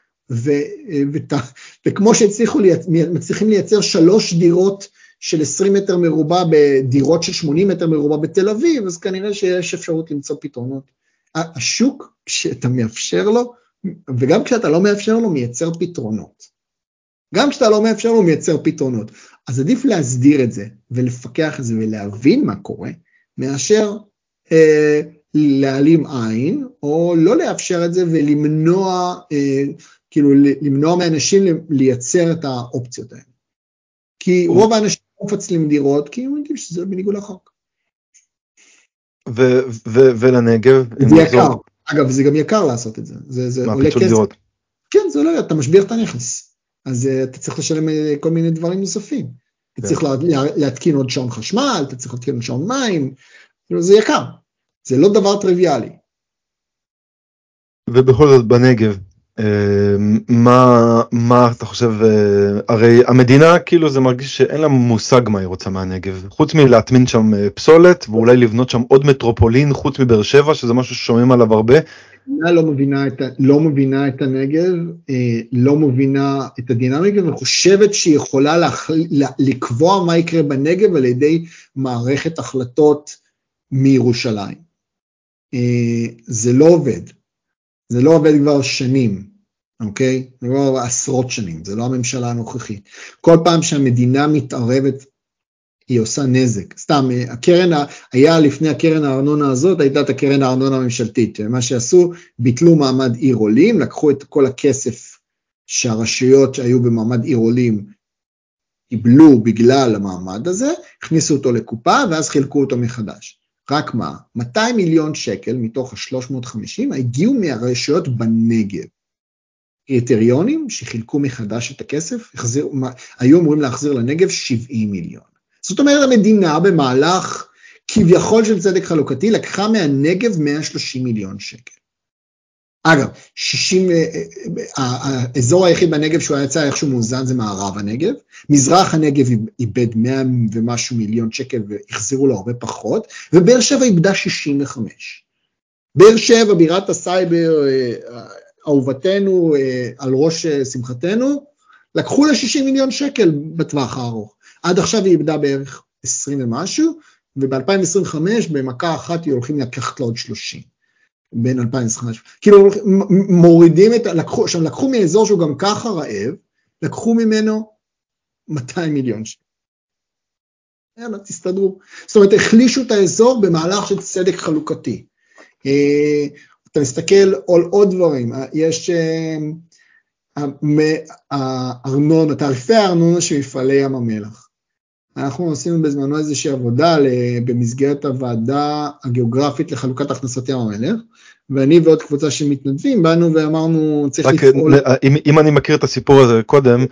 וכמו מצליחים לייצר 3 דירות של 20 מטר מרובע, בדירות של 80 מטר מרובע בתל אביב, אז כנראה שיש אפשרות למצוא פתרונות. השוק, כשאתה מאפשר לו, וגם כשאתה לא מאפשר לו, מייצר פתרונות. גם כשאתה לא מאפשר לו, מייצר פתרונות. אז עדיף להסדיר את זה, ולפקח את זה, ולהבין מה קורה, מאשר להעלים עין, או לא לאפשר את זה, ולמנוע, כאילו, למנוע מאנשים לייצר את האופציות האלה. כי רוב האנשים מפצלים דירות, כי הם יודעים שזה בניגוד לחוק. ולנגב? זה יקר. אגב, זה גם יקר לעשות את זה. זה עולה כסף. דירות. כן, זה עולה, אתה משביר את הנכס. אז אתה צריך לשלם כל מיני דברים נוספים. אתה צריך להתקין עוד שעון חשמל, אתה צריך להתקין עוד שעון מים, זה יקר. זה לא דבר טריוויאלי. ובכל זאת בנגב, מה אתה חושב, הרי המדינה כאילו זה מרגיש שאין לה מושג מה היא רוצה מהנגב, חוץ מלהטמין שם פסולת ואולי לבנות שם עוד מטרופולין חוץ מבאר שבע, שזה משהו ששומעים עליו הרבה. המדינה לא מבינה את הנגב, לא מבינה את הדינמיקה, וחושבת שהיא יכולה לקבוע מה יקרה בנגב על ידי מערכת החלטות מירושלים. זה לא עובד. זה לא עובד כבר שנים, אוקיי? זה כבר עשרות שנים, זה לא הממשלה הנוכחית. כל פעם שהמדינה מתערבת, היא עושה נזק. סתם, היה לפני הקרן הארנונה הזאת, הייתה את הקרן הארנונה הממשלתית. מה שעשו, ביטלו מעמד עיר עולים, לקחו את כל הכסף שהרשויות שהיו במעמד עיר עולים, קיבלו בגלל המעמד הזה, הכניסו אותו לקופה, ואז חילקו אותו מחדש. רק מה? 200 מיליון שקל מתוך ה-350 הגיעו מהרשויות בנגב. קריטריונים שחילקו מחדש את הכסף, היו אמורים להחזיר לנגב 70 מיליון. זאת אומרת, המדינה במהלך כביכול של צדק חלוקתי, לקחה מהנגב 130 מיליון שקל. אגב, האזור היחיד בנגב שהוא יצא איכשהו מאוזן זה מערב הנגב, מזרח הנגב איבד 100 ומשהו מיליון שקל והחזירו לו הרבה פחות, ובאר שבע איבדה 65. באר שבע, בירת הסייבר, אהובתנו, על ראש שמחתנו, לקחו לה 60 מיליון שקל בטווח הארוך. עד עכשיו היא איבדה בערך 20 ומשהו, וב-2025 במכה אחת היא הולכים לקחת לה עוד 30. בין 2025. כאילו מורידים לקחו מאזור שהוא גם ככה רעב, לקחו ממנו 200 מיליון שקל. יאללה, תסתדרו. זאת אומרת, החלישו את האזור במהלך של צדק חלוקתי. אתה מסתכל על עוד דברים, יש הארנונה, תעריפי הארנונה של מפעלי ים המלח. אנחנו עשינו בזמנו איזושהי עבודה במסגרת הוועדה הגיאוגרפית לחלוקת הכנסות ים המלח, ואני ועוד קבוצה של מתנדבים באנו ואמרנו צריך לפעול. אם אני מכיר את הסיפור הזה קודם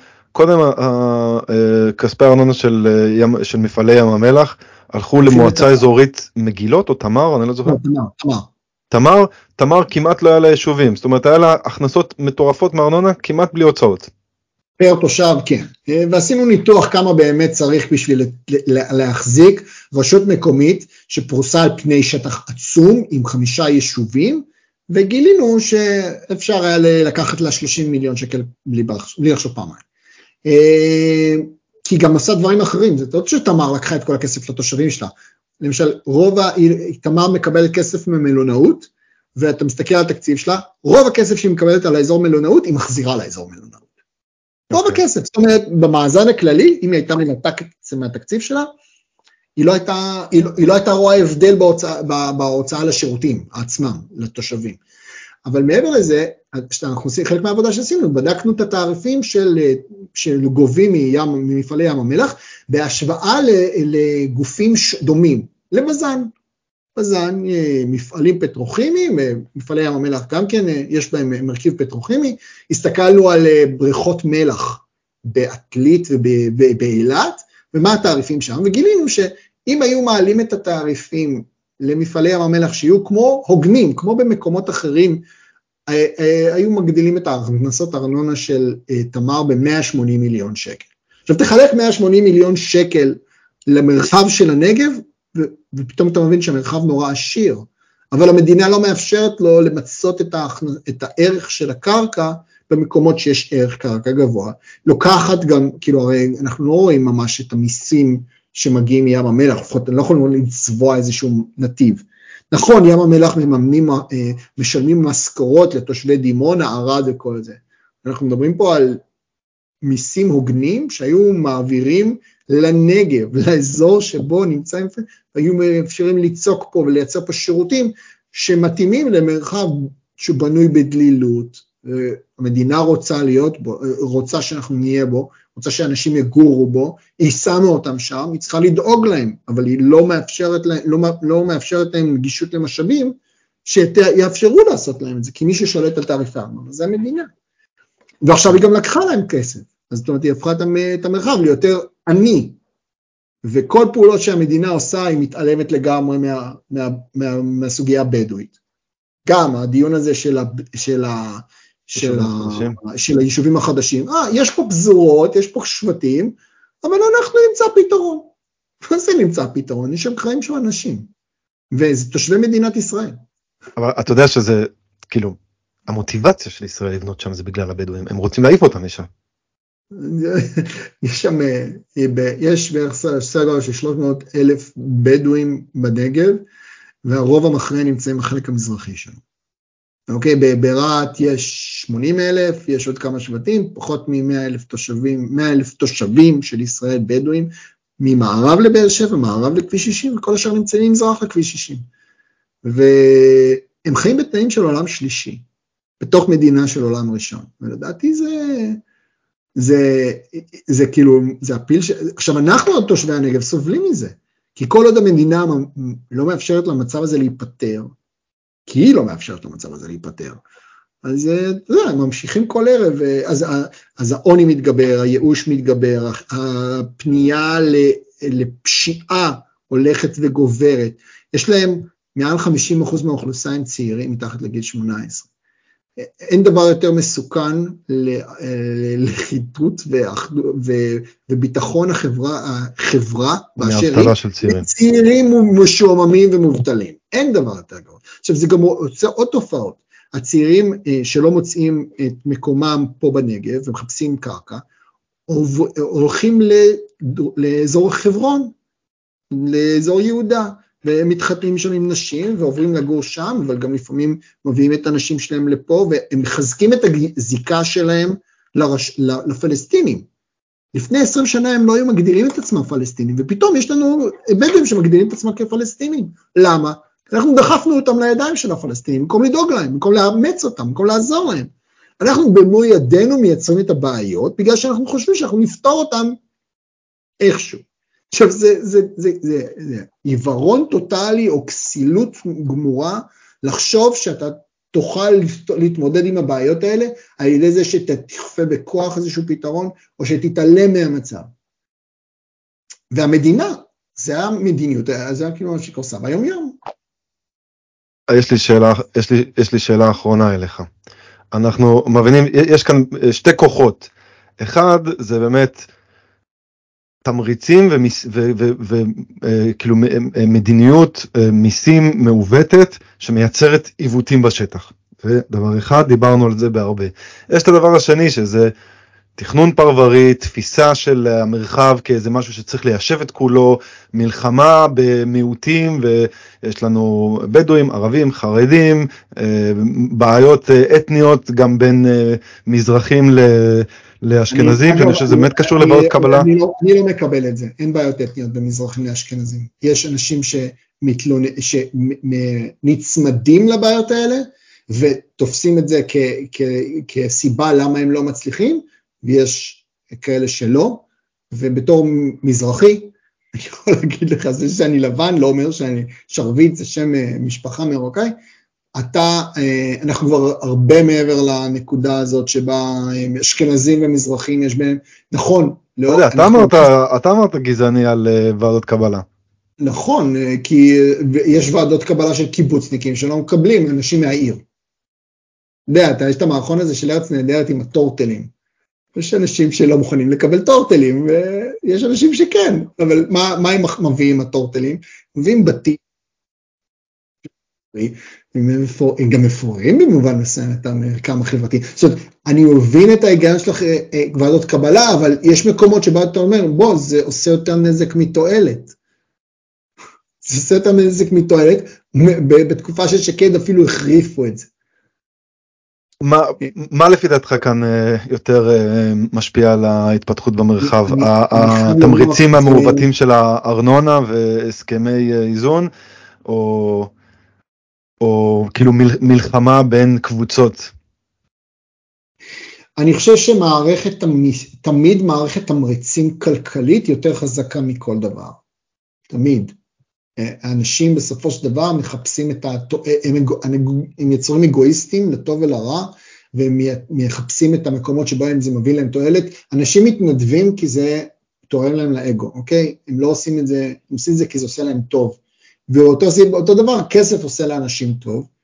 כספי הארנונה של מפעלי ים המלח הלכו למועצה אזורית מגילות או תמר, אני לא זוכר. תמר כמעט לא היה לה יישובים, זאת אומרת היה לה הכנסות מטורפות מארנונה כמעט בלי הוצאות. פר תושב, כן. ועשינו ניתוח כמה באמת צריך בשביל להחזיק רשות מקומית שפרוסה על פני שטח עצום עם 5 יישובים, וגילינו שאפשר היה לקחת לה 30 מיליון שקל בלי לחשוב פעמיים. כי גם עשה דברים אחרים, זה לא שתמר לקחה את כל הכסף לתושבים שלה. למשל, תמר מקבלת כסף ממלונאות, ואתה מסתכל על התקציב שלה, רוב הכסף שהיא מקבלת על האזור מלונאות, היא מחזירה לאזור מלונאות. רוב הכסף, זאת אומרת, במאזן הכללי, אם היא הייתה מנתקת מהתקציב שלה, היא לא הייתה רואה הבדל בהוצאה לשירותים עצמם, לתושבים. אבל מעבר לזה, אנחנו עושים חלק מהעבודה שעשינו, בדקנו את התעריפים של גובים ממפעלי ים המלח, בהשוואה לגופים דומים, למזן. מזן, מפעלים פטרוכימיים, מפעלי ים המלח גם כן, יש בהם מרכיב פטרוכימי, הסתכלנו על בריכות מלח בעתלית ובאילת, ומה התעריפים שם, וגילינו שאם היו מעלים את התעריפים למפעלי ים המלח שיהיו כמו הוגנים, כמו במקומות אחרים, היו מגדילים את ההכנסות הארנונה של תמר ב-180 מיליון שקל. עכשיו תחלק 180 מיליון שקל למרחב של הנגב, ופתאום אתה מבין שהמרחב נורא עשיר, אבל המדינה לא מאפשרת לו למצות את הערך של הקרקע במקומות שיש ערך קרקע גבוה. לוקחת גם, כאילו הרי אנחנו לא רואים ממש את המיסים שמגיעים מים המלח, לפחות לא יכולים לצבוע איזשהו נתיב. נכון, ים המלח משלמים משכורות לתושבי דימונה, ערד וכל זה. אנחנו מדברים פה על מיסים הוגנים שהיו מעבירים לנגב, לאזור שבו נמצאים, היו מאפשרים ליצוק פה ולייצר פה שירותים שמתאימים למרחב שבנוי בדלילות, המדינה רוצה שאנחנו נהיה בו, רוצה שאנשים יגורו בו, היא שמה אותם שם, היא צריכה לדאוג להם, אבל היא לא מאפשרת להם נגישות למשאבים, שיאפשרו לעשות להם את זה, כי מי ששולט על תעריפי הארנונה, זה המדינה. ועכשיו היא גם לקחה להם כסף, אז זאת אומרת, היא הפכה את המרחב ליותר עני, וכל פעולות שהמדינה עושה, היא מתעלמת לגמרי מהסוגיה הבדואית. גם הדיון הזה של של היישובים החדשים. יש פה פזורות, יש פה שבטים, אבל אנחנו נמצא פתרון. מה זה נמצא פתרון? יש שם חיים של אנשים, וזה תושבי מדינת ישראל. אבל אתה יודע שזה, כאילו, המוטיבציה של ישראל לבנות שם זה בגלל הבדואים, הם רוצים להעיף אותם משם. יש שם, יש בערך סגר של 300,000 בדואים בנגב, והרוב המכריע נמצאים בחלק המזרחי שלו. אוקיי, ברהט יש 80,000, יש עוד כמה שבטים, פחות מ-100,000 תושבים של ישראל בדואים, ממערב לבאר שבע, מערב לכביש 60, וכל השאר נמצאים מזרח לכביש 60. והם חיים בתנאים של עולם שלישי, בתוך מדינה של עולם ראשון. ולדעתי זה כאילו, זה הפיל עכשיו אנחנו תושבי הנגב סובלים מזה, כי כל עוד המדינה לא מאפשרת למצב הזה להיפטר, כי היא לא מאפשרת למצב הזה להיפטר, אז הם ממשיכים כל ערב, אז העוני מתגבר, הייאוש מתגבר, הפנייה לפשיעה הולכת וגוברת, יש להם מעל 50% מהאוכלוסייה הם צעירים מתחת לגיל 18, אין דבר יותר מסוכן לחיתות וביטחון החברה באשר הם צעירים ומשועממים ומובטלים. אין דבר יותר גרוע. עכשיו זה גם עושה עוד תופעות. הצעירים שלא מוצאים את מקומם פה בנגב ומחפשים קרקע, הולכים לאזור חברון, לאזור יהודה. והם מתחתנים שם עם נשים, ועוברים לגור שם, אבל גם לפעמים מביאים את הנשים שלהם לפה, והם מחזקים את הזיקה שלהם לפלסטינים. לפני 20 שנה הם לא היו מגדירים את עצמם פלסטינים, ופתאום יש לנו בדואים שמגדירים את עצמם כפלסטינים. למה? אנחנו דחפנו אותם לידיים של הפלסטינים, במקום לדאוג להם, במקום לאמץ אותם, במקום לעזור להם. אנחנו במו ידינו מייצרים את הבעיות, בגלל שאנחנו חושבים שאנחנו נפתור אותם איכשהו. עכשיו, זה עיוורון טוטלי או כסילות גמורה, לחשוב שאתה תוכל להתמודד עם הבעיות האלה, על ידי זה שתכפה בכוח איזשהו פתרון, או שתתעלם מהמצב. והמדינה, זה המדיניות, זה כאילו מה שקורסה ביום יום. יש לי שאלה אחרונה אליך. אנחנו מבינים, יש כאן שתי כוחות. אחד, זה באמת תמריצים וכאילו מדיניות מיסים מעוותת שמייצרת עיוותים בשטח. זה דבר אחד, דיברנו על זה בהרבה. יש את הדבר השני שזה תכנון פרברי, תפיסה של המרחב כאיזה משהו שצריך ליישב את כולו, מלחמה במיעוטים, ויש לנו בדואים, ערבים, חרדים, בעיות אתניות גם בין מזרחים לאשכנזים, שאני חושב שזה באמת קשור לבעיות קבלה. אני לא מקבל את זה, אין בעיות אתניות במזרחים לאשכנזים. יש אנשים שנצמדים לבעיות האלה, ותופסים את זה כסיבה למה הם לא מצליחים, ויש כאלה שלא, ובתור מזרחי, אני יכול להגיד לך, זה שאני לבן, לא אומר שאני שרביט, זה שם משפחה מרוקאי, אנחנו כבר הרבה מעבר לנקודה הזאת, שבה אשכנזים ומזרחים יש בהם, נכון. אתה אמרת גזעני על ועדות קבלה. נכון, כי יש ועדות קבלה של קיבוצניקים, שלא מקבלים אנשים מהעיר. יש את המערכון הזה של ארץ נהדרת עם הטורטלים. יש אנשים שלא מוכנים לקבל טורטלים, ויש אנשים שכן, אבל מה הם מביאים הטורטלים? מביאים בתים. הם גם מפוררים במובן מסוים את המרקם החברתי. זאת אומרת, אני מבין את ההיגיון שלך ועדות קבלה, אבל יש מקומות שבה אתה אומר, בוא, זה עושה יותר נזק מתועלת. זה עושה יותר נזק מתועלת, בתקופה של שקד אפילו החריפו את זה. מה לפי דעתך כאן יותר משפיע על ההתפתחות במרחב? התמריצים המעוותים של הארנונה והסכמי איזון, או כאילו מלחמה בין קבוצות? אני חושב תמיד מערכת תמריצים כלכלית יותר חזקה מכל דבר. תמיד. האנשים בסופו של דבר מחפשים הם יצורים אגואיסטים לטוב ולרע, והם מחפשים את המקומות שבהם זה מביא להם תועלת. אנשים מתנדבים כי זה תורם להם לאגו, אוקיי? הם לא עושים את זה, הם עושים את זה כי זה עושה להם טוב. ואותו דבר, כסף עושה לאנשים טוב,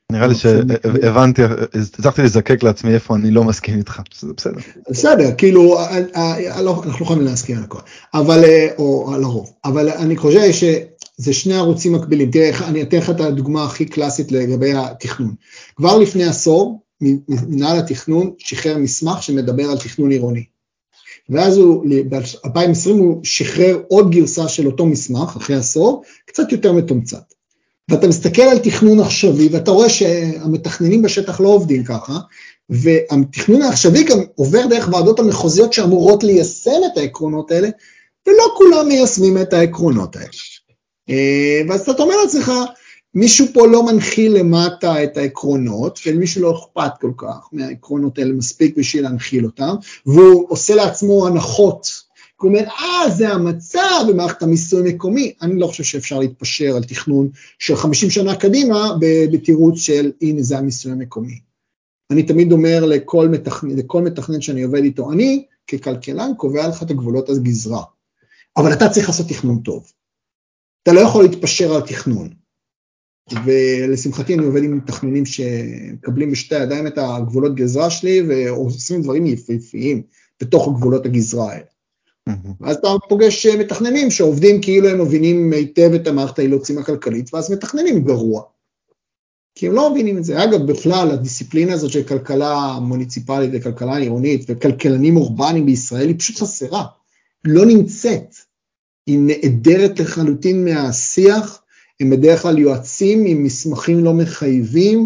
נראה לי שהבנתי, הצלחתי לזקק לעצמי איפה אני לא מסכים איתך, שזה בסדר. בסדר, כאילו, אנחנו יכולים להסכים על הכל, או על הרוב, אבל אני חושב שזה שני ערוצים מקבילים. תראה, אני אתן לך את הדוגמה הכי קלאסית לגבי התכנון. כבר לפני עשור, מנהל התכנון שחרר מסמך שמדבר על תכנון עירוני. ואז ב-2020 הוא שחרר עוד גרסה של אותו מסמך, אחרי עשור, קצת יותר מתומצת. ואתה מסתכל על תכנון עכשווי, ואתה רואה שהמתכננים בשטח לא עובדים ככה, והתכנון העכשווי גם עובר דרך ועדות המחוזיות שאמורות ליישם את העקרונות האלה, ולא כולם מיישמים את העקרונות האלה. ואז אתה אומר לעצמך, מישהו פה לא מנחיל למטה את העקרונות, ולמישהו לא אכפת כל כך מהעקרונות האלה מספיק בשביל להנחיל אותם, והוא עושה לעצמו הנחות, הוא אומר, זה המצב במערכת המיסוי מקומי. אני לא חושב שאפשר להתפשר על תכנון של 50 שנה קדימה, בתירוץ של, הנה זה המיסוי המקומי. אני תמיד אומר לכל מתכנן שאני עובד איתו, אני ככלכלן קובע לך את הגבולות הגזרה, אבל אתה צריך לעשות תכנון טוב. אתה לא יכול להתפשר על תכנון. ולשמחתי אני עובד עם מתכננים שמקבלים בשתי ידיים את הגבולות גזרה שלי, ועושים דברים יפהפיים בתוך הגבולות הגזרה האלה. ואז אתה פוגש מתכננים שעובדים כאילו הם מבינים היטב את המערכת האילוצים הכלכלית, ואז מתכננים גרוע. כי הם לא מבינים את זה. אגב, בכלל, הדיסציפלינה הזאת של כלכלה מוניציפלית וכלכלה עירונית וכלכלנים אורבניים בישראל היא פשוט חסרה. לא נמצאת. היא נעדרת לחלוטין מהשיח, הם בדרך כלל יועצים עם מסמכים לא מחייבים,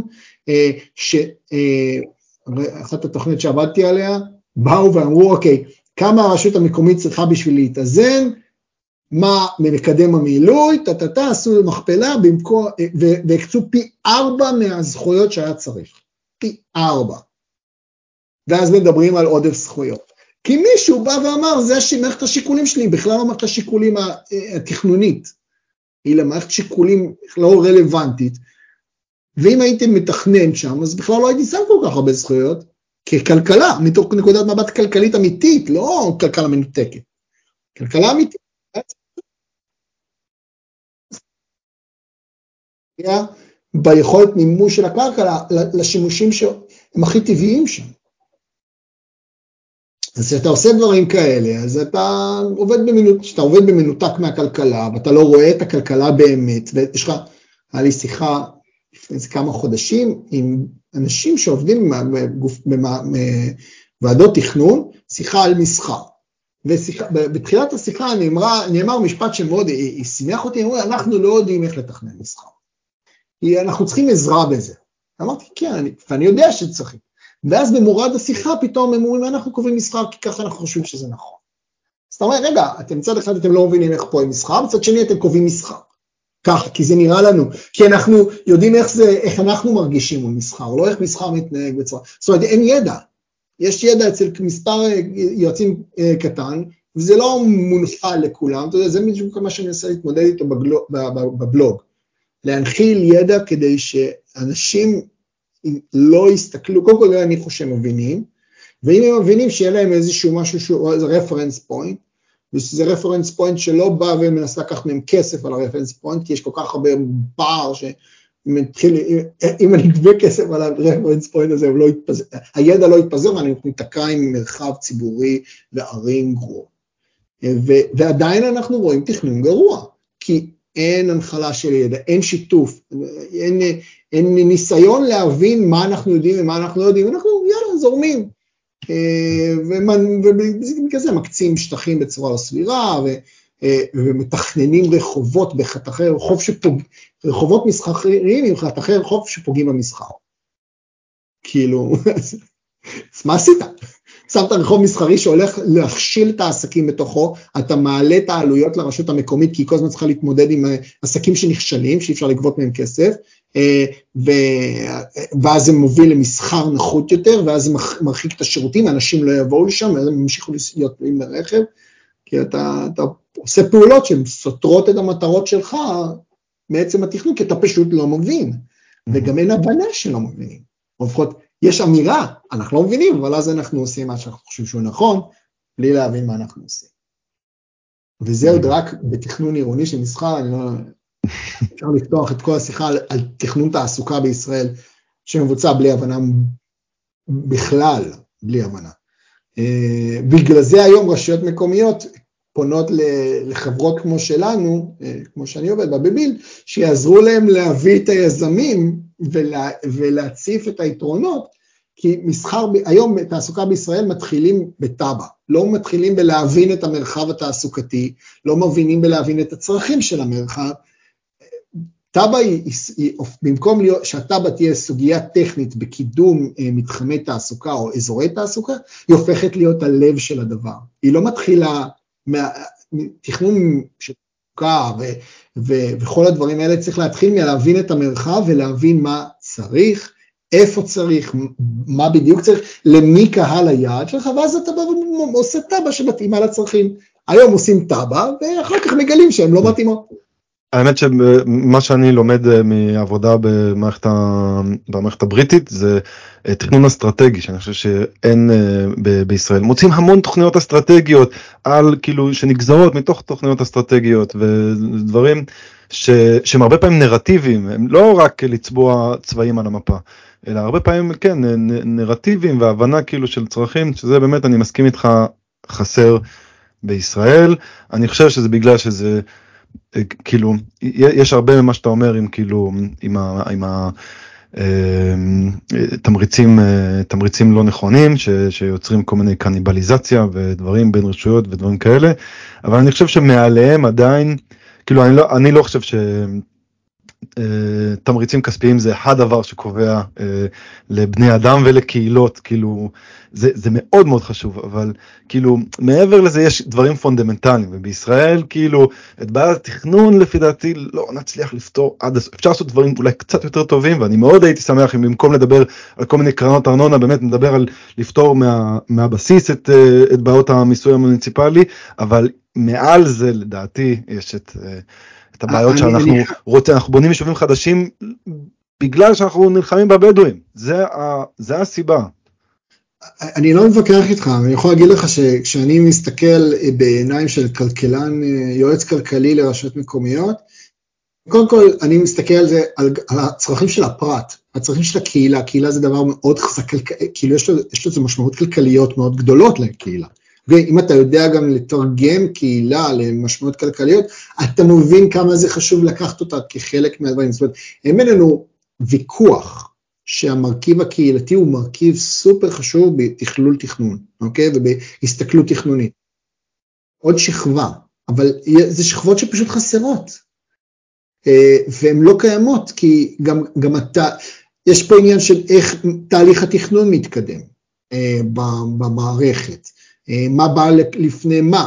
אחת התוכנית שעבדתי עליה, באו ואמרו, אוקיי, כמה הרשות המקומית צריכה בשביל להתאזן, מה מקדם המילוי, עשו מכפלה, והקצו פי 4 מהזכויות שהיה צריך, פי 4. ואז מדברים על עודף זכויות. כי מישהו בא ואמר, זה מערכת השיקולים שלי, בכלל לא מערכת השיקולים התכנונית, היא למערכת שיקולים לא רלוונטית, ואם הייתם מתכנן שם, אז בכלל לא הייתי שם כל כך הרבה זכויות, ככלכלה, מתוך נקודת מבט כלכלית אמיתית, לא כלכלה מנותקת. כלכלה אמיתית. ביכולת מימוש של הקרקע לשימושים שהם הכי טבעיים שם. אז כשאתה עושה דברים כאלה, אז אתה עובד במנותק מהכלכלה, ואתה לא רואה את הכלכלה באמת, ויש לך, היה לי שיחה לפני כמה חודשים, עם אנשים שעובדים בוועדות תכנון, שיחה על מסחר. ובתחילת השיחה נאמר משפט שמאוד ישמח אותי, אנחנו לא יודעים איך לתכנן מסחר. אנחנו צריכים עזרה בזה. אמרתי, כן, ואני יודע שצריכים. ואז במורד השיחה פתאום הם אומרים, אנחנו קובעים מסחר, כי ככה אנחנו חושבים שזה נכון. אז אתה אומר, רגע, מצד אחד אתם לא מבינים איך פה עם מסחר, מצד שני אתם קובעים מסחר. ככה, כי זה נראה לנו, כי אנחנו יודעים איך אנחנו מרגישים מול מסחר, לא איך מסחר מתנהג בצורה. זאת אומרת, אין ידע. יש ידע אצל מספר יועצים קטן, וזה לא מונחל לכולם, אתה יודע, זה בדיוק מה שאני מנסה להתמודד איתו בבלוג. להנחיל ידע כדי שאנשים לא יסתכלו, קודם כל אני חושב מבינים, ואם הם מבינים שיהיה להם איזשהו משהו שהוא רפרנס פוינט, וזה רפרנס פוינט שלא בא ומנסה לקחת מהם כסף על הרפרנס פוינט, כי יש כל כך הרבה פער שאם אני אגבה כסף על הרפרנס פוינט הזה, הידע לא יתפזר, ואני מתקע עם מרחב ציבורי וערים גרוע. ועדיין אנחנו רואים תכנון גרוע, כי אין הנחלה של ידע, אין שיתוף, אין ניסיון להבין מה אנחנו יודעים ומה אנחנו לא יודעים, אנחנו יאללה זורמים, וכזה מקצים שטחים בצורה לא סבירה, ומתכננים רחובות בחתכי רחוב רחובות מסחריים עם חתכי רחוב שפוגעים במסחר. כאילו, אז מה עשית? שמת רחוב מסחרי שהולך להכשיל את העסקים בתוכו, אתה מעלה את העלויות לרשות המקומית, כי כל הזמן צריכה להתמודד עם עסקים שנכשלים, שאי אפשר לגבות מהם כסף, ואז זה מוביל למסחר נחות יותר, ואז זה מרחיק את השירותים, האנשים לא יבואו לשם, ואז הם ימשיכו להיות תלויים ברכב, כי אתה עושה פעולות שהן סותרות את המטרות שלך, מעצם התכנון, כי אתה פשוט לא מבין, וגם אין הבנה שלא מבינים, או לפחות יש אמירה, אנחנו לא מבינים, אבל אז אנחנו עושים מה שאנחנו חושבים שהוא נכון, בלי להבין מה אנחנו עושים. וזה עוד רק בתכנון עירוני של מסחר, אני לא אפשר לפתוח את כל השיחה על תכנון תעסוקה בישראל, שמבוצע בלי הבנה בכלל, בלי הבנה. בגלל זה היום רשויות מקומיות פונות לחברות כמו שלנו, כמו שאני עובד בביל, שיעזרו להם להביא את היזמים ולהציף את היתרונות, כי היום תעסוקה בישראל מתחילים בטבע, לא מתחילים בלהבין את המרחב התעסוקתי, לא מבינים בלהבין את הצרכים של המרחב. טבע במקום שהטבע תהיה סוגיה טכנית בקידום מתחמי תעסוקה או אזורי תעסוקה, היא הופכת להיות הלב של הדבר. היא לא מתחילה תכנון של תעסוקה וכל הדברים האלה, צריך להתחיל מלהבין את המרחב ולהבין מה צריך, איפה צריך, מה בדיוק צריך, למי קהל היעד שלך, ואז אתה עושה טבע שמתאימה לצרכים. היום עושים טבע ואחר כך מגלים שהם לא מתאימות. האמת שמה שאני לומד מעבודה במערכת הבריטית זה תכנון אסטרטגי, שאני חושב שאין בישראל. מוצאים המון תוכניות אסטרטגיות על כאילו שנגזרות מתוך תוכניות אסטרטגיות ודברים שהם הרבה פעמים נרטיביים, הם לא רק לצבוע צבעים על המפה, אלא הרבה פעמים כן נרטיביים והבנה כאילו של צרכים, שזה באמת אני מסכים איתך חסר בישראל. אני חושב שזה בגלל שזה כאילו יש הרבה ממה שאתה אומר עם כאילו עם תמריצים לא נכונים שיוצרים כל מיני קניבליזציה ודברים בין רשויות ודברים כאלה, אבל אני חושב שמעליהם עדיין כאילו אני לא חושב תמריצים כספיים זה אחד דבר שקובע לבני אדם ולקהילות, כאילו זה מאוד מאוד חשוב, אבל כאילו מעבר לזה יש דברים פונדמנטליים, ובישראל כאילו את בעיית התכנון לפי דעתי לא נצליח לפתור עד הסוף. אפשר לעשות דברים אולי קצת יותר טובים, ואני מאוד הייתי שמח אם במקום לדבר על כל מיני קרנות ארנונה, באמת נדבר על לפתור מהבסיס את בעיות המיסוי המוניציפלי, אבל מעל זה לדעתי יש את הבעיות שאנחנו רוצים, אנחנו בונים יישובים חדשים בגלל שאנחנו נלחמים בבדואים, זה הסיבה. אני לא מתווכח איתך, אני יכול להגיד לך שכשאני מסתכל בעיניים של כלכלן, יועץ כלכלי לרשויות מקומיות, קודם כל אני מסתכל על זה, על הצרכים של הפרט, הצרכים של הקהילה, הקהילה זה דבר מאוד חזק, כאילו יש לזה משמעות כלכליות מאוד גדולות לקהילה. ואם אתה יודע גם לתרגם קהילה למשמעות כלכליות, אתה מבין כמה זה חשוב לקחת אותה כחלק מהדברים. זאת אומרת, אין בינינו ויכוח שהמרכיב הקהילתי הוא מרכיב סופר חשוב בתכלול תכנון, אוקיי? ובהסתכלות תכנונית. עוד שכבה, אבל זה שכבות שפשוט חסרות, והן לא קיימות, כי גם יש פה עניין של איך תהליך התכנון מתקדם במערכת. מה בא לפני מה,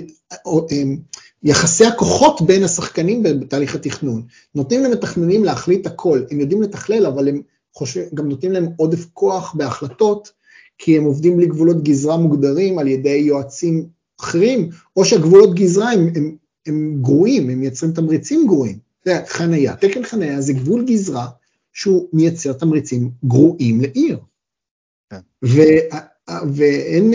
יחסי הכוחות בין השחקנים בתהליך התכנון, נותנים להם מתכננים להחליט הכל, הם יודעים לתכלל, אבל הם גם נותנים להם עודף כוח בהחלטות, כי הם עובדים בלי גבולות גזרה מוגדרים על ידי יועצים אחרים, או שהגבולות גזרה הם גרועים, הם מייצרים תמריצים גרועים, זה חנייה, תקן חנייה זה גבול גזרה, שהוא מייצר תמריצים גרועים לעיר, ואין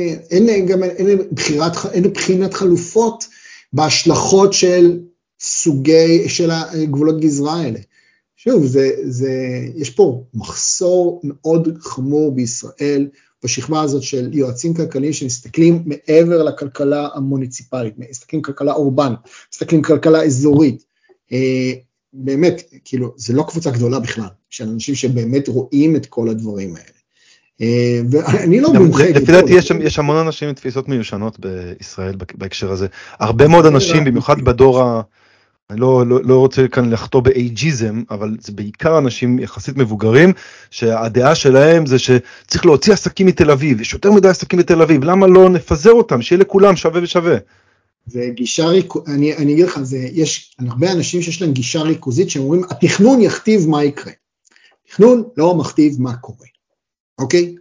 בחינת חלופות בהשלכות של הגבולות גזרה האלה. שוב, יש פה מחסור מאוד חמור בישראל, בשכבה הזאת של יועצים כלכליים שמסתכלים מעבר לכלכלה המוניציפלית, מסתכלים כלכלה אורבנית, מסתכלים כלכלה אזורית. באמת, כאילו, זה לא קבוצה גדולה בכלל, של אנשים שבאמת רואים את כל הדברים האלה. ואני לא מומחה. לפי דעתי יש המון אנשים עם תפיסות מיושנות בישראל בהקשר הזה. הרבה מאוד אנשים, במיוחד בדור אני לא רוצה כאן לחטוא באייג'יזם, אבל זה בעיקר אנשים יחסית מבוגרים, שהדעה שלהם זה שצריך להוציא עסקים מתל אביב, יש יותר מדי עסקים מתל אביב, למה לא נפזר אותם, שיהיה לכולם שווה ושווה. זה גישה, אני אגיד לך, יש הרבה אנשים שיש להם גישה ריכוזית, שאומרים, התכנון יכתיב מה יקרה. תכנון לא מכתיב מה קורה. אוקיי?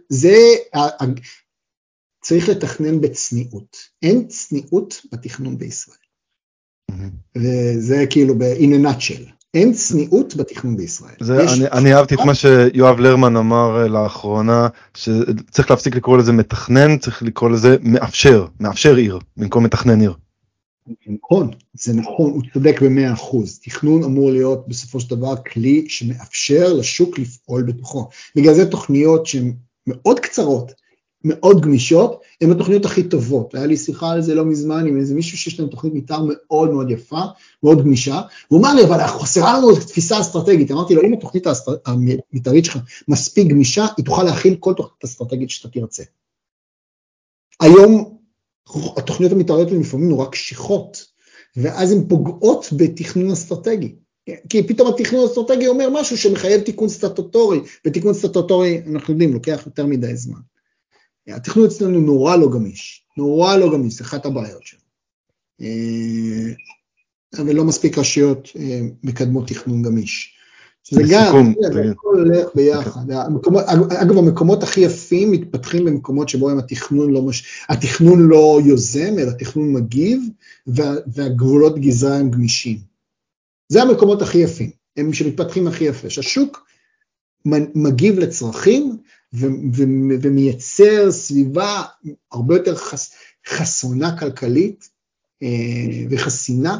צריך לתכנן בצניעות. אין צניעות בתכנון בישראל. וזה כאילו in a nutshell. אין צניעות בתכנון בישראל. אני אהבתי את מה שיואב לרמן אמר לאחרונה, שצריך להפסיק לקרוא לזה מתכנן, צריך לקרוא לזה מאפשר עיר, במקום מתכנן עיר. נכון, זה נכון, הוא צודק ב100%. תכנון אמור להיות בסופו של דבר כלי שמאפשר לשוק לפעול בתוכו. בגלל זה תוכניות שהן מאוד קצרות, מאוד גמישות, הן התוכניות הכי טובות. היה לי שיחה על זה לא מזמן עם איזה מישהו שיש להם תוכנית מתאר מאוד מאוד יפה, מאוד גמישה, והוא אמר לי, אבל חסרה לנו תפיסה אסטרטגית. אמרתי לו, אם התוכנית המתארית שלך מספיק גמישה, היא תוכל להכיל כל תוכנית אסטרטגית שאתה תרצה. היום התוכניות המתאריות הן לפעמים נורא קשיחות, ואז הן פוגעות בתכנון אסטרטגי. כי פתאום התכנון האסטרטגי אומר משהו שמחייב תיקון סטטוטורי, ותיקון סטטוטורי, אנחנו יודעים, לוקח יותר מדי זמן. התכנון אצלנו נורא לא גמיש, זה אחת הבעיות שלנו. אבל לא מספיק רשויות מקדמות תכנון גמיש. שזה גם, זה הכל הולך ביחד. אגב, המקומות הכי יפים מתפתחים במקומות שבו התכנון לא יוזם, אלא התכנון מגיב, והגבולות גזרה הם גמישים. זה המקומות הכי יפים, הם שמתפתחים הכי יפה. שהשוק מגיב לצרכים, ומייצר סביבה הרבה יותר חסונה כלכלית, וחסינה,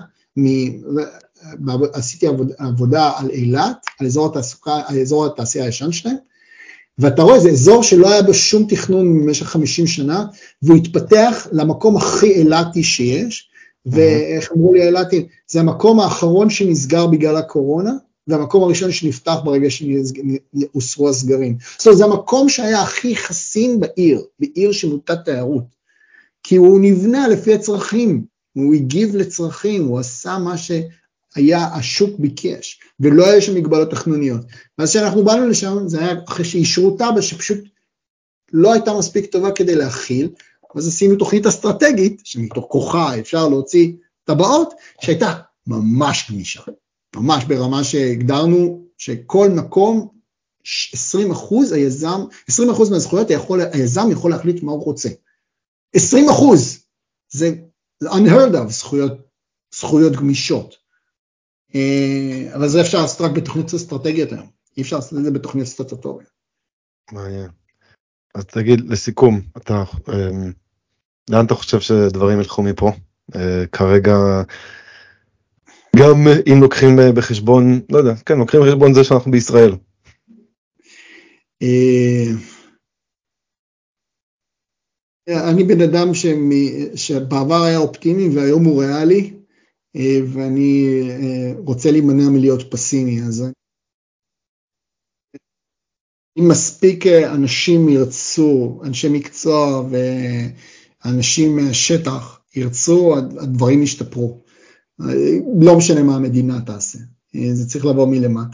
עשיתי עבודה על אילת, על אזור התעשייה הישן שלהם, ואתה רואה, זה אזור שלא היה בו שום תכנון במשך 50 שנה, והוא התפתח למקום הכי אילתי שיש, ואיך אמרו לי אילתים, זה המקום האחרון שנסגר בגלל הקורונה, והמקום הראשון שנפתח ברגע שהוסרו הסגרים. זאת אומרת, זה המקום שהיה הכי חסין בעיר שמוטת תיירות, כי הוא נבנה לפי הצרכים, הוא הגיב לצרכים, הוא עשה מה שהיה השוק ביקש, ולא היה שם מגבלות תכנוניות. ואז כשאנחנו באנו לשם, זה היה אחרי שאישרו טאבה, שפשוט לא הייתה מספיק טובה כדי להכיל, אז עשינו תוכנית אסטרטגית, שמתוך כוחה אפשר להוציא טבעות, שהייתה ממש גמישה, ממש ברמה שהגדרנו שכל מקום, 20% מהזכויות היזם יכול להחליט מה הוא רוצה. 20%, זה unheard of, זכויות גמישות. אבל זה אפשר לעשות רק בתוכנית אסטרטגית היום, אי אפשר לעשות את זה בתוכנית סטטוטוריה. מעניין. אז תגיד, לסיכום, לאן אתה חושב שדברים ילכו מפה? כרגע, גם אם לוקחים בחשבון, לא יודע, כן, לוקחים בחשבון זה שאנחנו בישראל. אני בן אדם שבעבר היה אופטימי והיום הוא ריאלי, ואני רוצה להימנע מלהיות פסימי, אז אם מספיק אנשים ירצו, אנשי מקצוע ואנשים מהשטח ירצו, הדברים ישתפרו. לא משנה מה המדינה תעשה, זה צריך לבוא מלמטה.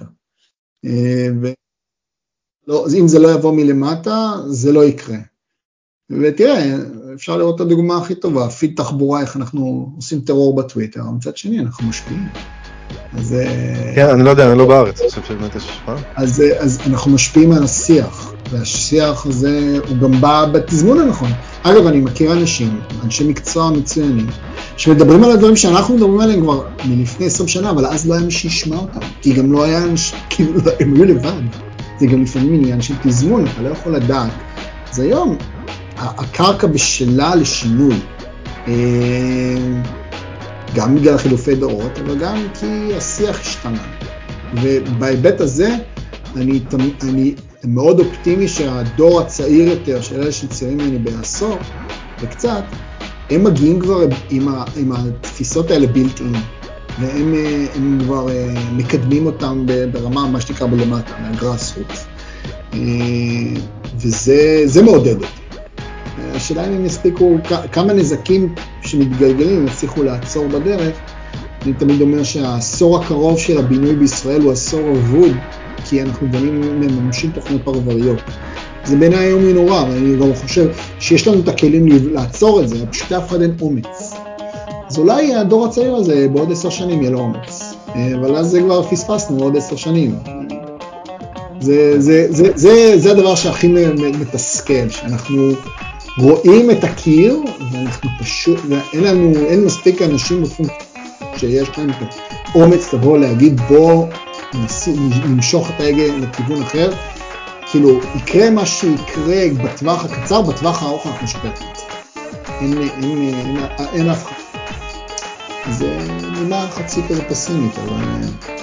אם זה לא יבוא מלמטה, זה לא יקרה. ותראה, אפשר לראות את הדוגמה הכי טובה, פיד תחבורה, איך אנחנו עושים טרור בטוויטר, מצד שני אנחנו משפיעים. כן, אני לא יודע, אני לא בארץ, אני חושב שבאמת יש השפעה. אז אנחנו משפיעים על השיח, והשיח הזה הוא גם בא בתזמון הנכון. אגב, אני מכיר אנשי מקצוע מצוינים, שמדברים על הדברים שאנחנו מדברים עליהם כבר מלפני 20 שנה, אבל אז לא היה מי שישמע אותם, כי גם לא היה כאילו, הם היו לבד. זה גם לפעמים עניין של תזמון, אתה לא יכול לדעת. אז היום, הקרקע בשלה לשינוי, גם בגלל חילופי דורות, אבל גם כי השיח השתנה. ובהיבט הזה, אני מאוד אופטימי שהדור הצעיר יותר, של אלה שצעירים ממני בעשור, וקצת, הם מגיעים כבר עם התפיסות האלה built in, והם כבר מקדמים אותם ברמה, מה שנקרא בלמטה, מהגראסרוט. וזה מעודד אותי. השאלה אם הם יספיקו, כמה נזקים שמתגלגלים יצליחו לעצור בדרך. אני תמיד אומר שהעשור הקרוב של הבינוי בישראל הוא עשור אבוד, כי אנחנו מממשים תוכניות פרבריות. זה בעיניי היום מנורא, ואני גם חושב שיש לנו את הכלים לעצור את זה, פשוט אף אחד אין אומץ. אז אולי הדור הצעיר הזה בעוד 10 שנים יהיה לו אומץ, אבל אז זה כבר פספסנו עוד 10 שנים. זה הדבר שהכי מתסכל, שאנחנו רואים את הקיר, ואנחנו פשוט, אין מספיק אנשים שיש להם את האומץ לבוא להגיד, בוא נמשוך את ההגה לכיוון אחר, כאילו יקרה מה שיקרה בטווח הקצר, בטווח הארוך אנחנו נשפר את זה. אין אף אחד. זה נימה חצי כזה פסימית, אבל